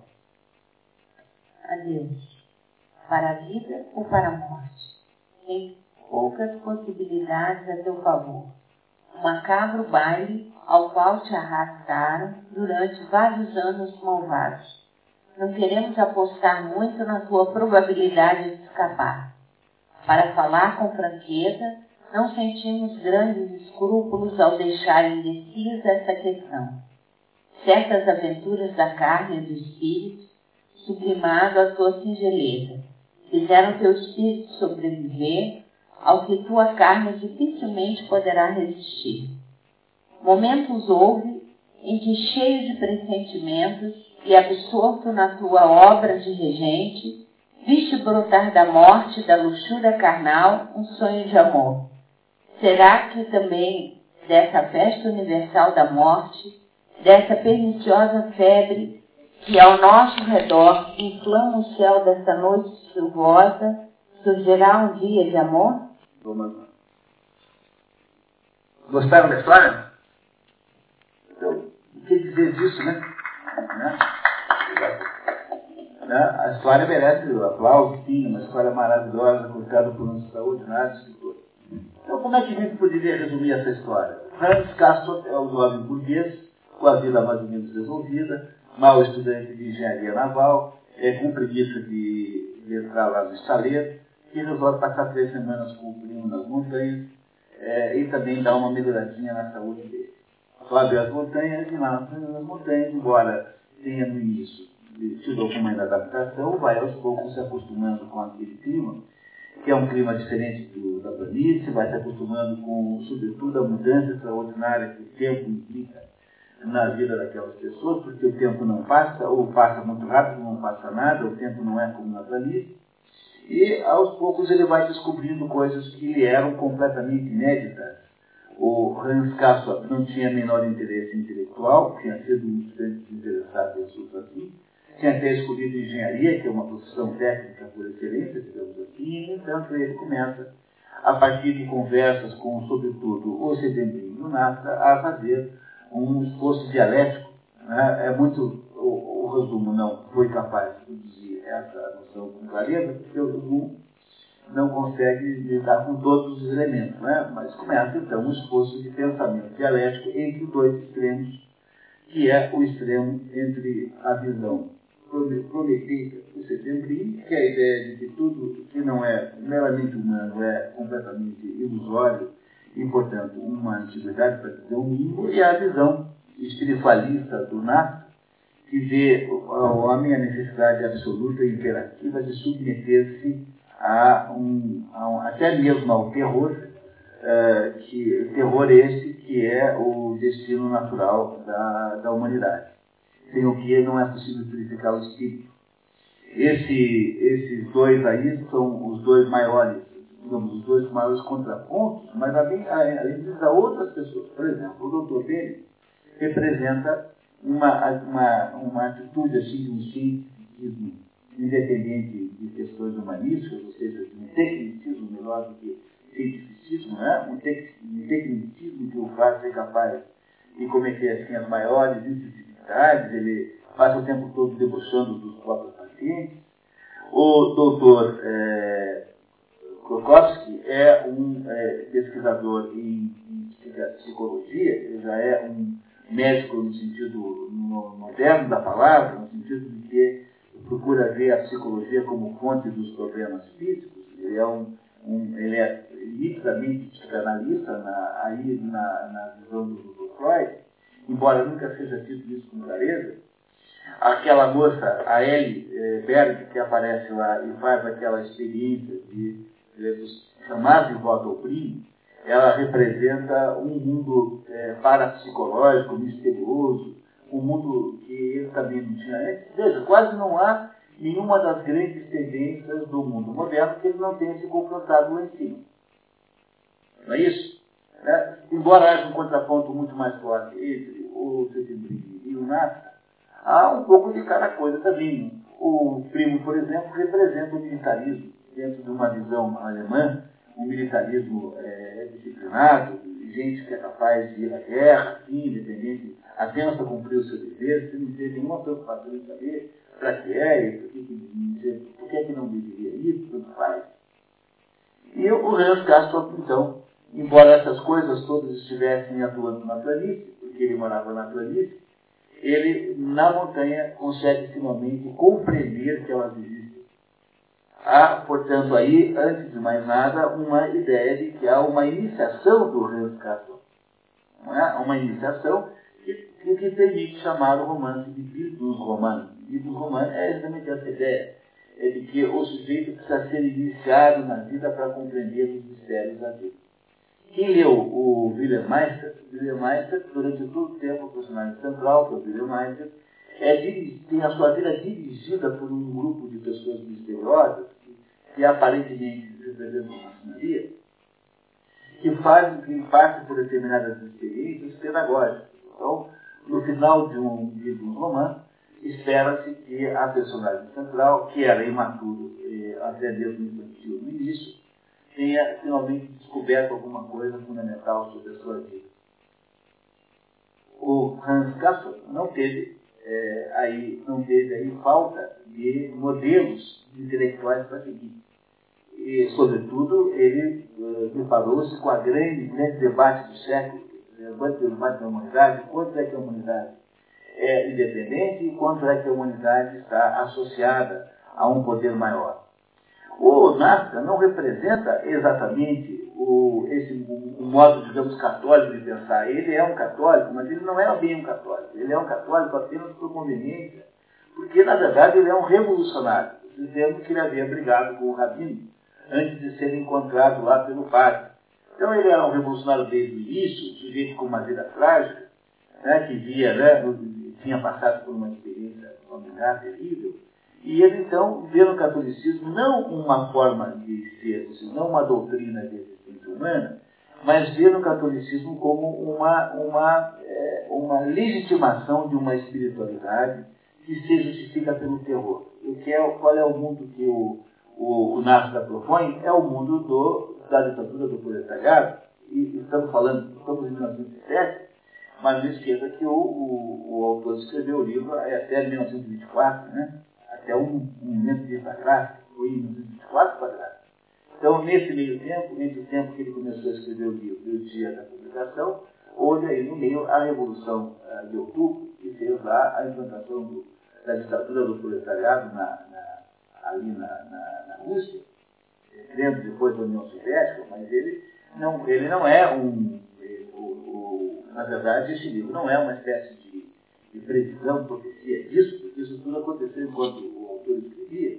Adeus. Para a vida ou para a morte? Tem poucas possibilidades a teu favor. Um macabro baile ao qual te arrastaram durante vários anos malvados. Não queremos apostar muito na tua probabilidade de escapar. Para falar com franqueza, não sentimos grandes escrúpulos ao deixar indecisa essa questão. Certas aventuras da carne e do espírito, sublimado à tua singeleza, fizeram teu espírito sobreviver ao que tua carne dificilmente poderá resistir. Momentos houve em que, cheio de pressentimentos e absorto na tua obra de regente, viste brotar da morte e da luxúria carnal um sonho de amor. Será que também dessa festa universal da morte, dessa perniciosa febre que ao nosso redor inflama o céu desta noite chuvosa, surgirá um dia de amor? Gostaram da história? Então, o que dizer disso, né? né? A história merece o aplauso, sim, uma história maravilhosa, contada por um extraordinário escritor. Então, como é que a gente poderia resumir essa história? Hans Castor é um jovem burguês, com a vida mais ou menos resolvida, mau estudante de engenharia naval, é, com preguiça de, de entrar lá no estaleiro, que resolve passar três semanas com o primo nas montanhas é, e também dar uma melhoradinha na saúde dele. Sobe as montanhas e lá nas montanhas, embora tenha no início tido alguma inadaptação, vai aos poucos se acostumando com aquele clima, que é um clima diferente do, da planície, vai se acostumando com, sobretudo, a mudança extraordinária que o tempo implica na vida daquelas pessoas, porque o tempo não passa, ou passa muito rápido, não passa nada, o tempo não é como na planície, e aos poucos ele vai descobrindo coisas que lhe eram completamente inéditas. O Hans Castor não tinha menor interesse intelectual, tinha sido um estudante desinteressado em assuntos assim, tinha até escolhido engenharia, que é uma profissão técnica por excelência, digamos assim, e, no entanto, ele começa, a partir de conversas com, sobretudo, o Sedembrim e o Nafta, a fazer um esforço dialético. Né? É muito, o, o resumo não foi capaz de produzir essa noção com clareza, porque o resumo não consegue lidar com todos os elementos, né? Mas começa, então, um esforço de pensamento dialético entre dois extremos, que é o extremo entre a visão prometeica do Sedembrim, que é a ideia de que tudo que não é meramente humano é completamente ilusório e, portanto, uma antiguidade, para dizer um mínimo, e a visão espiritualista do Nafta, que vê o homem a necessidade absoluta e imperativa de submeter-se a um, a um, até mesmo ao terror, uh, que, terror esse que é o destino natural da, da humanidade, sem o que não é possível purificar o espírito. Esse, esses dois aí são os dois maiores, digamos, os dois maiores contrapontos, mas além, além disso, há outras pessoas. Por exemplo, o doutor dele representa uma, uma, uma atitude assim, de um cientificismo independente de questões humanísticas, ou seja, de um tecnicismo melhor do que cientificismo, né? um, tec, um tecnicismo que o faz ser capaz de cometer assim, as maiores insensibilidades, ele passa o tempo todo debochando dos próprios pacientes. O doutor é, Krokowski é um é, pesquisador em, em psicologia, ele já é um médico no sentido no, moderno da palavra, no sentido de que procura ver a psicologia como fonte dos problemas físicos. Ele é, um, um, ele é nitidamente psicanalista na, aí na, na visão do doutor Freud, embora nunca seja tido isso com clareza. Aquela moça, a Ellie eh, Berg, que aparece lá e faz aquela experiência de, de chamar de voto ao primo, ela representa um mundo eh, parapsicológico, misterioso, um mundo que ele também não tinha antes. Veja, quase não há nenhuma das grandes tendências do mundo moderno que ele não tenha se confrontado lá em cima. Não é isso? É, embora haja um contraponto muito mais forte entre o Settembrini e o Nafta, há um pouco de cada coisa também. O primo, por exemplo, representa o militarismo dentro de uma visão alemã, um militarismo é, disciplinado, gente que é capaz de ir à guerra, assim, independente, apenas para cumprir o seu dever, sem não ter nenhuma preocupação em saber para que é e por que, que, por que, que não deveria ir, tanto faz. E o Hans Castorp, então, embora essas coisas todas estivessem atuando na planície, porque ele morava na planície, ele, na montanha, consegue finalmente compreender que elas existem. Há, portanto, aí, antes de mais nada, uma ideia de que há uma iniciação do Hans Castorp. Não é? Uma iniciação que, que, que permite chamar o romance de Bildungsroman. Bildungsroman é exatamente essa ideia, é de que o sujeito precisa ser iniciado na vida para compreender os mistérios da vida. Quem leu o Wilhelm Meister, Wilhelm Meister, durante todo o tempo, o personagem central, que é o Wilhelm Meister, é, tem a sua vida dirigida por um grupo de pessoas misteriosas, que, que aparentemente representam a maçonaria, que fazem, que passam por determinadas experiências pedagógicas. Então, no final de um, de um romance, espera-se que a personagem central, que era imaturo, eh, até mesmo infantil no início, tenha finalmente descoberto alguma coisa fundamental sobre a sua vida. O Hans Castorp não teve, é, aí, não teve aí falta de modelos intelectuais para seguir. E, sobretudo, ele uh, deparou-se com a grande, grande debate do século, o grande debate da humanidade, quanto é que a humanidade é independente e quanto é que a humanidade está associada a um poder maior. O Nafta não representa exatamente o, esse, o, o modo, digamos, católico de pensar. Ele é um católico, mas ele não é bem um católico. Ele é um católico apenas por conveniência, porque, na verdade, ele é um revolucionário, dizendo que ele havia brigado com o rabino antes de ser encontrado lá pelo padre. Então, ele era um revolucionário desde o início, um sujeito com uma vida trágica, né, que via, né, tinha passado por uma experiência familiar terrível. E ele, então, vê no catolicismo não uma forma de ser, ou seja, não uma doutrina de existência humana, mas vê no catolicismo como uma, uma, é, uma legitimação de uma espiritualidade que se justifica pelo terror. O que é, qual é o mundo que o, o, o Nafta propõe? É o mundo do, da ditadura do proletariado. E estamos falando, estamos em mil novecentos e sete, mas não esqueça que o, o, o autor escreveu o livro até mil novecentos e vinte e quatro, né? Até um, um momento de gráfica, foi em mil novecentos e vinte e quatro para gráfica. Então, nesse meio tempo, entre o tempo que ele começou a escrever o livro e o dia da publicação, houve aí no meio a Revolução uh, de Outubro, que fez lá a implantação do, da ditadura do proletariado na, na, ali na, na, na Rússia, criando depois da União Soviética, mas ele não, ele não é um... O, o, na verdade, esse livro não é uma espécie de, de previsão, profecia disso, porque isso tudo aconteceu enquanto o autor escrevia.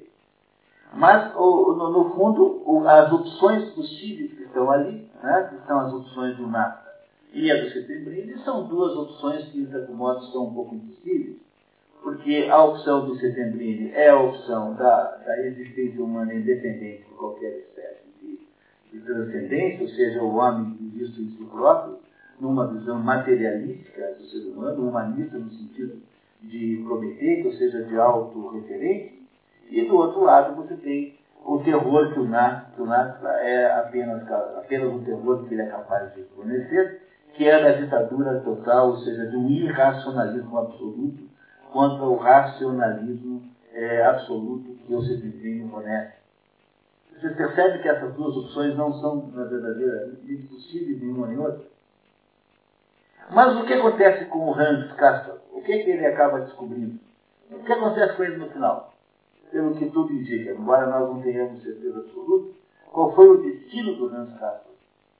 Mas, o, no, no fundo, o, as opções possíveis que estão ali, né, que são as opções do Nafta e a do Settembrini, são duas opções que, de certo modo, são um pouco impossíveis, porque a opção do Settembrini é a opção da, da existência humana independente de qualquer espécie de, de transcendência, ou seja, o homem visto em si próprio, numa visão materialística do ser humano, humanista no sentido de Prometeu, ou seja, de autorreferente, e do outro lado você tem o terror que o Nastra, que o Nastra é apenas, apenas o terror que ele é capaz de fornecer, que é da ditadura total, ou seja, de um irracionalismo absoluto contra o racionalismo é, absoluto que o Settembrini fornece. Você percebe que essas duas opções não são, na verdadeira, impossíveis nenhuma nem outra? Mas o que acontece com o Hans Castorp? O que, que ele acaba descobrindo? O que acontece com ele no final? Pelo que tudo indica, embora nós não tenhamos certeza absoluta, qual foi o destino do Hans Castorp?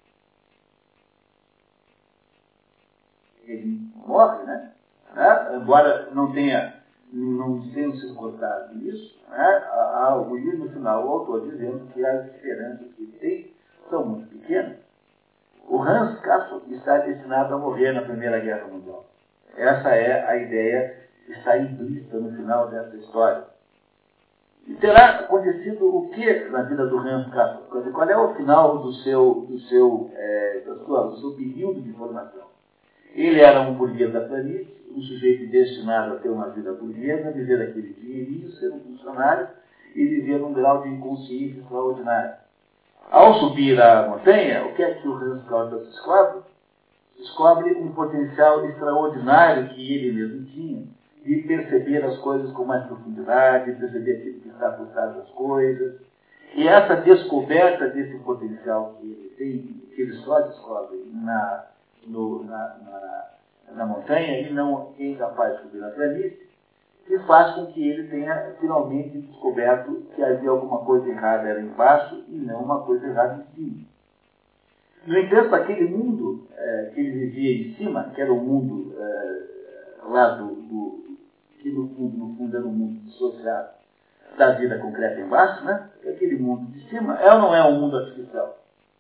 Ele morre, né? né? Embora não tenha, não tenha sido cortado isso, né? Há o livro no final, o autor dizendo que as esperanças que ele tem são muito pequenas. O Hans Castorp está destinado a morrer na Primeira Guerra Mundial. Essa é a ideia que está implícita no final dessa história. E terá acontecido o que na vida do Hans Castorp? Qual é o final do seu, do seu, é, da sua, do seu período de formação? Ele era um burguês da planície, um sujeito destinado a ter uma vida burguesa, viver aquele dinheirinho, ser um funcionário e viver num grau de inconsciência extraordinário. Ao subir a montanha, o que é que o Hans Castorp descobre? Descobre um potencial extraordinário que ele mesmo tinha, de perceber as coisas com mais profundidade, de perceber aquilo que está por trás das coisas. E essa descoberta desse potencial que ele tem, que ele só descobre na, no, na, na, na montanha, e não é incapaz de subir na planície, que faz com que ele tenha finalmente descoberto que havia alguma coisa errada era embaixo e não uma coisa errada em cima. No entanto, aquele mundo é, que ele vivia em cima, que era o mundo é, lá do, do que no fundo, no fundo era o mundo dissociado da vida concreta embaixo, né? Aquele mundo de cima é ou não é um mundo artificial?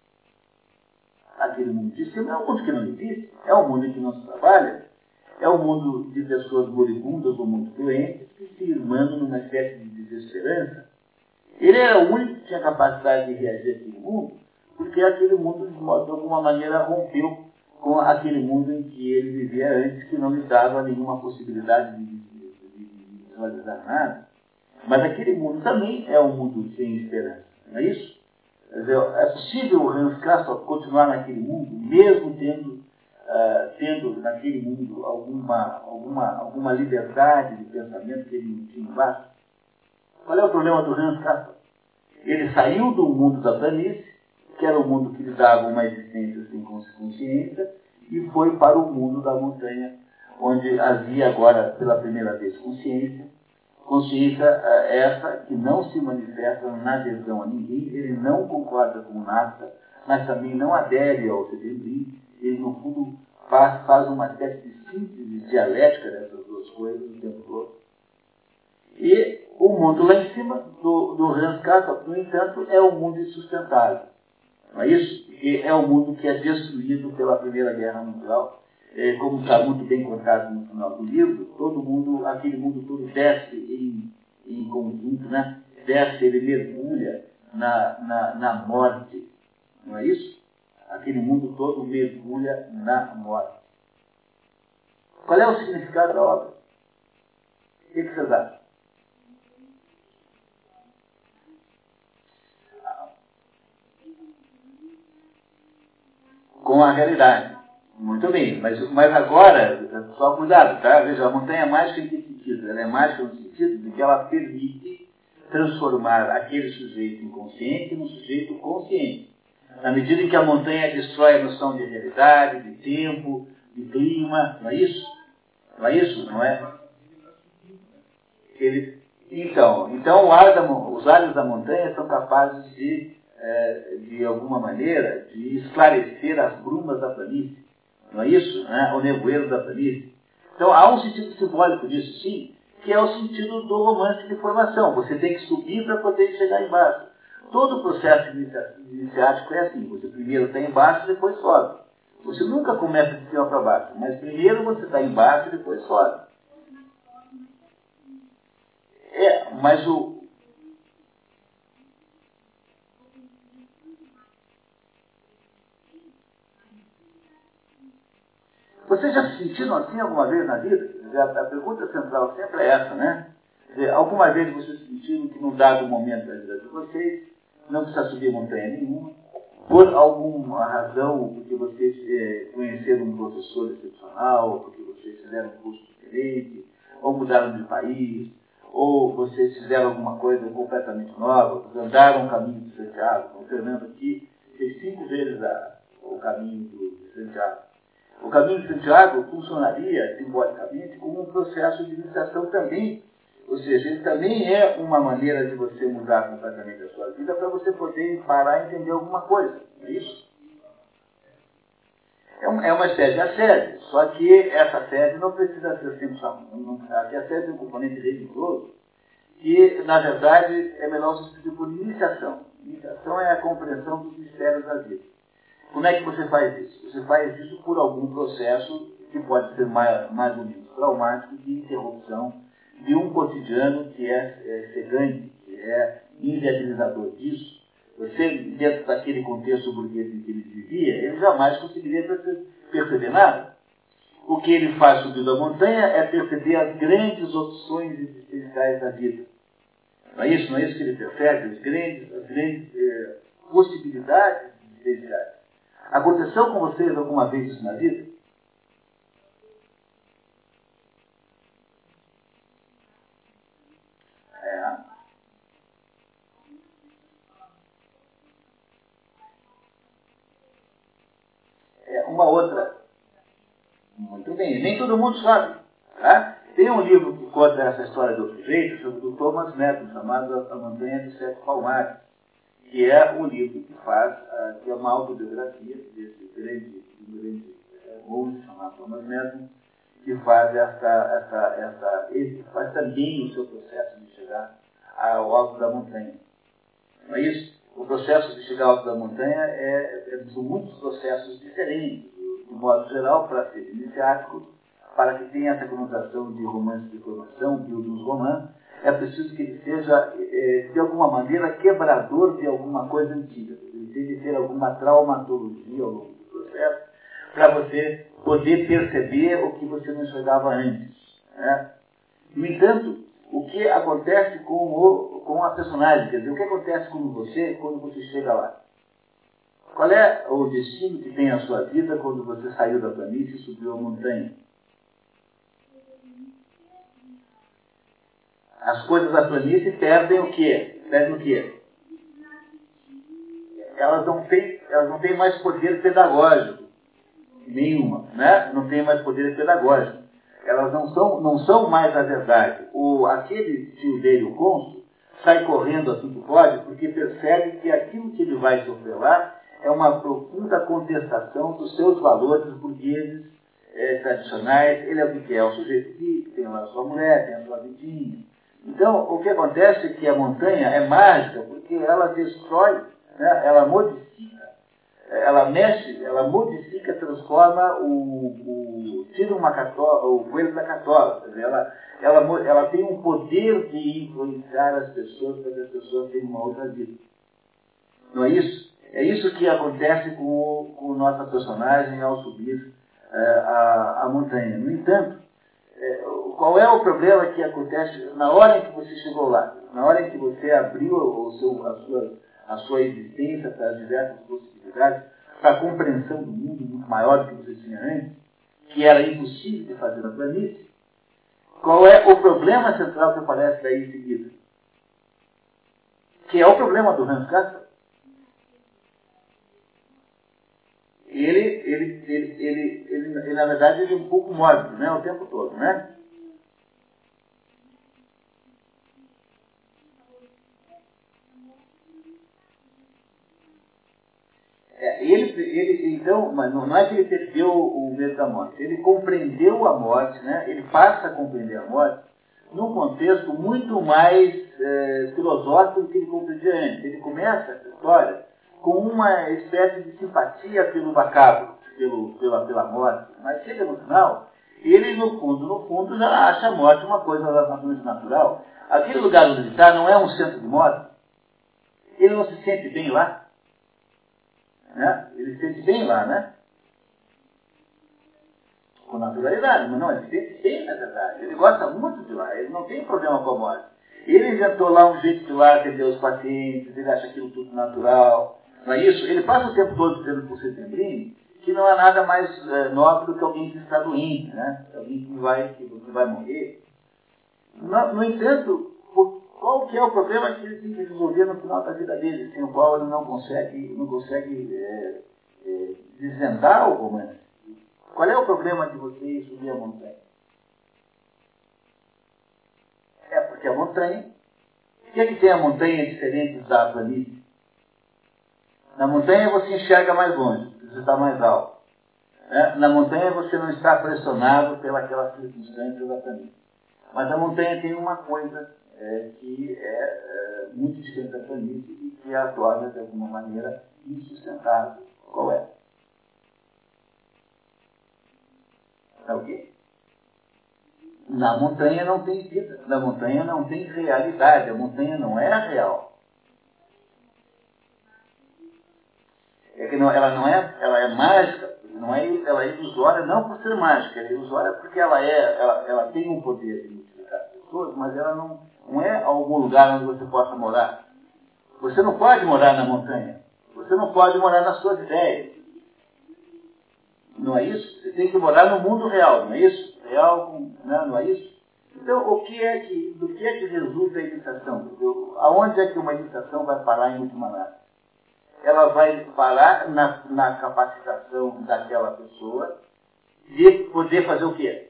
Aquele mundo de cima é um mundo que não existe, é um mundo em que não se trabalha, é um mundo de pessoas moribundas ou muito doentes que se irmanam numa espécie de desesperança. Ele era o único que tinha capacidade de reagir àquele mundo, porque aquele mundo, de, modo, de alguma maneira, rompeu com aquele mundo em que ele vivia antes, que não lhe dava nenhuma possibilidade de, de, de, de visualizar nada. Mas aquele mundo também é um mundo sem esperança, não é isso? Quer dizer, é possível o Hans Castorp continuar naquele mundo, mesmo tendo, uh, tendo naquele mundo alguma, alguma, alguma liberdade de pensamento que ele não tinha embaixo? Qual é o problema do Hans Castorp? Ele saiu do mundo da planície, que era o mundo que lhe dava uma existência sem consciência, e foi para o mundo da montanha, onde havia agora, pela primeira vez, consciência. Consciência essa que não se manifesta na adesão a ninguém, ele não concorda com o Nastra, mas também não adere ao Settembrini, ele, no fundo, faz, faz uma espécie de síntese dialética dessas duas coisas o tempo todo. E o mundo lá em cima do, do Hans Castorp, no entanto, é o mundo insustentável. Não é isso? Porque é o mundo que é destruído pela Primeira Guerra Mundial. É, como está muito bem contado no final do livro, todo mundo, aquele mundo todo desce em, em conjunto, né? Desce, ele mergulha na, na, na morte. Não é isso? Aquele mundo todo mergulha na morte. Qual é o significado da obra? O que, que vocês acham? Com a realidade. Muito bem, mas, mas agora, só cuidado, tá? Veja, a montanha é mágica em que sentido? Ela é mágica no sentido de que ela permite transformar aquele sujeito inconsciente num sujeito consciente. Na medida em que a montanha destrói a noção de realidade, de tempo, de clima, não é isso? Não é isso? Não é? Ele, então, então ar da, os ares da montanha são capazes de, é, de alguma maneira, de esclarecer as brumas da planície. Não é isso? Né? O nevoeiro da planície. Então, há um sentido simbólico disso, sim, que é o sentido do romance de formação. Você tem que subir para poder chegar embaixo. Todo o processo iniciático é assim. Você primeiro está embaixo e depois sobe. Você nunca começa de cima para baixo, mas primeiro você está embaixo e depois sobe. É, mas o... Vocês já se sentiram assim alguma vez na vida? A, a pergunta central sempre é essa, né? Quer dizer, alguma vez vocês se sentiram que num dado momento da vida de vocês não precisa subir montanha nenhuma, por alguma razão, porque vocês é, conheceram um professor excepcional, porque vocês fizeram um curso diferente, ou mudaram de país, ou vocês fizeram alguma coisa completamente nova, andaram o caminho de Santiago. O Fernando aqui fez cinco vezes a, o caminho do, de Santiago. O caminho de Santiago funcionaria, simbolicamente, como um processo de iniciação também. Ou seja, ele também é uma maneira de você mudar completamente a sua vida para você poder parar e entender alguma coisa. Não é isso? É uma, é uma espécie de ascese, só que essa ascese não precisa ser sempre chamada. A ascese é um componente religioso que, na verdade, é melhor substituir por iniciação. Iniciação é a compreensão dos mistérios da vida. Como é que você faz isso? Você faz isso por algum processo que pode ser mais, mais ou menos traumático de interrupção de um cotidiano que é, é cegante, que é inviabilizador disso. Você, dentro daquele contexto burguês em que ele vivia, ele jamais conseguiria perceber nada. O que ele faz subindo a montanha é perceber as grandes opções existenciais da vida. Não é isso? Não é isso que ele percebe? As grandes, as grandes eh, possibilidades existenciais. Aconteceu com vocês alguma vez isso na vida? É. É uma outra. Muito bem, nem todo mundo sabe. Tá? Tem um livro que conta essa história de outro jeito, sobre o Thomas Merton, chamado A Montanha dos Sete Palmares, que é um livro que faz, uh, que é uma autobiografia desse grande, grande uh, monge chamado Thomas Merton, que faz essa, essa, essa, ele faz também o seu processo de chegar ao alto da montanha. Não é isso? O processo de chegar ao alto da montanha é, é, são muitos processos diferentes, de modo geral, para ser iniciático, para que tenha essa conotação de romance de formação, de uns romances, é preciso que ele seja, é, de alguma maneira, quebrador de alguma coisa antiga. Ele tem que ter alguma traumatologia ao longo do processo, para você poder perceber o que você não enxergava antes. Né? No entanto, o que acontece com, o, com a personagem, quer dizer, o que acontece com você quando você chega lá? Qual é o destino que tem a sua vida quando você saiu da planície e subiu a montanha? As coisas da planície perdem o quê? Perdem o quê? Elas não têm, elas não têm mais poder pedagógico. Nenhuma, né? Não tem mais poder pedagógico. Elas não são, não são mais a verdade. O, aquele tio dele, o cônsul, sai correndo assim que pode, porque percebe que aquilo que ele vai sofrer lá é uma profunda contestação dos seus valores burgueses é, tradicionais. Ele é o que é? O sujeito que tem lá a sua mulher, tem a sua vidinha. Então, o que acontece é que a montanha é mágica, porque ela destrói, né? Ela modifica, ela mexe, ela modifica, transforma o, o tira uma catola, o coelho da catola. Quer dizer, ela, ela, ela tem um poder de influenciar as pessoas para que as pessoas tenham uma outra vida. Não é isso? É isso que acontece com o, com o nosso personagem ao subir é, a, a montanha. No entanto, é, qual é o problema que acontece na hora em que você chegou lá? Na hora em que você abriu o seu, a, sua, a sua existência para as diversas possibilidades, para a compreensão do mundo muito maior do que você tinha antes, que era impossível de fazer na planície, qual é o problema central que aparece daí em seguida? Que é o problema do Hans Castorp. Ele, ele, ele, ele, ele, ele, na verdade, ele é um pouco mórbido, né, o tempo todo, né? É, ele, ele, então, mas não é que ele perdeu o medo da morte, ele compreendeu a morte, né? Ele passa a compreender a morte num contexto muito mais é, filosófico do que ele compreendia antes. Ele começa essa história com uma espécie de simpatia pelo macabro, pelo, pela, pela morte, mas chega no final, ele, no fundo, no fundo, já acha a morte uma coisa absolutamente natural. Aquele lugar onde ele está não é um centro de morte. Ele não se sente bem lá. Né? Ele se sente bem lá, né? Com naturalidade, mas não, ele se sente bem, na verdade. Ele gosta muito de lá, ele não tem problema com a morte. Ele inventou lá um jeito de lá atender os pacientes, ele acha aquilo tudo natural. Não é isso? Ele passa o tempo todo dizendo para o Settembrini que não há nada mais é, nobre do que alguém que está doente, né? Alguém que vai, que, que vai morrer. No, no entanto, qual que é o problema que ele tem que resolver no final da vida dele, sem o qual ele não consegue, não consegue é, é, desvendar o romance? Qual é o problema de você subir a montanha? É porque a montanha... O que é que tem a montanha diferente da planície? Na montanha você enxerga mais longe, você está mais alto. É? Na montanha você não está pressionado pelas circunstâncias da planície. Mas a montanha tem uma coisa é, que é, é muito diferente da planície e que a torna, de alguma maneira, insustentável. Qual é? É o quê? Na montanha não tem vida, na montanha não tem realidade, a montanha não é real. É que não, ela não é, ela é mágica, não é, ela é ilusória não por ser mágica, ela é ilusória porque ela, é, ela, ela tem um poder de multiplicar as pessoas, mas ela não, não é algum lugar onde você possa morar. Você não pode morar na montanha, você não pode morar nas suas ideias. Não é isso? Você tem que morar no mundo real, não é isso? Real, não, não é isso? Então, o que é que, do que é que resulta a iniciação? Aonde é que uma iniciação vai parar em última análise? Ela vai parar na, na capacitação daquela pessoa de poder fazer o quê?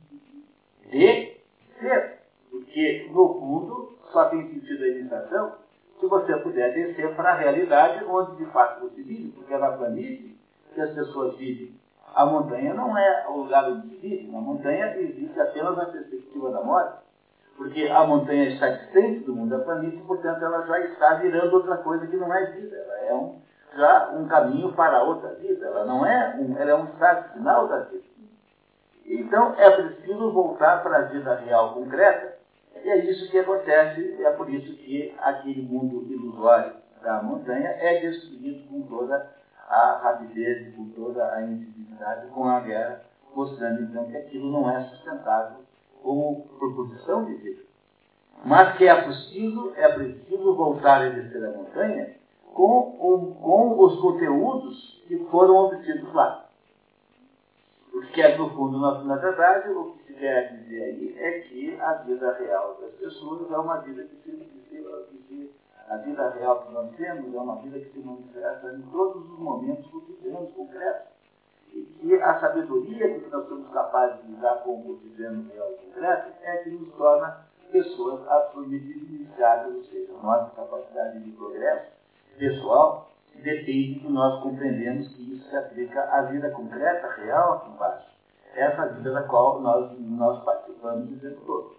De ser. Porque, no fundo, só tem sentido a iniciação se você puder descer para a realidade onde de fato você vive, porque é na planície que as pessoas vivem. A montanha não é o lugar onde se vive. Na montanha existe apenas a perspectiva da morte. Porque a montanha está distante do mundo da planície, portanto ela já está virando outra coisa que não é vida. Ela é um, já um caminho para outra vida. Ela não é um, ela é um estado final da vida. Então é preciso voltar para a vida real concreta. E é isso que acontece, é por isso que aquele mundo ilusório da montanha é destruído com toda a rapidez, com toda a intensidade, com a guerra, mostrando então que aquilo não é sustentável como proposição de vida. Mas que é preciso, é preciso voltar a descer a montanha com, com, com os conteúdos que foram obtidos lá. O que é, no fundo, na, na verdade, o que se quer dizer aí é que a vida real das pessoas é uma vida que se, que se, que se a vida real que nós temos é uma vida que se manifesta em todos os momentos cotidianos concretos. E que a sabedoria que nós somos capazes de lidar com o cotidiano real e concreto é que nos torna pessoas absolutamente iniciadas, ou seja, a nossa capacidade de progresso pessoal depende de nós compreendemos que isso se aplica à vida concreta, real aqui embaixo. Essa vida da qual nós, nós participamos o tempo todo.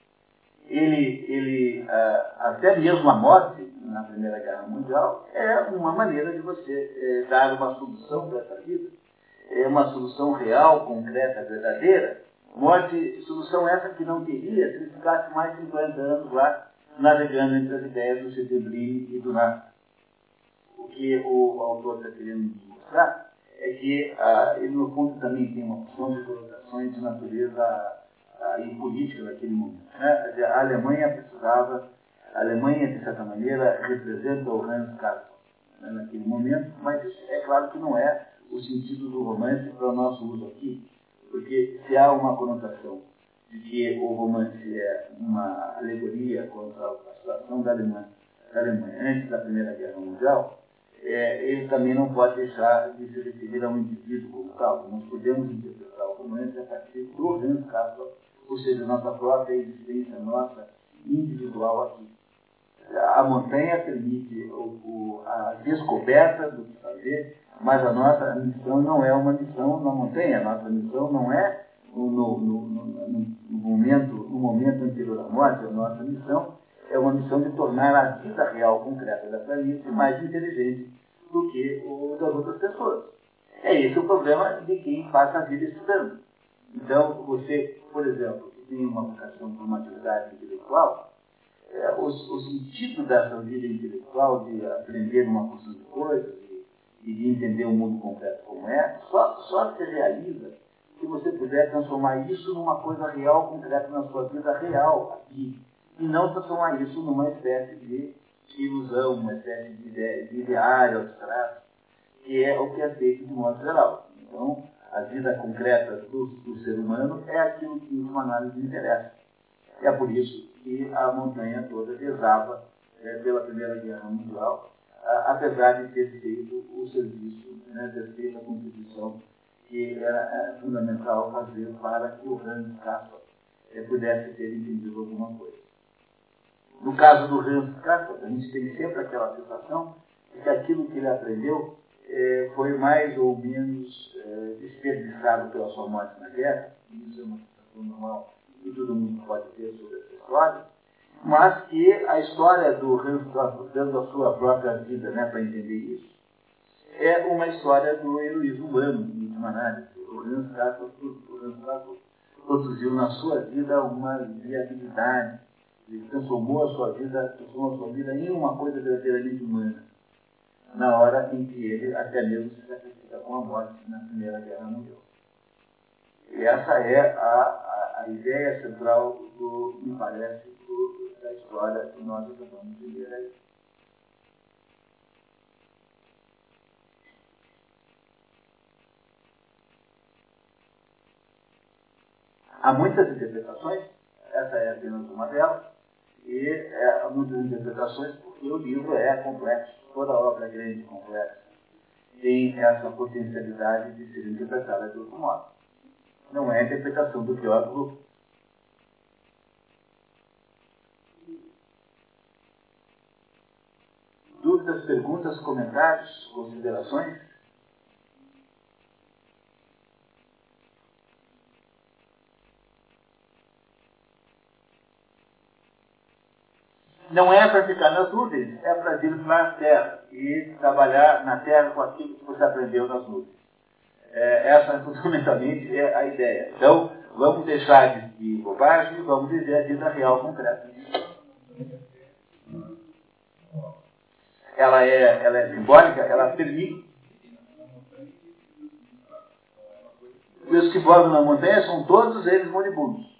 Ele, ele ah, até mesmo a morte, na Primeira Guerra Mundial, é uma maneira de você eh, dar uma solução para essa vida. É uma solução real, concreta, verdadeira. Morte, solução essa que não teria se ele ficasse mais de cinquenta anos lá, navegando entre as ideias do Settembrini e do Nasser. O que o autor está querendo mostrar é que ah, ele, no fundo, também tem uma opção de colocações de natureza ah, e política naquele momento. Né? A Alemanha precisava, a Alemanha, de certa maneira, representa o Hans Castorp, né, naquele momento, mas isso é claro que não é o sentido do romance para o nosso uso aqui, porque se há uma conotação de que o romance é uma alegoria contra a situação da Alemanha, da Alemanha antes da Primeira Guerra Mundial, é, ele também não pode deixar de se referir a um indivíduo como tal. Nós podemos interpretar o romance a partir do Hans Castorp, ou seja, nossa própria existência, nossa individual aqui. A montanha permite o, o, a descoberta do que fazer, mas a nossa missão não é uma missão na montanha, a nossa missão não é no, no, no, no, no, momento, no momento anterior à morte, a nossa missão é uma missão de tornar a vida real concreta da planície mais inteligente do que o das outras pessoas. É esse o problema de quem passa a vida estudando. Então, você, por exemplo, que tem uma vocação para uma atividade intelectual, é, o, o sentido dessa vida intelectual, de aprender uma porção de coisas e, e de entender o mundo concreto como é, só, só se realiza se você puder transformar isso numa coisa real, concreta na sua vida real, aqui. E não transformar isso numa espécie de ilusão, uma espécie de, ideia, de ideário abstrato, que é o que é feito de modo geral. Então, a vida concreta do, do ser humano é aquilo que uma análise interessa. É por isso que a montanha toda desaba é, pela Primeira Guerra Mundial, a, apesar de ter feito o serviço, né, ter feito a contribuição que era é, fundamental fazer para que o Hans Castorp é, pudesse ter entendido alguma coisa. No caso do Hans Castorp, a gente tem sempre aquela sensação de que aquilo que ele aprendeu é, foi mais ou menos é, desperdiçado pela sua morte na guerra, e isso é uma sensação normal que todo mundo pode ter sobre essa história, mas que a história do Hans Castorp, dando a sua própria vida, né, para entender isso, é uma história do heroísmo humano, em última análise. O Hans Castorp produziu na sua vida uma viabilidade, ele transformou a sua vida, transformou a sua vida em uma coisa verdadeiramente humana, na hora em que ele até mesmo se sacrifica com a morte na Primeira Guerra Mundial. E essa é a, a, a ideia central, do, me parece, do, da história que nós acabamos de ler aí. Há muitas interpretações, essa é apenas uma delas, e é, há muitas interpretações porque o livro é complexo, toda obra grande e complexa tem essa potencialidade de ser interpretada de outro modo. Não é a interpretação do pior grupo. Dúvidas, perguntas, comentários, considerações? Não é para ficar nas nuvens, é para vir para a terra e trabalhar na terra com aquilo que você aprendeu nas nuvens. É, essa, fundamentalmente, é a ideia. Então, vamos deixar de, de bobagem e vamos viver a vida real concreta. Ela é, ela é simbólica, ela permite. Os que moram na montanha são todos eles moribundos.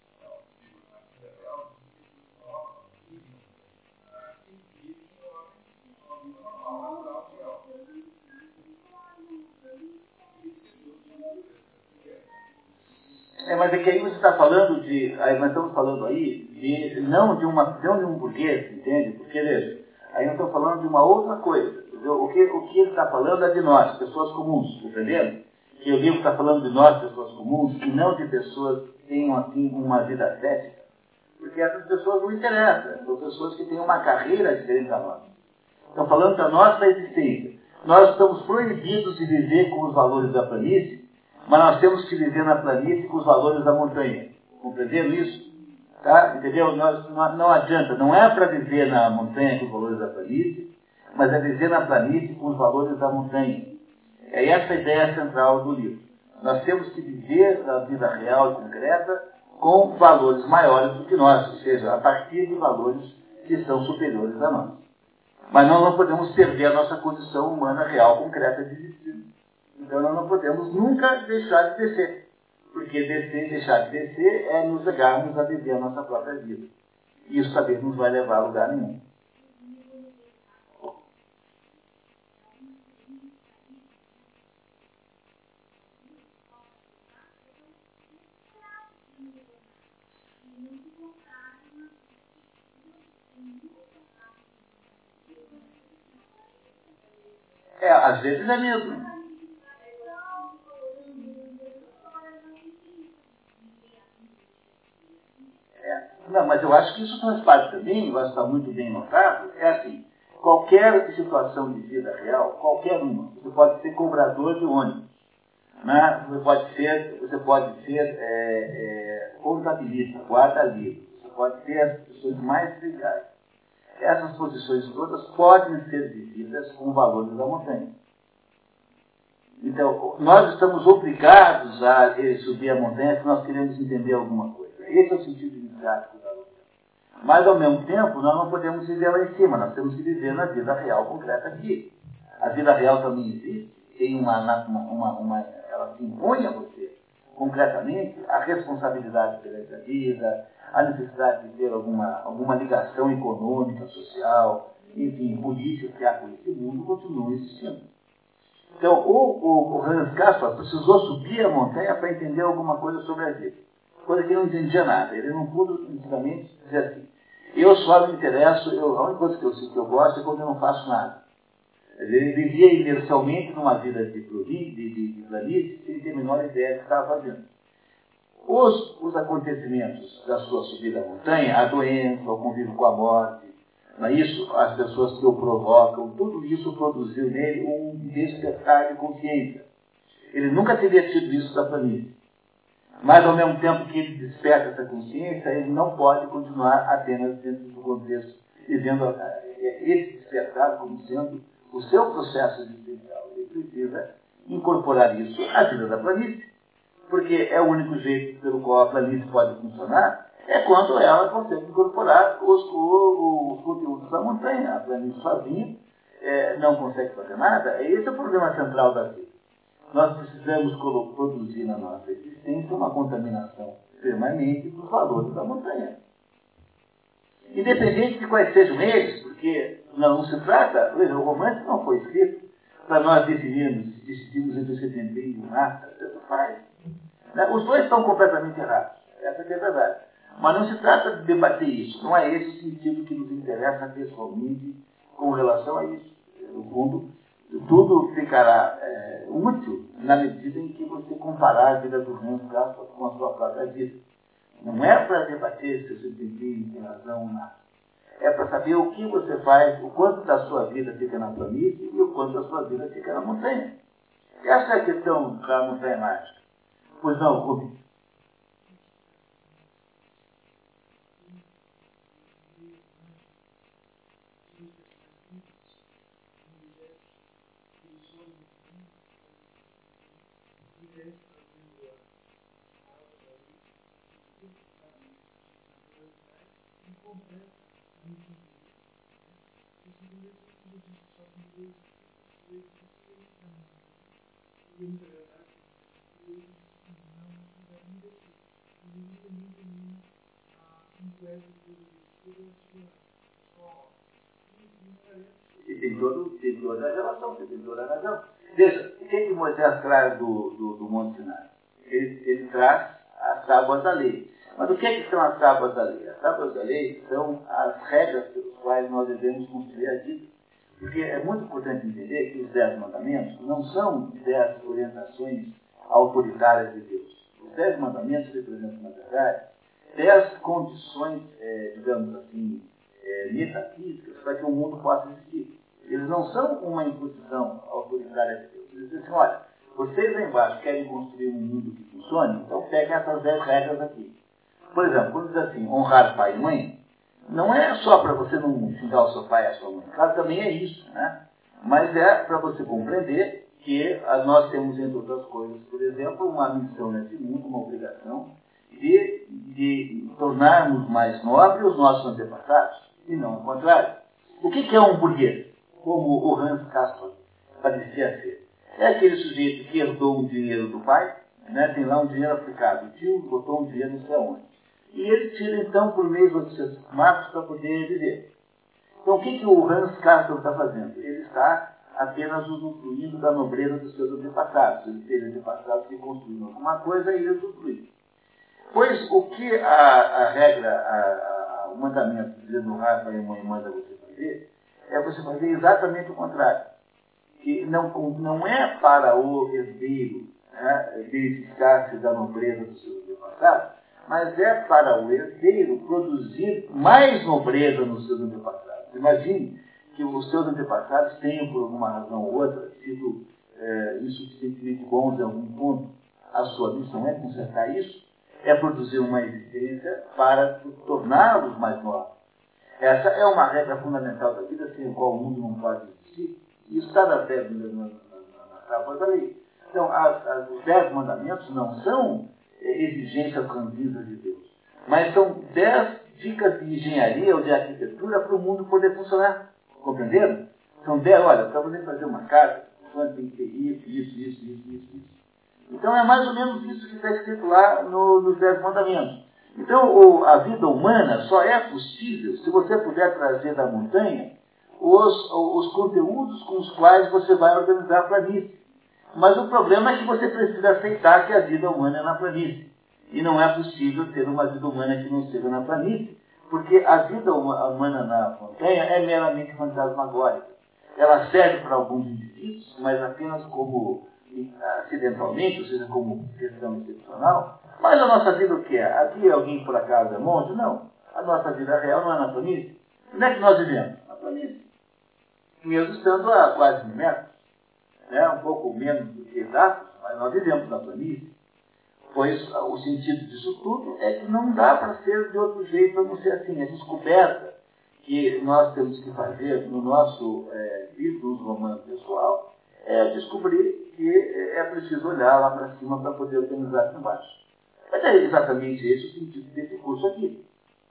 É, mas é que aí você está falando de, aí nós estamos falando aí, de, não, de uma, não de um burguês, entende? Porque, veja, aí nós estamos falando de uma outra coisa. O que, o que ele está falando é de nós, pessoas comuns, entendendo? Que o livro está falando de nós, pessoas comuns, e não de pessoas que tenham, assim, uma vida ascética. Porque essas pessoas não interessam, são pessoas que têm uma carreira diferente da nossa. Estão falando da nossa existência. Nós estamos proibidos de viver com os valores da planície, mas nós temos que viver na planície com os valores da montanha. Compreenderam isso? Tá? Entendeu? Nós, não, não adianta, não é para viver na montanha com os valores da planície, mas é viver na planície com os valores da montanha. É essa a ideia central do livro. Nós temos que viver a vida real e concreta com valores maiores do que nós, ou seja, a partir de valores que são superiores a nós. Mas nós não podemos perder a nossa condição humana real, concreta de existir. Então nós não podemos nunca deixar de descer. Porque descer, deixar de descer é nos negarmos a viver a nossa própria vida. E isso também não vai levar a lugar nenhum. É, às vezes é mesmo. É. Não, mas eu acho que isso faz parte também, vai estar muito bem notado, é assim, qualquer situação de vida real, qualquer uma, você pode ser cobrador de ônibus, né? Você pode ser, você pode ser é, é, contabilista, guarda-livro, você pode ter as posições mais triviais. Essas posições todas podem ser vividas com valores da montanha. Então, nós estamos obrigados a subir a montanha se nós queremos entender alguma coisa. Esse é o sentido iniciático da luta. Mas, ao mesmo tempo, nós não podemos viver lá em cima, nós temos que viver na vida real concreta aqui. A vida real também existe, tem uma, uma, uma, uma ela se impõe a você, concretamente, a responsabilidade perante a vida, a necessidade de ter alguma, alguma ligação econômica, social, enfim, política que há com esse mundo, continuam existindo. Então, o, o, o Hans Castorp precisou subir a montanha para entender alguma coisa sobre a vida. Coisa que ele não entendia nada. Ele não pôde, antigamente, dizer assim, eu só me interesso, eu, a única coisa que eu, que eu gosto é quando eu não faço nada. Ele vivia inercialmente numa vida de planície, de, de, de planície, sem ter a menor ideia do que estava fazendo. Os, os acontecimentos da sua subida à montanha, a doença, o convívio com a morte, não é isso? As pessoas que o provocam, tudo isso produziu nele um despertar de consciência. Ele nunca teria tido isso da planície. Mas, ao mesmo tempo que ele desperta essa consciência, ele não pode continuar apenas dentro do contexto, vivendo esse despertar como sendo o seu processo existencial. Ele precisa incorporar isso à vida da planície, porque é o único jeito pelo qual a planície pode funcionar, é quando ela consegue incorporar os, os, os conteúdos da montanha. A planície sozinha é, não consegue fazer nada. Esse é o problema central da vida. Nós precisamos produzir na nossa existência uma contaminação permanente dos valores da montanha. Independente de quais sejam eles, porque não se trata, veja, o romance não foi escrito para nós definirmos, decidirmos entre o setembrismo e o nada, tanto faz. Os dois estão completamente errados, essa é a verdade. Mas não se trata de debater isso, não é esse o sentido que nos interessa pessoalmente com relação a isso. No fundo, tudo ficará é, útil na medida em que você comparar a vida do Hans Castorp com a sua própria vida. Não é para debater se você tem razão ou nada. É para saber o que você faz, o quanto da sua vida fica na planície e o quanto da sua vida fica na montanha. Essa é a questão da montanha mágica. Pois não, Rubens? E tem, todo, tem toda a relação, tem toda a razão. Veja, o que, é que Moisés traz do, do, do Monte Sinai? Ele, ele traz as tábuas da lei. Mas o que, é que são as tábuas da lei? As tábuas da lei são as regras pelas quais nós devemos construir a vida. Porque é muito importante entender que os dez mandamentos não são dez orientações autoritárias de Deus. Os dez mandamentos representam, na verdade, dez condições, é, digamos assim, é, metafísicas para que o mundo possa existir. Eles não são uma imposição autoritária de Deus. Eles dizem assim, olha, vocês lá embaixo querem construir um mundo que funcione, então peguem essas dez regras aqui. Por exemplo, quando diz assim, honrar pai e mãe, não é só para você não xingar o seu pai e a sua mãe. Claro, também é isso, né? Mas é para você compreender que nós temos, entre outras coisas, por exemplo, uma missão nesse mundo, uma obrigação de, de tornarmos mais nobres os nossos antepassados, e não o contrário. O que é um burguês? Como o Hans Castorp parecia ser. É aquele sujeito que herdou o dinheiro do pai, né? Tem lá um dinheiro aplicado, o tio botou um dinheiro não sei aonde. E ele tira, então, por meio dos seus marcos para poder viver. Então, o que, que o Hans Castorp está fazendo? Ele está apenas usufruindo da nobreza dos seus antepassados. Ele teve antepassados que construíram alguma coisa e ele usufruiu. Pois, o que a, a regra, a, a, o mandamento dizendo honrar pai e mãe manda você fazer, é você fazer exatamente o contrário. Que não, não é para o herdeiro, né, verificar-se da nobreza dos seus antepassados, mas é para o herdeiro produzir mais nobreza nos seus antepassados. Imagine que os seus antepassados tenham, por alguma razão ou outra, sido é, insuficientemente bons em algum ponto. A sua missão é consertar isso, é produzir uma existência para torná-los mais nobres. Essa é uma regra fundamental da vida, sem a qual o mundo não pode existir. Isso está na, na, na, na tábua da lei. Então, as, as, os dez mandamentos não são é, exigências ranzinhas de Deus, mas são dez dicas de engenharia ou de arquitetura para o mundo poder funcionar. Compreenderam? São dez, olha, para você fazer uma casa, você tem que ter isso, isso, isso, isso, isso, isso. Então é mais ou menos isso que está escrito lá no, nos dez mandamentos. Então o, a vida humana só é possível se você puder trazer da montanha os, os conteúdos com os quais você vai organizar a planície. Mas o problema é que você precisa aceitar que a vida humana é na planície. E não é possível ter uma vida humana que não seja na planície, porque a vida humana na montanha é meramente fantasmagórica. Ela serve para alguns indivíduos, mas apenas como acidentalmente, ou seja, como questão excepcional. Mas a nossa vida o que é? Aqui alguém por acaso é monge? Não. A nossa vida real não é na planície. Onde é que nós vivemos? Na planície. Mesmo estando a quase mil metros. Né? Um pouco menos do que exatos, mas nós vivemos na planície. Pois o sentido disso tudo é que não dá para ser de outro jeito, a não ser assim. A descoberta que nós temos que fazer no nosso é, livro romano pessoal é descobrir que é preciso olhar lá para cima para poder organizar aqui embaixo. Mas é exatamente esse o sentido desse curso aqui.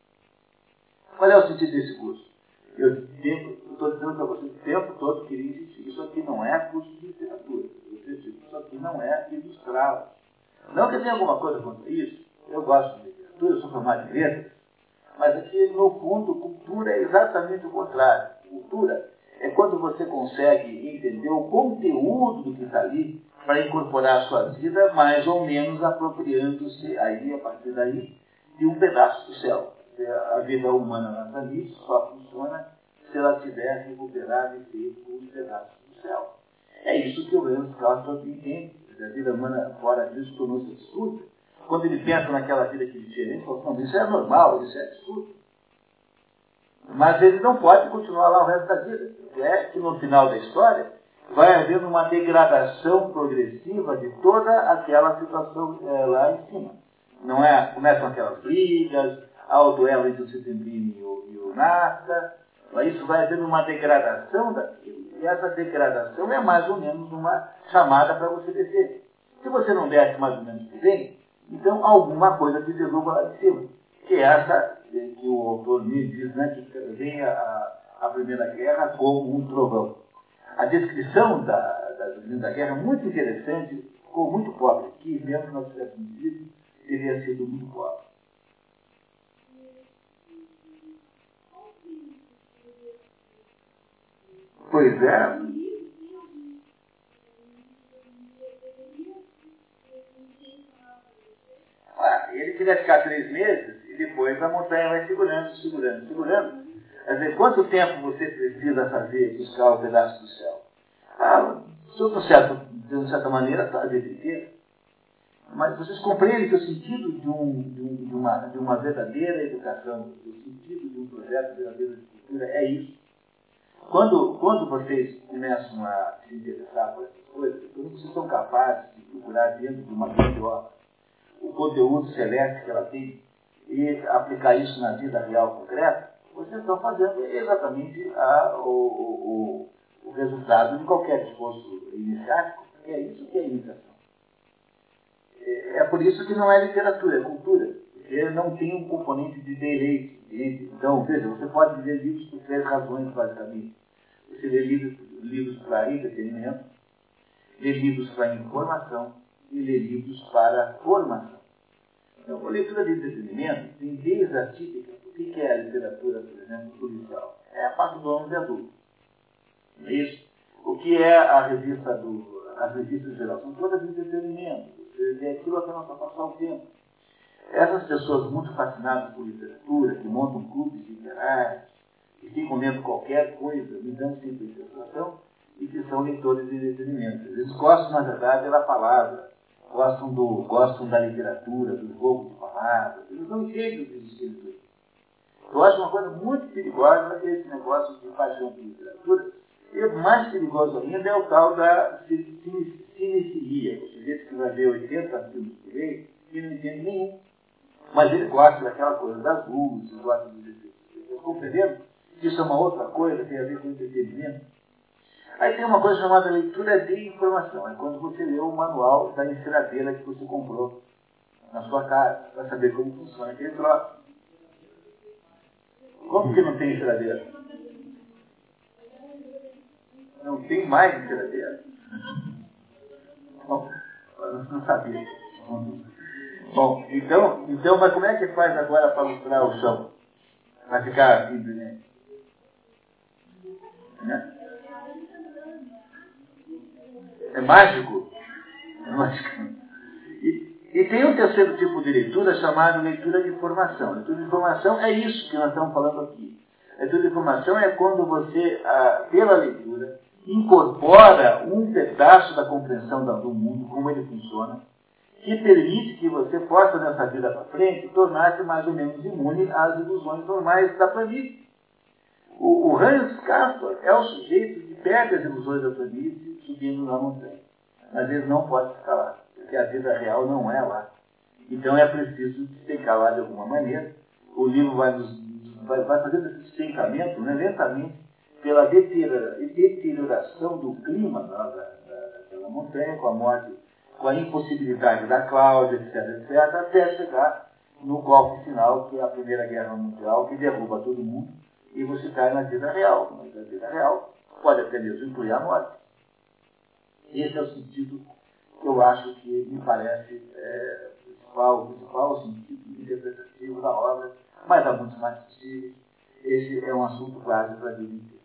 Qual é o sentido desse curso? Eu estou dizendo para vocês o tempo todo que insistir. Isso aqui não é curso de literatura. Isso aqui não é ilustrado. Não que tenha alguma coisa contra isso. Eu gosto de literatura, eu sou formado em letras. Mas aqui, no fundo, cultura é exatamente o contrário. Cultura é quando você consegue entender o conteúdo do que está ali para incorporar a sua vida, mais ou menos apropriando-se aí, a partir daí, de um pedaço do céu. A vida humana na planície só funciona se ela tiver recuperado e feito um pedaço do céu. É isso que o Hans Castorp entende. A vida humana fora disso tornou-se absurda. Quando ele pensa naquela vida que ele tinha, ele fala, não, isso é normal, isso é absurdo. Mas ele não pode continuar lá o resto da vida. É que no final da história vai havendo uma degradação progressiva de toda aquela situação é, lá em cima. Não é? Começam aquelas brigas, há o duelo entre o Setembrino e o, e o Nasta. Isso vai havendo uma degradação daquilo. E essa degradação é mais ou menos uma chamada para você descer. Se você não desce mais ou menos por bem, então alguma coisa te derruba lá de cima. Que é essa que o autor me diz, né, que vem a, a Primeira Guerra como um trovão. A descrição da, da Segunda Guerra é muito interessante, ficou muito pobre aqui, mesmo que nós tivéssemos visto, teria sido muito pobre. Pois é. Ah, ele queria ficar três meses e depois a montanha vai segurando, segurando, segurando. Quer dizer, quanto tempo você precisa fazer buscar o pedaço do céu? Ah, de uma certa, de uma certa maneira, a vida inteira. Mas vocês compreendem que o sentido de, um, de, um, de, uma, de uma verdadeira educação, o sentido de um projeto verdadeiro de cultura é isso. Quando, quando vocês começam a se interessar por essas coisas, quando vocês são capazes de procurar dentro de uma grande obra o conteúdo celeste que ela tem e aplicar isso na vida real concreta, vocês estão fazendo exatamente a, o, o, o resultado de qualquer esforço iniciático, porque é isso que é imitação. É, é por isso que não é literatura, é cultura, porque não tem um componente de deleite. Então, veja, você pode ler livros por três razões, basicamente. Você lê livros, livros para entretenimento, lê livros para informação e lê livros para formação. Então, a leitura de entretenimento tem desde a típica. O que é a literatura, por exemplo, policial? É a parte do homem de adulto. Não é isso? O que é a revista do... As revistas gerais são todas de entretenimento. Você lê aquilo apenas para passar o tempo. Essas pessoas muito fascinadas por literatura, que montam clubes literários, que ficam lendo qualquer coisa, me dão sempre a sensação e que são leitores de entretenimento. Eles gostam, na verdade, da palavra, gostam, do, gostam da literatura, do jogo de palavras, eles não entendem o que diz escrito. Eu acho uma coisa muito perigosa esse negócio de paixão por literatura, e mais perigoso ainda é o tal da cinefilia, o sujeito que vai ver oitenta filmes por mês e não entende nenhum. Mas ele gosta daquela coisa das luzes, gosta dos efeitos. Vocês compreenderam? Isso é uma outra coisa, tem a ver com entretenimento. Aí tem uma coisa chamada leitura de informação. É quando você lê o manual da enceradeira que você comprou na sua casa, para saber como funciona aquele troço. Como que não tem enceradeira? Não tem mais enceradeira. Bom, eu não sabia. Bom, então, então, mas como é que faz agora para lustrar o chão? Vai ficar assim, né? Né? É mágico? É mágico. E, e tem um terceiro tipo de leitura chamado leitura de informação. Leitura de informação é isso que nós estamos falando aqui. Leitura de informação é quando você, ah, pela leitura, incorpora um pedaço da compreensão do mundo, como ele funciona, que permite que você possa, nessa vida para frente, tornar-se mais ou menos imune às ilusões normais da planície. O, o Hans Castor é o sujeito que pega as ilusões da planície subindo na montanha. Mas ele não pode ficar lá, porque a vida real não é lá. Então é preciso despencar lá de alguma maneira. O livro vai, nos, vai, vai fazendo esse despencamento, né, lentamente, pela deterioração do clima da, da, daquela montanha, com a morte, com a impossibilidade da Cláudia, etc, etcétera, até chegar no golpe final, que é a Primeira Guerra Mundial, que derruba todo mundo, e você cai na vida real. Mas a vida real pode até mesmo incluir a morte. Esse é o sentido que eu acho que me parece é, principal, o principal sentido interpretativo da obra, mas há muitos mais possíveis. Esse é um assunto quase para a vida inteira.